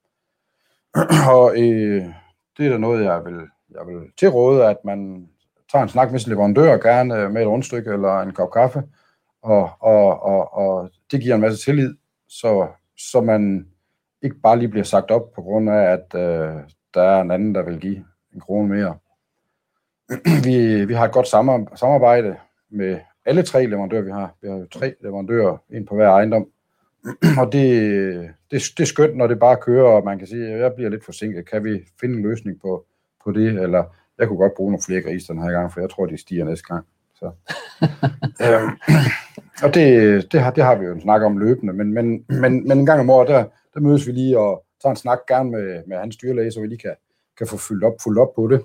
Og øh, det er da noget, jeg vil, jeg vil tilråde, at man tager en snak med sin leverandør, gerne med et rundstykke eller en kop kaffe, og, og, og, og det giver en masse tillid, så, så man ikke bare lige bliver sagt op på grund af, at øh, der er en anden, der vil give en krone mere. vi, vi har et godt samarbejde med alle tre leverandører, vi har. Vi har jo tre leverandører, en på hver ejendom. Og det, det, det er skønt, når det bare kører, og man kan sige, at jeg bliver lidt forsinket. Kan vi finde en løsning på, på det? Eller jeg kunne godt bruge nogle flere grise den her gang, for jeg tror, de stiger næste gang. Så. øhm, og det, det, har, det har vi jo en snak om løbende, men, men, men, men en gang om året, der, der mødes vi lige og tager en snak gerne med, med hans dyrlæge, så vi lige kan, kan få fyldt op, fuldt op på det.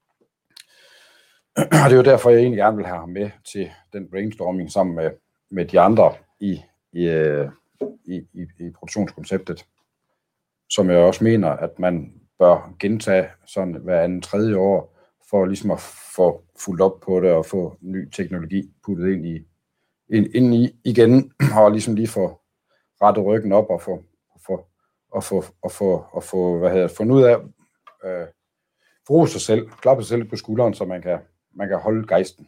Og det er jo derfor, jeg egentlig gerne vil have ham med til den brainstorming sammen med, med de andre i, i, i, i, i produktionskonceptet, som jeg også mener, at man bør gentage sådan hver anden tredje år, for ligesom at få fuldt op på det og få ny teknologi puttet ind i, ind, ind i igen, og ligesom lige få rettet ryggen op og få, få, og få, og få, og få hvad hedder, fundet ud af, øh, få sig selv, klappe sig selv på skulderen, så man kan, man kan holde gejsten.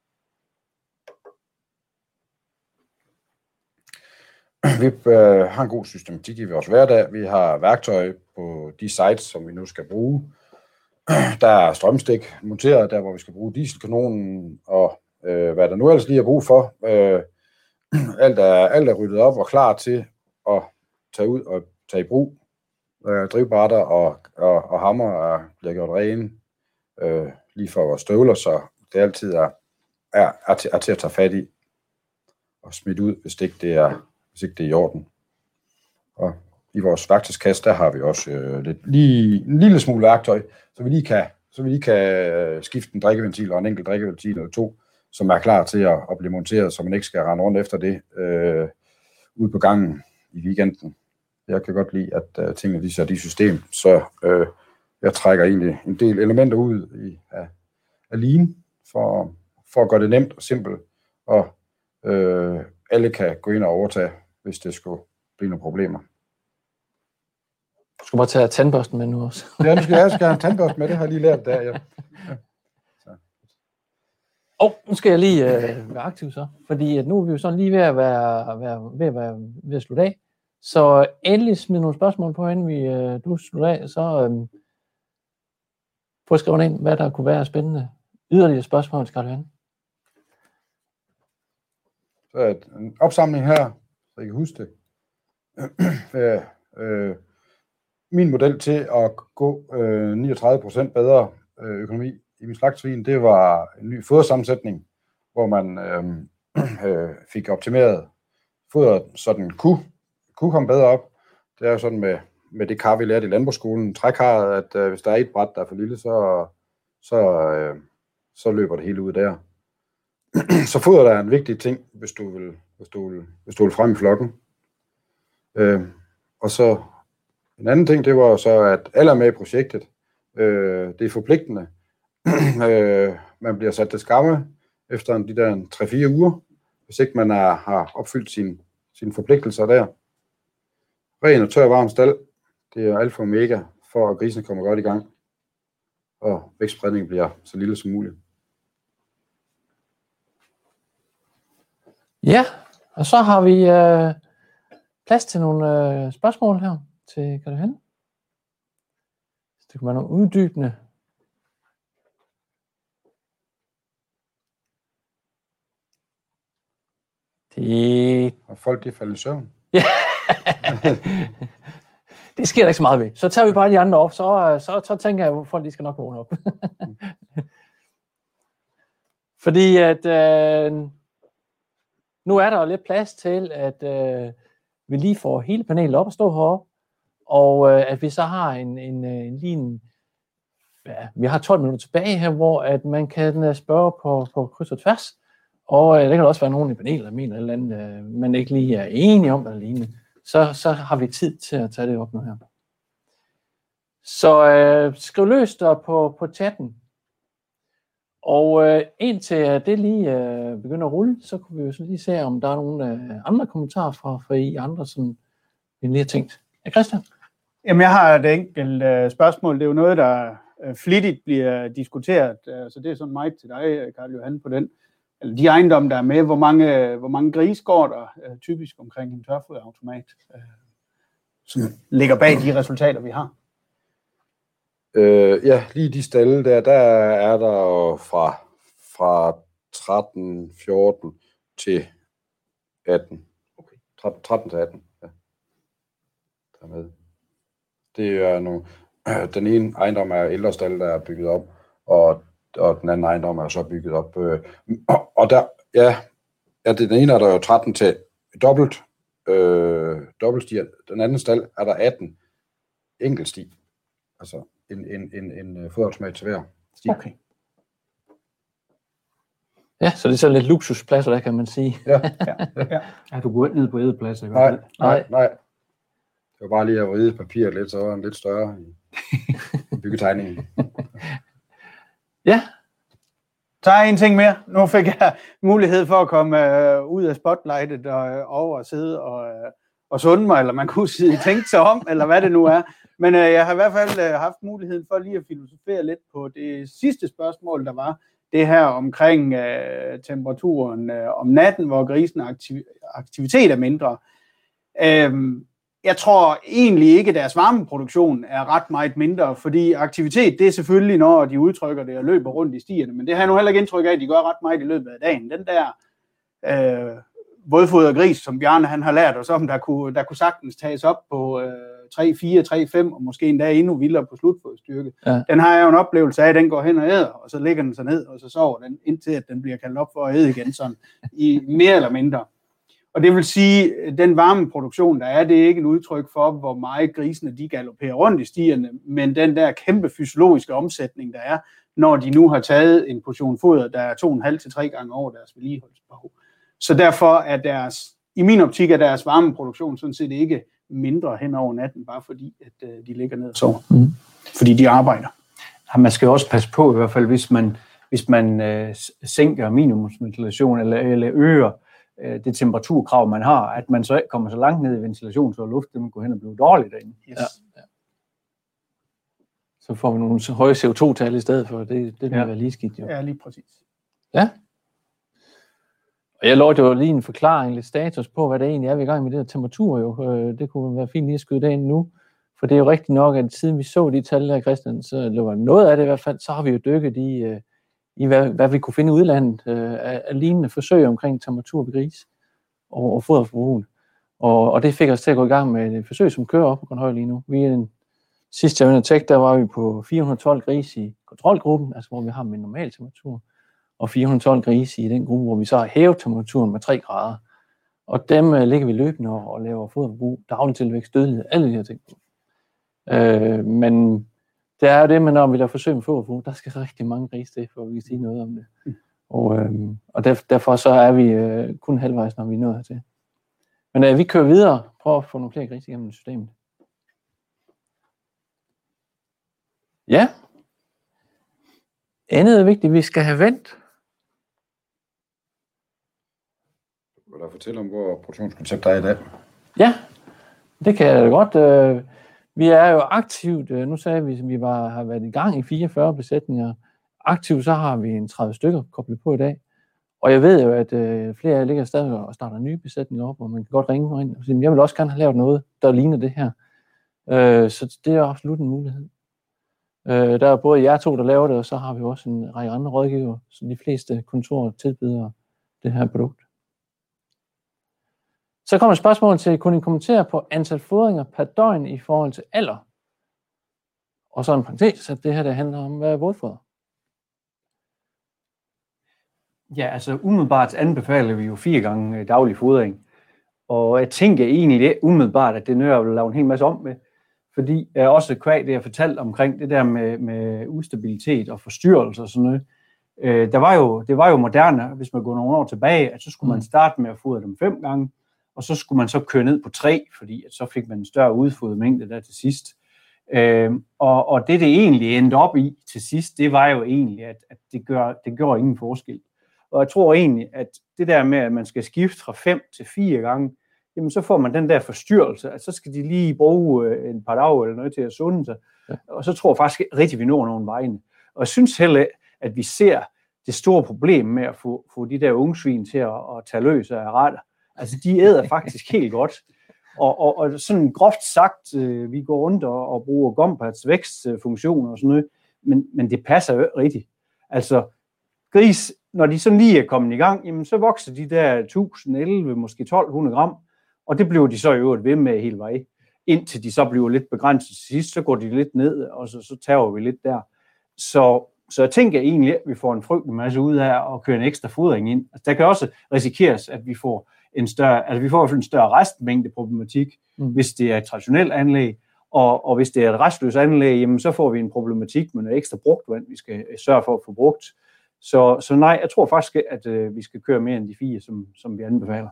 Vi øh, har en god systematik i vores hverdag. Vi har værktøj på de sites, som vi nu skal bruge. Der er strømstik monteret, der hvor vi skal bruge dieselkanonen, og øh, hvad der nu ellers lige er brug for. Øh, alt, er, alt er ryddet op og klar til at tage ud og tage i brug. Øh, drivbrætter og, og, og hammer er, bliver gjort rene øh, lige for vores støvler, så det altid er, er, er, til, er til at tage fat i og smide ud, hvis ikke det er, hvis ikke det er i orden. Og i vores værktøjskasse, der har vi også øh, lidt, lige, en lille smule værktøj, så vi lige kan, så vi lige kan skifte en drikkeventil og en enkelt drikkeventil eller to, som er klar til at, at blive monteret, så man ikke skal rende rundt efter det øh, ude på gangen i weekenden. Jeg kan godt lide, at uh, tingene de sætter i system, så øh, jeg trækker egentlig en del elementer ud i, af, af lean, for, for at gøre det nemt og simpelt, og øh, alle kan gå ind og overtage, hvis det skulle blive nogle problemer. Du skal bare tage tandbørsten med nu også. Ja, nu skal jeg, skal have en tandbørste med, det har jeg lige lært der. Ja. Ja. Og nu skal jeg lige øh, være aktiv så, fordi at nu er vi jo sådan lige ved at være, være, ved, at være ved at slutte af. Så endelig smid nogle spørgsmål på, inden vi, øh, du slutter af, så øh, prøv at skrive ind, hvad der kunne være spændende. Yderligere spørgsmål skal du hen. Så en opsamling her, så I kan huske det. øh, øh, min model til at gå øh, niogtredive procent bedre øh, økonomi i min slagtsvin, det var en ny fodersammensætning, hvor man øh, øh, fik optimeret fodret, så den kunne, kunne komme bedre op. Det er jo sådan med, med det kar, vi lærte i landbrugsskolen, trækarret, at øh, hvis der er et bræt, der er for lille, så, så, øh, så løber det hele ud der. Så fodret er en vigtig ting, hvis du vil, hvis du vil, hvis du vil frem i flokken. Øh, og så en anden ting, det var så, at alle er med i projektet. Øh, det er forpligtende. øh, man bliver sat til skamme efter de der tre fire uger, hvis ikke man er, har opfyldt sine sin forpligtelser der. Ren og tør varm stald, det er alfa og omega, for at grisene kommer godt i gang. og vækstspredningen bliver så lille som muligt. Ja, og så har vi øh, plads til nogle øh, spørgsmål her til Karl-Johan. Det kunne være nogle uddybende. Det... Og folk, de falder i søvn. Ja. Det sker der ikke så meget ved. Så tager vi bare de andre op, så, så, så tænker jeg, at folk de skal nok vågne op. Fordi at øh, nu er der jo lidt plads til, at øh, vi lige får hele panelet op og stå heroppe, og øh, at vi så har en, en, en lige en, ja, vi har tolv minutter tilbage her, hvor at man kan spørge på, på kryds og tværs, og øh, der kan også være nogen i panelet, der mener et eller andet, øh, man ikke lige er enige om eller lignende. Så, så har vi tid til at tage det op nu her. Så øh, skriv løs der på, på chatten. Og øh, indtil det lige øh, begynder at rulle, så kunne vi jo så lige se, om der er nogle øh, andre kommentarer fra, fra I andre, som vi lige har tænkt. Ja, Christian? Jamen, jeg har et enkelt øh, spørgsmål. Det er jo noget, der øh, flittigt bliver diskuteret. Øh, så det er sådan meget til dig, Karl-Johan, på den. Eller de ejendomme, der er med, hvor mange, hvor mange grise går der øh, typisk omkring en tørfoderautomat, øh, som ligger bag de resultater, vi har? Øh, ja, lige de stalle der, der er der jo fra, fra tretten, fjorten til atten. Okay. tretten til atten, ja. Der er med. Det er nogle, øh, den ene ejendom er ældre stalle, der er bygget op, og og den anden ejendom er så bygget op. Øh, og, og der, ja, ja, den ene er der jo tretten til dobbelt, øh, dobbeltstier. Den anden stald er der atten enkeltsti. Altså en, en, en, en fodautomat til hver sti. Okay. Ja, så det er så lidt luksuspladser, der kan man sige. Ja, ja, ja. Ja, du går ikke ned på ædepladser i nej, hvert fald. nej, nej. Det var bare lige at vride papiret lidt, så var den lidt større i byggetegningen. Ja. Så er en ting mere. Nu fik jeg mulighed for at komme øh, ud af spotlightet og øh, over og sidde og, øh, og sunde mig, eller man kunne sige, tænke sig om, eller hvad det nu er. Men øh, jeg har i hvert fald øh, haft muligheden for lige at filosofere lidt på det sidste spørgsmål, der var. Det her omkring øh, temperaturen øh, om natten, hvor grisen aktiv- aktivitet er mindre. Øhm, Jeg tror egentlig ikke, at deres varmeproduktion er ret meget mindre, fordi aktivitet, det er selvfølgelig, når de udtrykker det og løber rundt i stierne, men det har jeg nu heller ikke indtryk af, at de gør ret meget i løbet af dagen. Den der øh, vådfodergris, som Bjarne han har lært os om, der kunne, der kunne sagtens tages op på øh, tre fire, tre fem, og måske endda endnu vildere på slutfoderstyrke. Ja. Den har jeg jo en oplevelse af, at den går hen og æder, og så ligger den sig ned, og så sover den, indtil at den bliver kaldt op for at æde igen, sådan i mere eller mindre. Og det vil sige, at den varmeproduktion, der er, det er ikke et udtryk for, hvor meget grisene de galopperer rundt i stierne, men den der kæmpe fysiologiske omsætning, der er, når de nu har taget en portion foder, der er to og en halv til tre gange over deres vedligeholdelsesbehov. Så derfor er deres, i min optik, er deres varmeproduktion sådan set ikke mindre hen over natten, bare fordi, at uh, de ligger ned og sover. Mm. Fordi de arbejder. Ja, man skal også passe på, i hvert fald, hvis man, hvis man øh, sænker minimumsventilation eller, eller øger det temperaturkrav, man har, at man så kommer så langt ned i ventilation, så luft, det man går hen og blive dårligt derinde. Yes. Ja, ja. Så får vi nogle høje C O to tal i stedet for, det, det vil ja. være lige skidt. Jo. Ja, lige præcis. Ja. Og jeg lovede jo lige en forklaring, lidt status på, hvad det egentlig er, vi er i gang med det her temperatur jo. Det kunne være fint lige at skyde det ind nu, for det er jo rigtigt nok, at siden vi så de tal der, Christian, så det var noget af det i hvert fald, så har vi jo dykket i i hvad, hvad vi kunne finde i udlandet øh, af, af lignende forsøg omkring temperatur ved gris og, og foderforbruget. Og, og det fik os til at gå i gang med et forsøg, som kører op på Grønhøj lige nu. Vi er den sidste jeg tjek, der var vi på fire hundrede og tolv gris i kontrolgruppen, altså hvor vi har med normal temperatur, og fire hundrede og tolv gris i den gruppe, hvor vi så har hævet temperaturen med tre grader. Og dem øh, ligger vi løbende og, og laver foderforbrug, daglig tilvækst, dødelighed, alle de her ting. Øh, men det er jo det, men når vi laver forsøg med foderforbrug, der skal rigtig mange grise til, for at vi kan sige noget om det. Og, øh, og der, derfor så er vi øh, kun halvvejs, når vi er nået hertil. Men øh, vi kører videre, prøver at få nogle flere grise igennem systemet. Ja. Andet er vigtigt, vi skal have vendt. Vil du fortælle om, hvor produktionskonceptet er i dag? Ja, det kan jeg da godt. Vi er jo aktivt, nu sagde vi, at vi var, har været i gang i fireogfyrre besætninger. Aktivt så har vi en tredive stykker koblet på i dag. Og jeg ved jo, at øh, flere af jer ligger stadig og starter nye besætninger op, hvor man kan godt ringe mig ind og sige, jeg vil også gerne have lavet noget, der ligner det her. Øh, så det er absolut en mulighed. Øh, der er både jer to, der laver det, og så har vi også en række andre rådgiver, så de fleste kontorer tilbyder det her produkt. Så kommer et spørgsmål til, kunne I kommentere på antal fodringer per døgn i forhold til alder? Og så en parentes, at det her det handler om, hvad er vådfoder? Ja, altså umiddelbart anbefaler vi jo fire gange daglig fodring. Og jeg tænker egentlig umiddelbart, at det nødder at lave en hel masse om med. Fordi jeg også kvæg det, jeg fortalte omkring det der med, med ustabilitet og forstyrrelser og sådan noget. Øh, der var jo, det var jo moderne, hvis man går nogle år tilbage, at så skulle man starte med at fodre dem fem gange, og så skulle man så køre ned på tre, fordi at så fik man en større udfodret mængde der til sidst. Øh, og, og det, det egentlig endte op i til sidst, det var jo egentlig, at, at det, gør, det gør ingen forskel. Og jeg tror egentlig, at det der med, at man skal skifte fra fem til fire gange, jamen så får man den der forstyrrelse, at så skal de lige bruge en par dage eller noget til at sunde sig. Ja. Og så tror jeg faktisk rigtig, at vi når nogle vegne. Og jeg synes heller, at vi ser det store problem med at få, få de der ungsvin til at, at tage løs af retter. Altså de æder faktisk helt godt. Og, og, og sådan groft sagt, øh, vi går rundt og, og bruger Gompats vækstfunktioner og sådan noget, men, men det passer jo rigtigt. Altså gris, når de sådan lige er kommet i gang, jamen så vokser de der tusind, elleve, måske tolv hundrede gram, og det bliver de så i øvrigt ved med hele vejen. Indtil de så bliver lidt begrænset til sidst, så går de lidt ned, og så, så tager vi lidt der. Så, så jeg tænker egentlig, at vi får en frygtelig masse ud af at køre en ekstra fodring ind. Altså, der kan også risikeres, at vi får en større, altså vi får en større restmængde problematik, mm. hvis det er et traditionelt anlæg, og, og hvis det er et restløst anlæg, jamen så får vi en problematik med noget ekstra brugt vand, vi skal sørge for at få brugt. Så, så nej, jeg tror faktisk, at øh, vi skal køre mere end de fire, som, som vi anbefaler.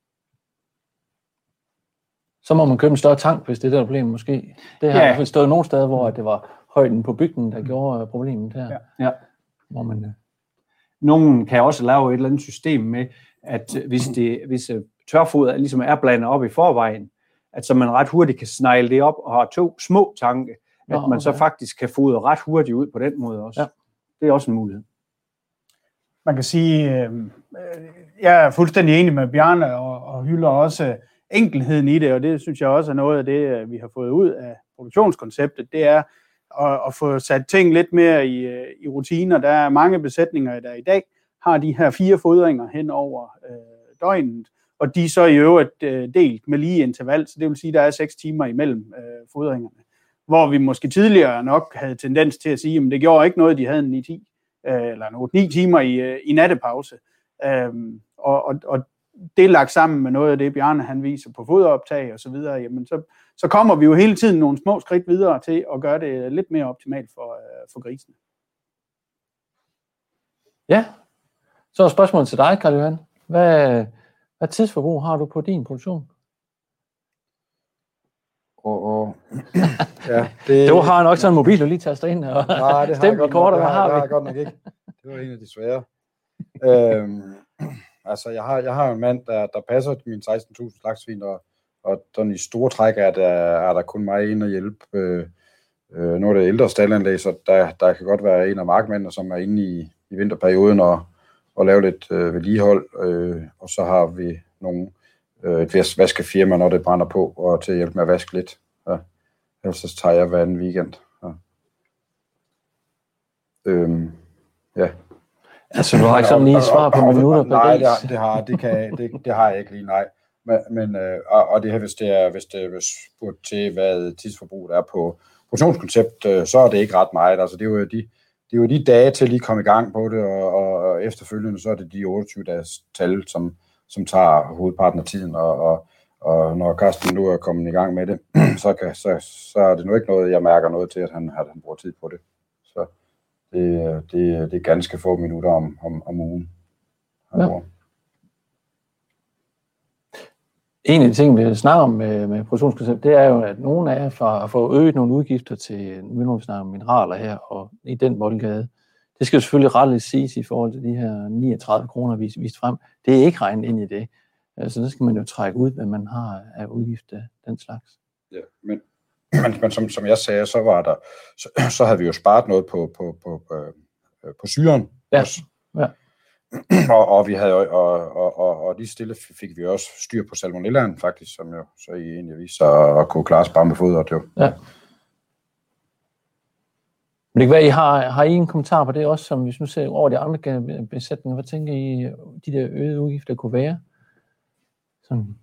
Så må man købe en større tank, hvis det er det problem måske. Det har ja. stået nogle steder, hvor det var højden på bygningen, der gjorde problemet her. Ja. Ja. Hvor man, øh... Nogen kan også lave et eller andet system med, at hvis, det, hvis tørfoder ligesom er blandet op i forvejen, at så man ret hurtigt kan snegle det op og har to små tanke, at Nå, man okay. så faktisk kan fodre ret hurtigt ud på den måde også. Ja. Det er også en mulighed. Man kan sige, øh, jeg er fuldstændig enig med Bjarne og, og hylder også enkelheden i det, og det synes jeg også er noget af det, vi har fået ud af produktionskonceptet, det er at, at få sat ting lidt mere i, i rutiner. Der er mange besætninger, der i dag har de her fire fodringer hen over øh, døgnet, og de er så i øvrigt øh, delt med lige interval, så det vil sige, at der er seks timer imellem øh, fodringerne. Hvor vi måske tidligere nok havde tendens til at sige, at det gjorde ikke noget, de havde ni ti eller otte ni timer i, i nattepause. Øhm, og, og, og det er lagt sammen med noget af det, Bjarne han viser på foderoptag og så videre, jamen så, så kommer vi jo hele tiden nogle små skridt videre til at gøre det lidt mere optimalt for, øh, for grisen. Ja, så er spørgsmålet til dig, Karl Johan. Hvad, hvad tidsforbrug har du på din produktion? Og, og, ja, det, du har nok sådan en mobil, du lige taster ind og stemmer kort, og hvad har vi? Det har jeg godt nok ikke. Det var en af de svære. øhm, altså, jeg har, jeg har en mand, der, der passer mine seksten tusind slagtsvin, og, og sådan i store træk er der, er der kun mig inde og hjælpe. Øh, øh, nu er det ældre staldanlæg, så der, der kan godt være en af markmændene, som er inde i, i vinterperioden og, og lave lidt øh, vedligehold. Øh, og så har vi nogle et vaskefirma, når det brænder på, og til at hjælpe med at vaske lidt. Ja. Ellers så tager jeg hver anden weekend. Ja. Øhm, ja. Altså, du har ikke sådan lige svar på minutter på nej, det, det, har, det, kan, det, det har jeg ikke lige, nej. Men, men, øh, og, og det her, hvis det er, hvis det er spurgt til, hvad tidsforbruget er på produktionskoncept, øh, så er det ikke ret meget. Altså, det er jo de, det er jo de dage til at lige komme i gang på det, og, og, og efterfølgende, så er det de otteogtyve dages tal, som som tager hovedparten af tiden, og, og, og når Carsten nu er kommet i gang med det, så, kan, så, så er det nu ikke noget, jeg mærker noget til, at han, at han bruger tid på det. Så det, det, det er ganske få minutter om, om, om ugen. Ja. En af de ting, vi snakker om med, med produktionskoncept, det er jo, at nogle af jer får, får øget nogle udgifter til, nu vi snakker om mineraler her, og i den boldgade. Det skal jo selvfølgelig retteligt siges i forhold til de her niogtredive kroner, vi vist frem. Det er ikke regnet ind i det. Så der skal man jo trække ud, hvad man har af udgifter den slags. Ja, men, men, men som, som jeg sagde, så var der, så, så havde vi jo sparet noget på, på, på, på, på syren. Ja. Også. Ja. Og, og vi havde og, og, og, og lige stille fik vi også styr på salmonellaen faktisk, som jo så i egentlig viste sig at kunne klare sig bare med fodret jo. Ja. Men det kan være, I har, har I en kommentar på det også, som hvis nu ser over de andre besætninger, hvad tænker I, de der øgede udgifter kunne være? Sådan.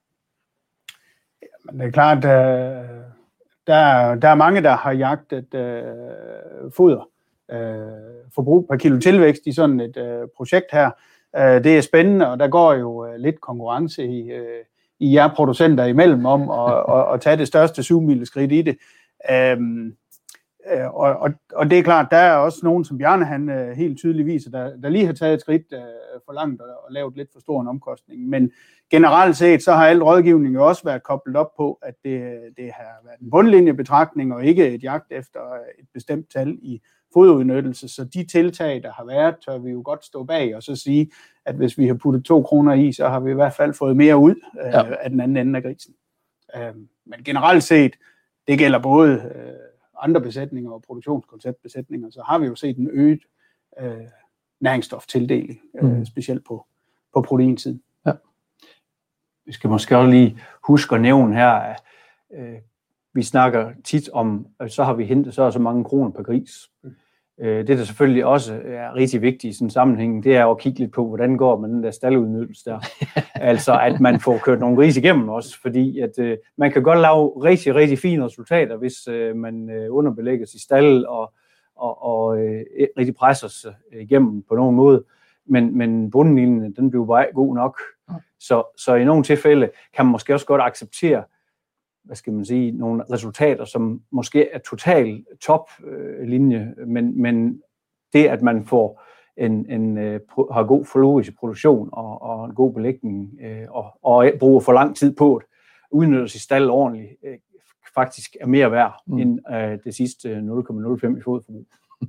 Men det er klart, der, der, der er mange, der har jagtet øh, foder. Øh, forbrug per kilo tilvækst i sådan et øh, projekt her. Øh, det er spændende, og der går jo øh, lidt konkurrence i, øh, i jer producenter imellem om at, at, at tage det største syvmileskridt i det. Øh, øh, og, og, og det er klart, der er også nogen, som Bjarne han øh, helt tydeligt viser, der, der lige har taget et skridt øh, for langt og, og lavet lidt for stor en omkostning. Men generelt set, så har al rådgivning jo også været koblet op på, at det, det har været en bundlinjebetragtning og ikke et jagt efter et bestemt tal i foderudnyttelse, så de tiltag, der har været, tør vi jo godt stå bag og så sige, at hvis vi har puttet to kroner i, så har vi i hvert fald fået mere ud øh, ja. af den anden ende af grisen. Øh, men generelt set, det gælder både øh, andre besætninger og produktionskonceptbesætninger, så har vi jo set en øget øh, næringsstoftildeling, øh, mm. specielt på, på proteinsiden. Ja. Vi skal måske også lige huske at nævne her, at øh, vi snakker tit om, så har vi hentet så og så mange kroner per gris. Det, der selvfølgelig også er rigtig vigtigt i sådan en sammenhæng, det er at kigge lidt på, hvordan går man den der staldudnyttelse der. Altså, at man får kørt nogle grise igennem også, fordi at, øh, man kan godt lave rigtig, rigtig fine resultater, hvis øh, man øh, underbelægger sit stald og, og, og øh, rigtig presser sig igennem på nogen måde. Men, men bundlinjen, den bliver bare ikke god nok. Så, så i nogle tilfælde kan man måske også godt acceptere, hvad skal man sige, nogle resultater, som måske er total toplinje, øh, men, men det, at man får en, en øh, har god forlogisk produktion og, og en god belægning øh, og, og bruger for lang tid på at udnytte sit stald ordentligt, øh, faktisk er mere værd mm. end øh, det sidste nul komma nul fem i foderforbrug.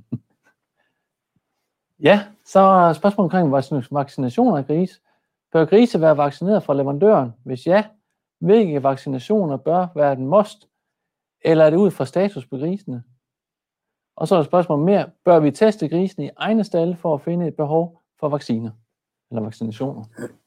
Ja, så er spørgsmålet omkring vaccinationer af grise. Bør grise være vaccineret fra leverandøren? Hvis ja, hvilke vaccinationer bør være den must, eller er det ud fra status på grisene? Og så er der spørgsmål mere, bør vi teste grisene i egne stalde for at finde et behov for vacciner eller vaccinationer?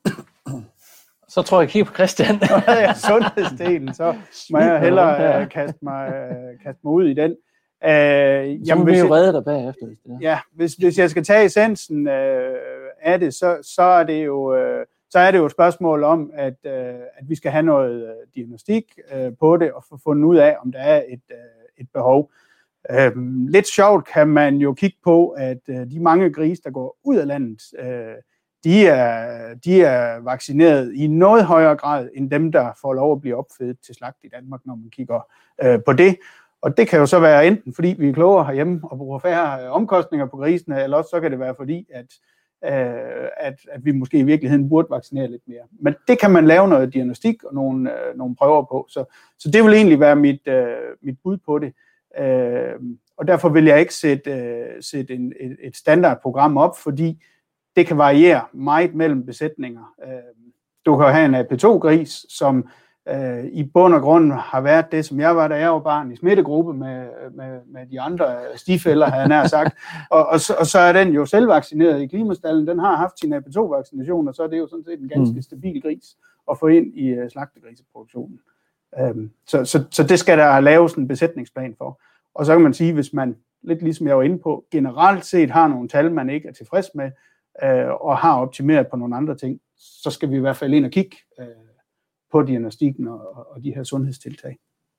Så tror jeg, jeg kigger på Christian. Nå, ja, sundhedsdelen, så må jeg hellere uh, kaste, mig, uh, kaste mig ud i den. Uh, så jamen, vil vi jo redde dig bagefter. Hvis det er. Ja, hvis, hvis jeg skal tage essensen uh, af det, så, så er det jo... Uh, så er det jo et spørgsmål om, at, øh, at vi skal have noget øh, diagnostik øh, på det, og få fundet ud af, om der er et, øh, et behov. Øhm, lidt sjovt kan man jo kigge på, at øh, de mange grise, der går ud af landet, øh, de, er, de er vaccineret i noget højere grad, end dem, der får lov at blive opfedet til slagt i Danmark, når man kigger øh, på det. Og det kan jo så være enten, fordi vi er klogere herhjemme og bruger færre omkostninger på grisene, eller også så kan det være fordi, at At, at vi måske i virkeligheden burde vaccinere lidt mere. Men det kan man lave noget diagnostik og nogle, øh, nogle prøver på. Så, så det vil egentlig være mit, øh, mit bud på det. Øh, og derfor vil jeg ikke sætte, øh, sætte en, et, et standardprogram op, fordi det kan variere meget mellem besætninger. Øh, du kan have en A P to gris, som øh, i bund og grund har været det, som jeg var, da jeg var barn, i smittegruppe med, med, med de andre stifælder, havde jeg nær sagt. Og, og, så, og så er den jo selvvaccineret i klimastallen. Den har haft sin A P to vaccination, og så er det jo sådan set en ganske stabil gris at få ind i uh, slagtegriseproduktionen. Um, så, så, så det skal der laves en besætningsplan for. Og så kan man sige, hvis man, lidt ligesom jeg var inde på, generelt set har nogle tal, man ikke er tilfreds med, uh, og har optimeret på nogle andre ting, så skal vi i hvert fald ind og kigge uh, på diagnostikken og, og de her sundhedstiltag.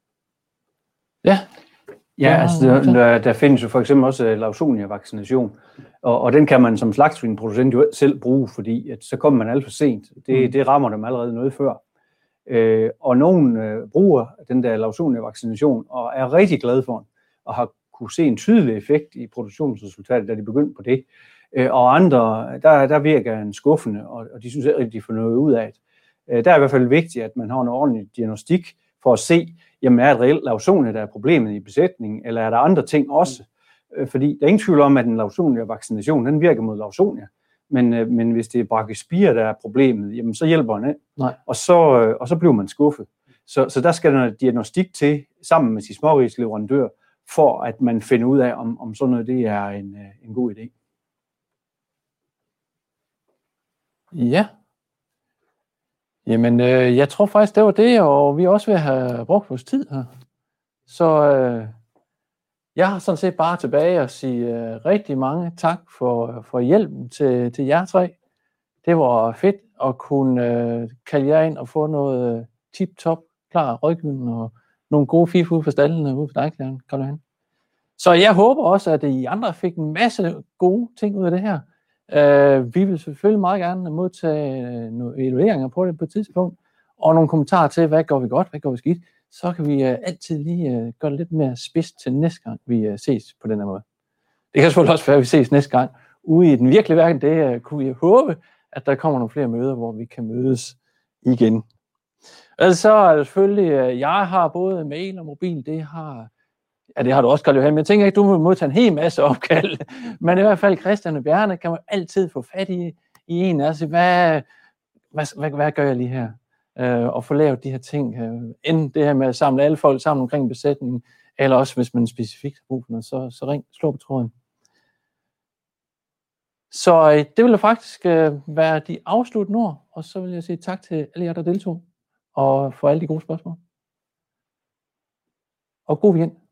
Ja. Ja, altså der, der findes jo for eksempel også Lawsonia-vaccination, og, og den kan man som slagtsvinproducent jo selv bruge, fordi at så kommer man alt for sent. Det, mm. det rammer dem allerede noget før. Øh, og nogen øh, bruger den der Lawsonia-vaccination og er rigtig glade for den, og har kunne se en tydelig effekt i produktionsresultatet, da de begyndte på det. Øh, og andre, der, der virker en skuffende, og, og de synes ikke, at de får noget ud af det. Der er i hvert fald vigtigt, at man har en ordentlig diagnostik for at se, jamen er det reelt Lawsonia, der er problemet i besætningen, eller er der andre ting også? Mm. Fordi der er ingen tvivl om, at en Lawsonia-vaccination, den virker mod Lawsonia. Men, men hvis det er Brachyspira, der er problemet, jamen så hjælper den ikke. Og så, og så bliver man skuffet. Så, så der skal der noget diagnostik til, sammen med sin smågrisleverandør, for at man finder ud af, om, om sådan noget det er en, en god idé. Ja. Jamen, øh, jeg tror faktisk, det var det, og vi er også ved at have brugt vores tid her. Så øh, jeg har sådan set bare tilbage at sige øh, rigtig mange tak for, for hjælpen til, til jer tre. Det var fedt at kunne øh, kalde jer ind og få noget øh, tip-top, klar rådgivning og nogle gode fif ude for stallene ude for dig, Karl-Johan. Så jeg håber også, at I andre fik en masse gode ting ud af det her. Uh, vi vil selvfølgelig meget gerne modtage nogle evalueringer på det på et tidspunkt, og nogle kommentarer til, hvad går vi godt, hvad går vi skidt. Så kan vi uh, altid lige uh, gøre det lidt mere spidst til næste gang, vi uh, ses på den her måde. Det kan selvfølgelig også være, at vi ses næste gang ude i den virkelige verden. Det uh, kunne vi håbe, at der kommer nogle flere møder, hvor vi kan mødes igen. Altså så er det selvfølgelig, uh, jeg har både mail og mobil, det har... Ja, det har du også, Karl-Johan, men jeg tænker ikke, du må modtage en hel masse opkald. Men i hvert fald Christian og Bjarne kan man altid få fat i, i en af sig. Hvad, hvad, hvad, hvad gør jeg lige her? Uh, og få lavet de her ting. Uh, enten det her med at samle alle folk sammen omkring besætningen, eller også hvis man specifikt har brug for noget, så, så ring, slå på tråden. Så uh, det vil faktisk uh, være de afsluttende ord, og så vil jeg sige tak til alle jer, der deltog, og for alle de gode spørgsmål. Og god weekend.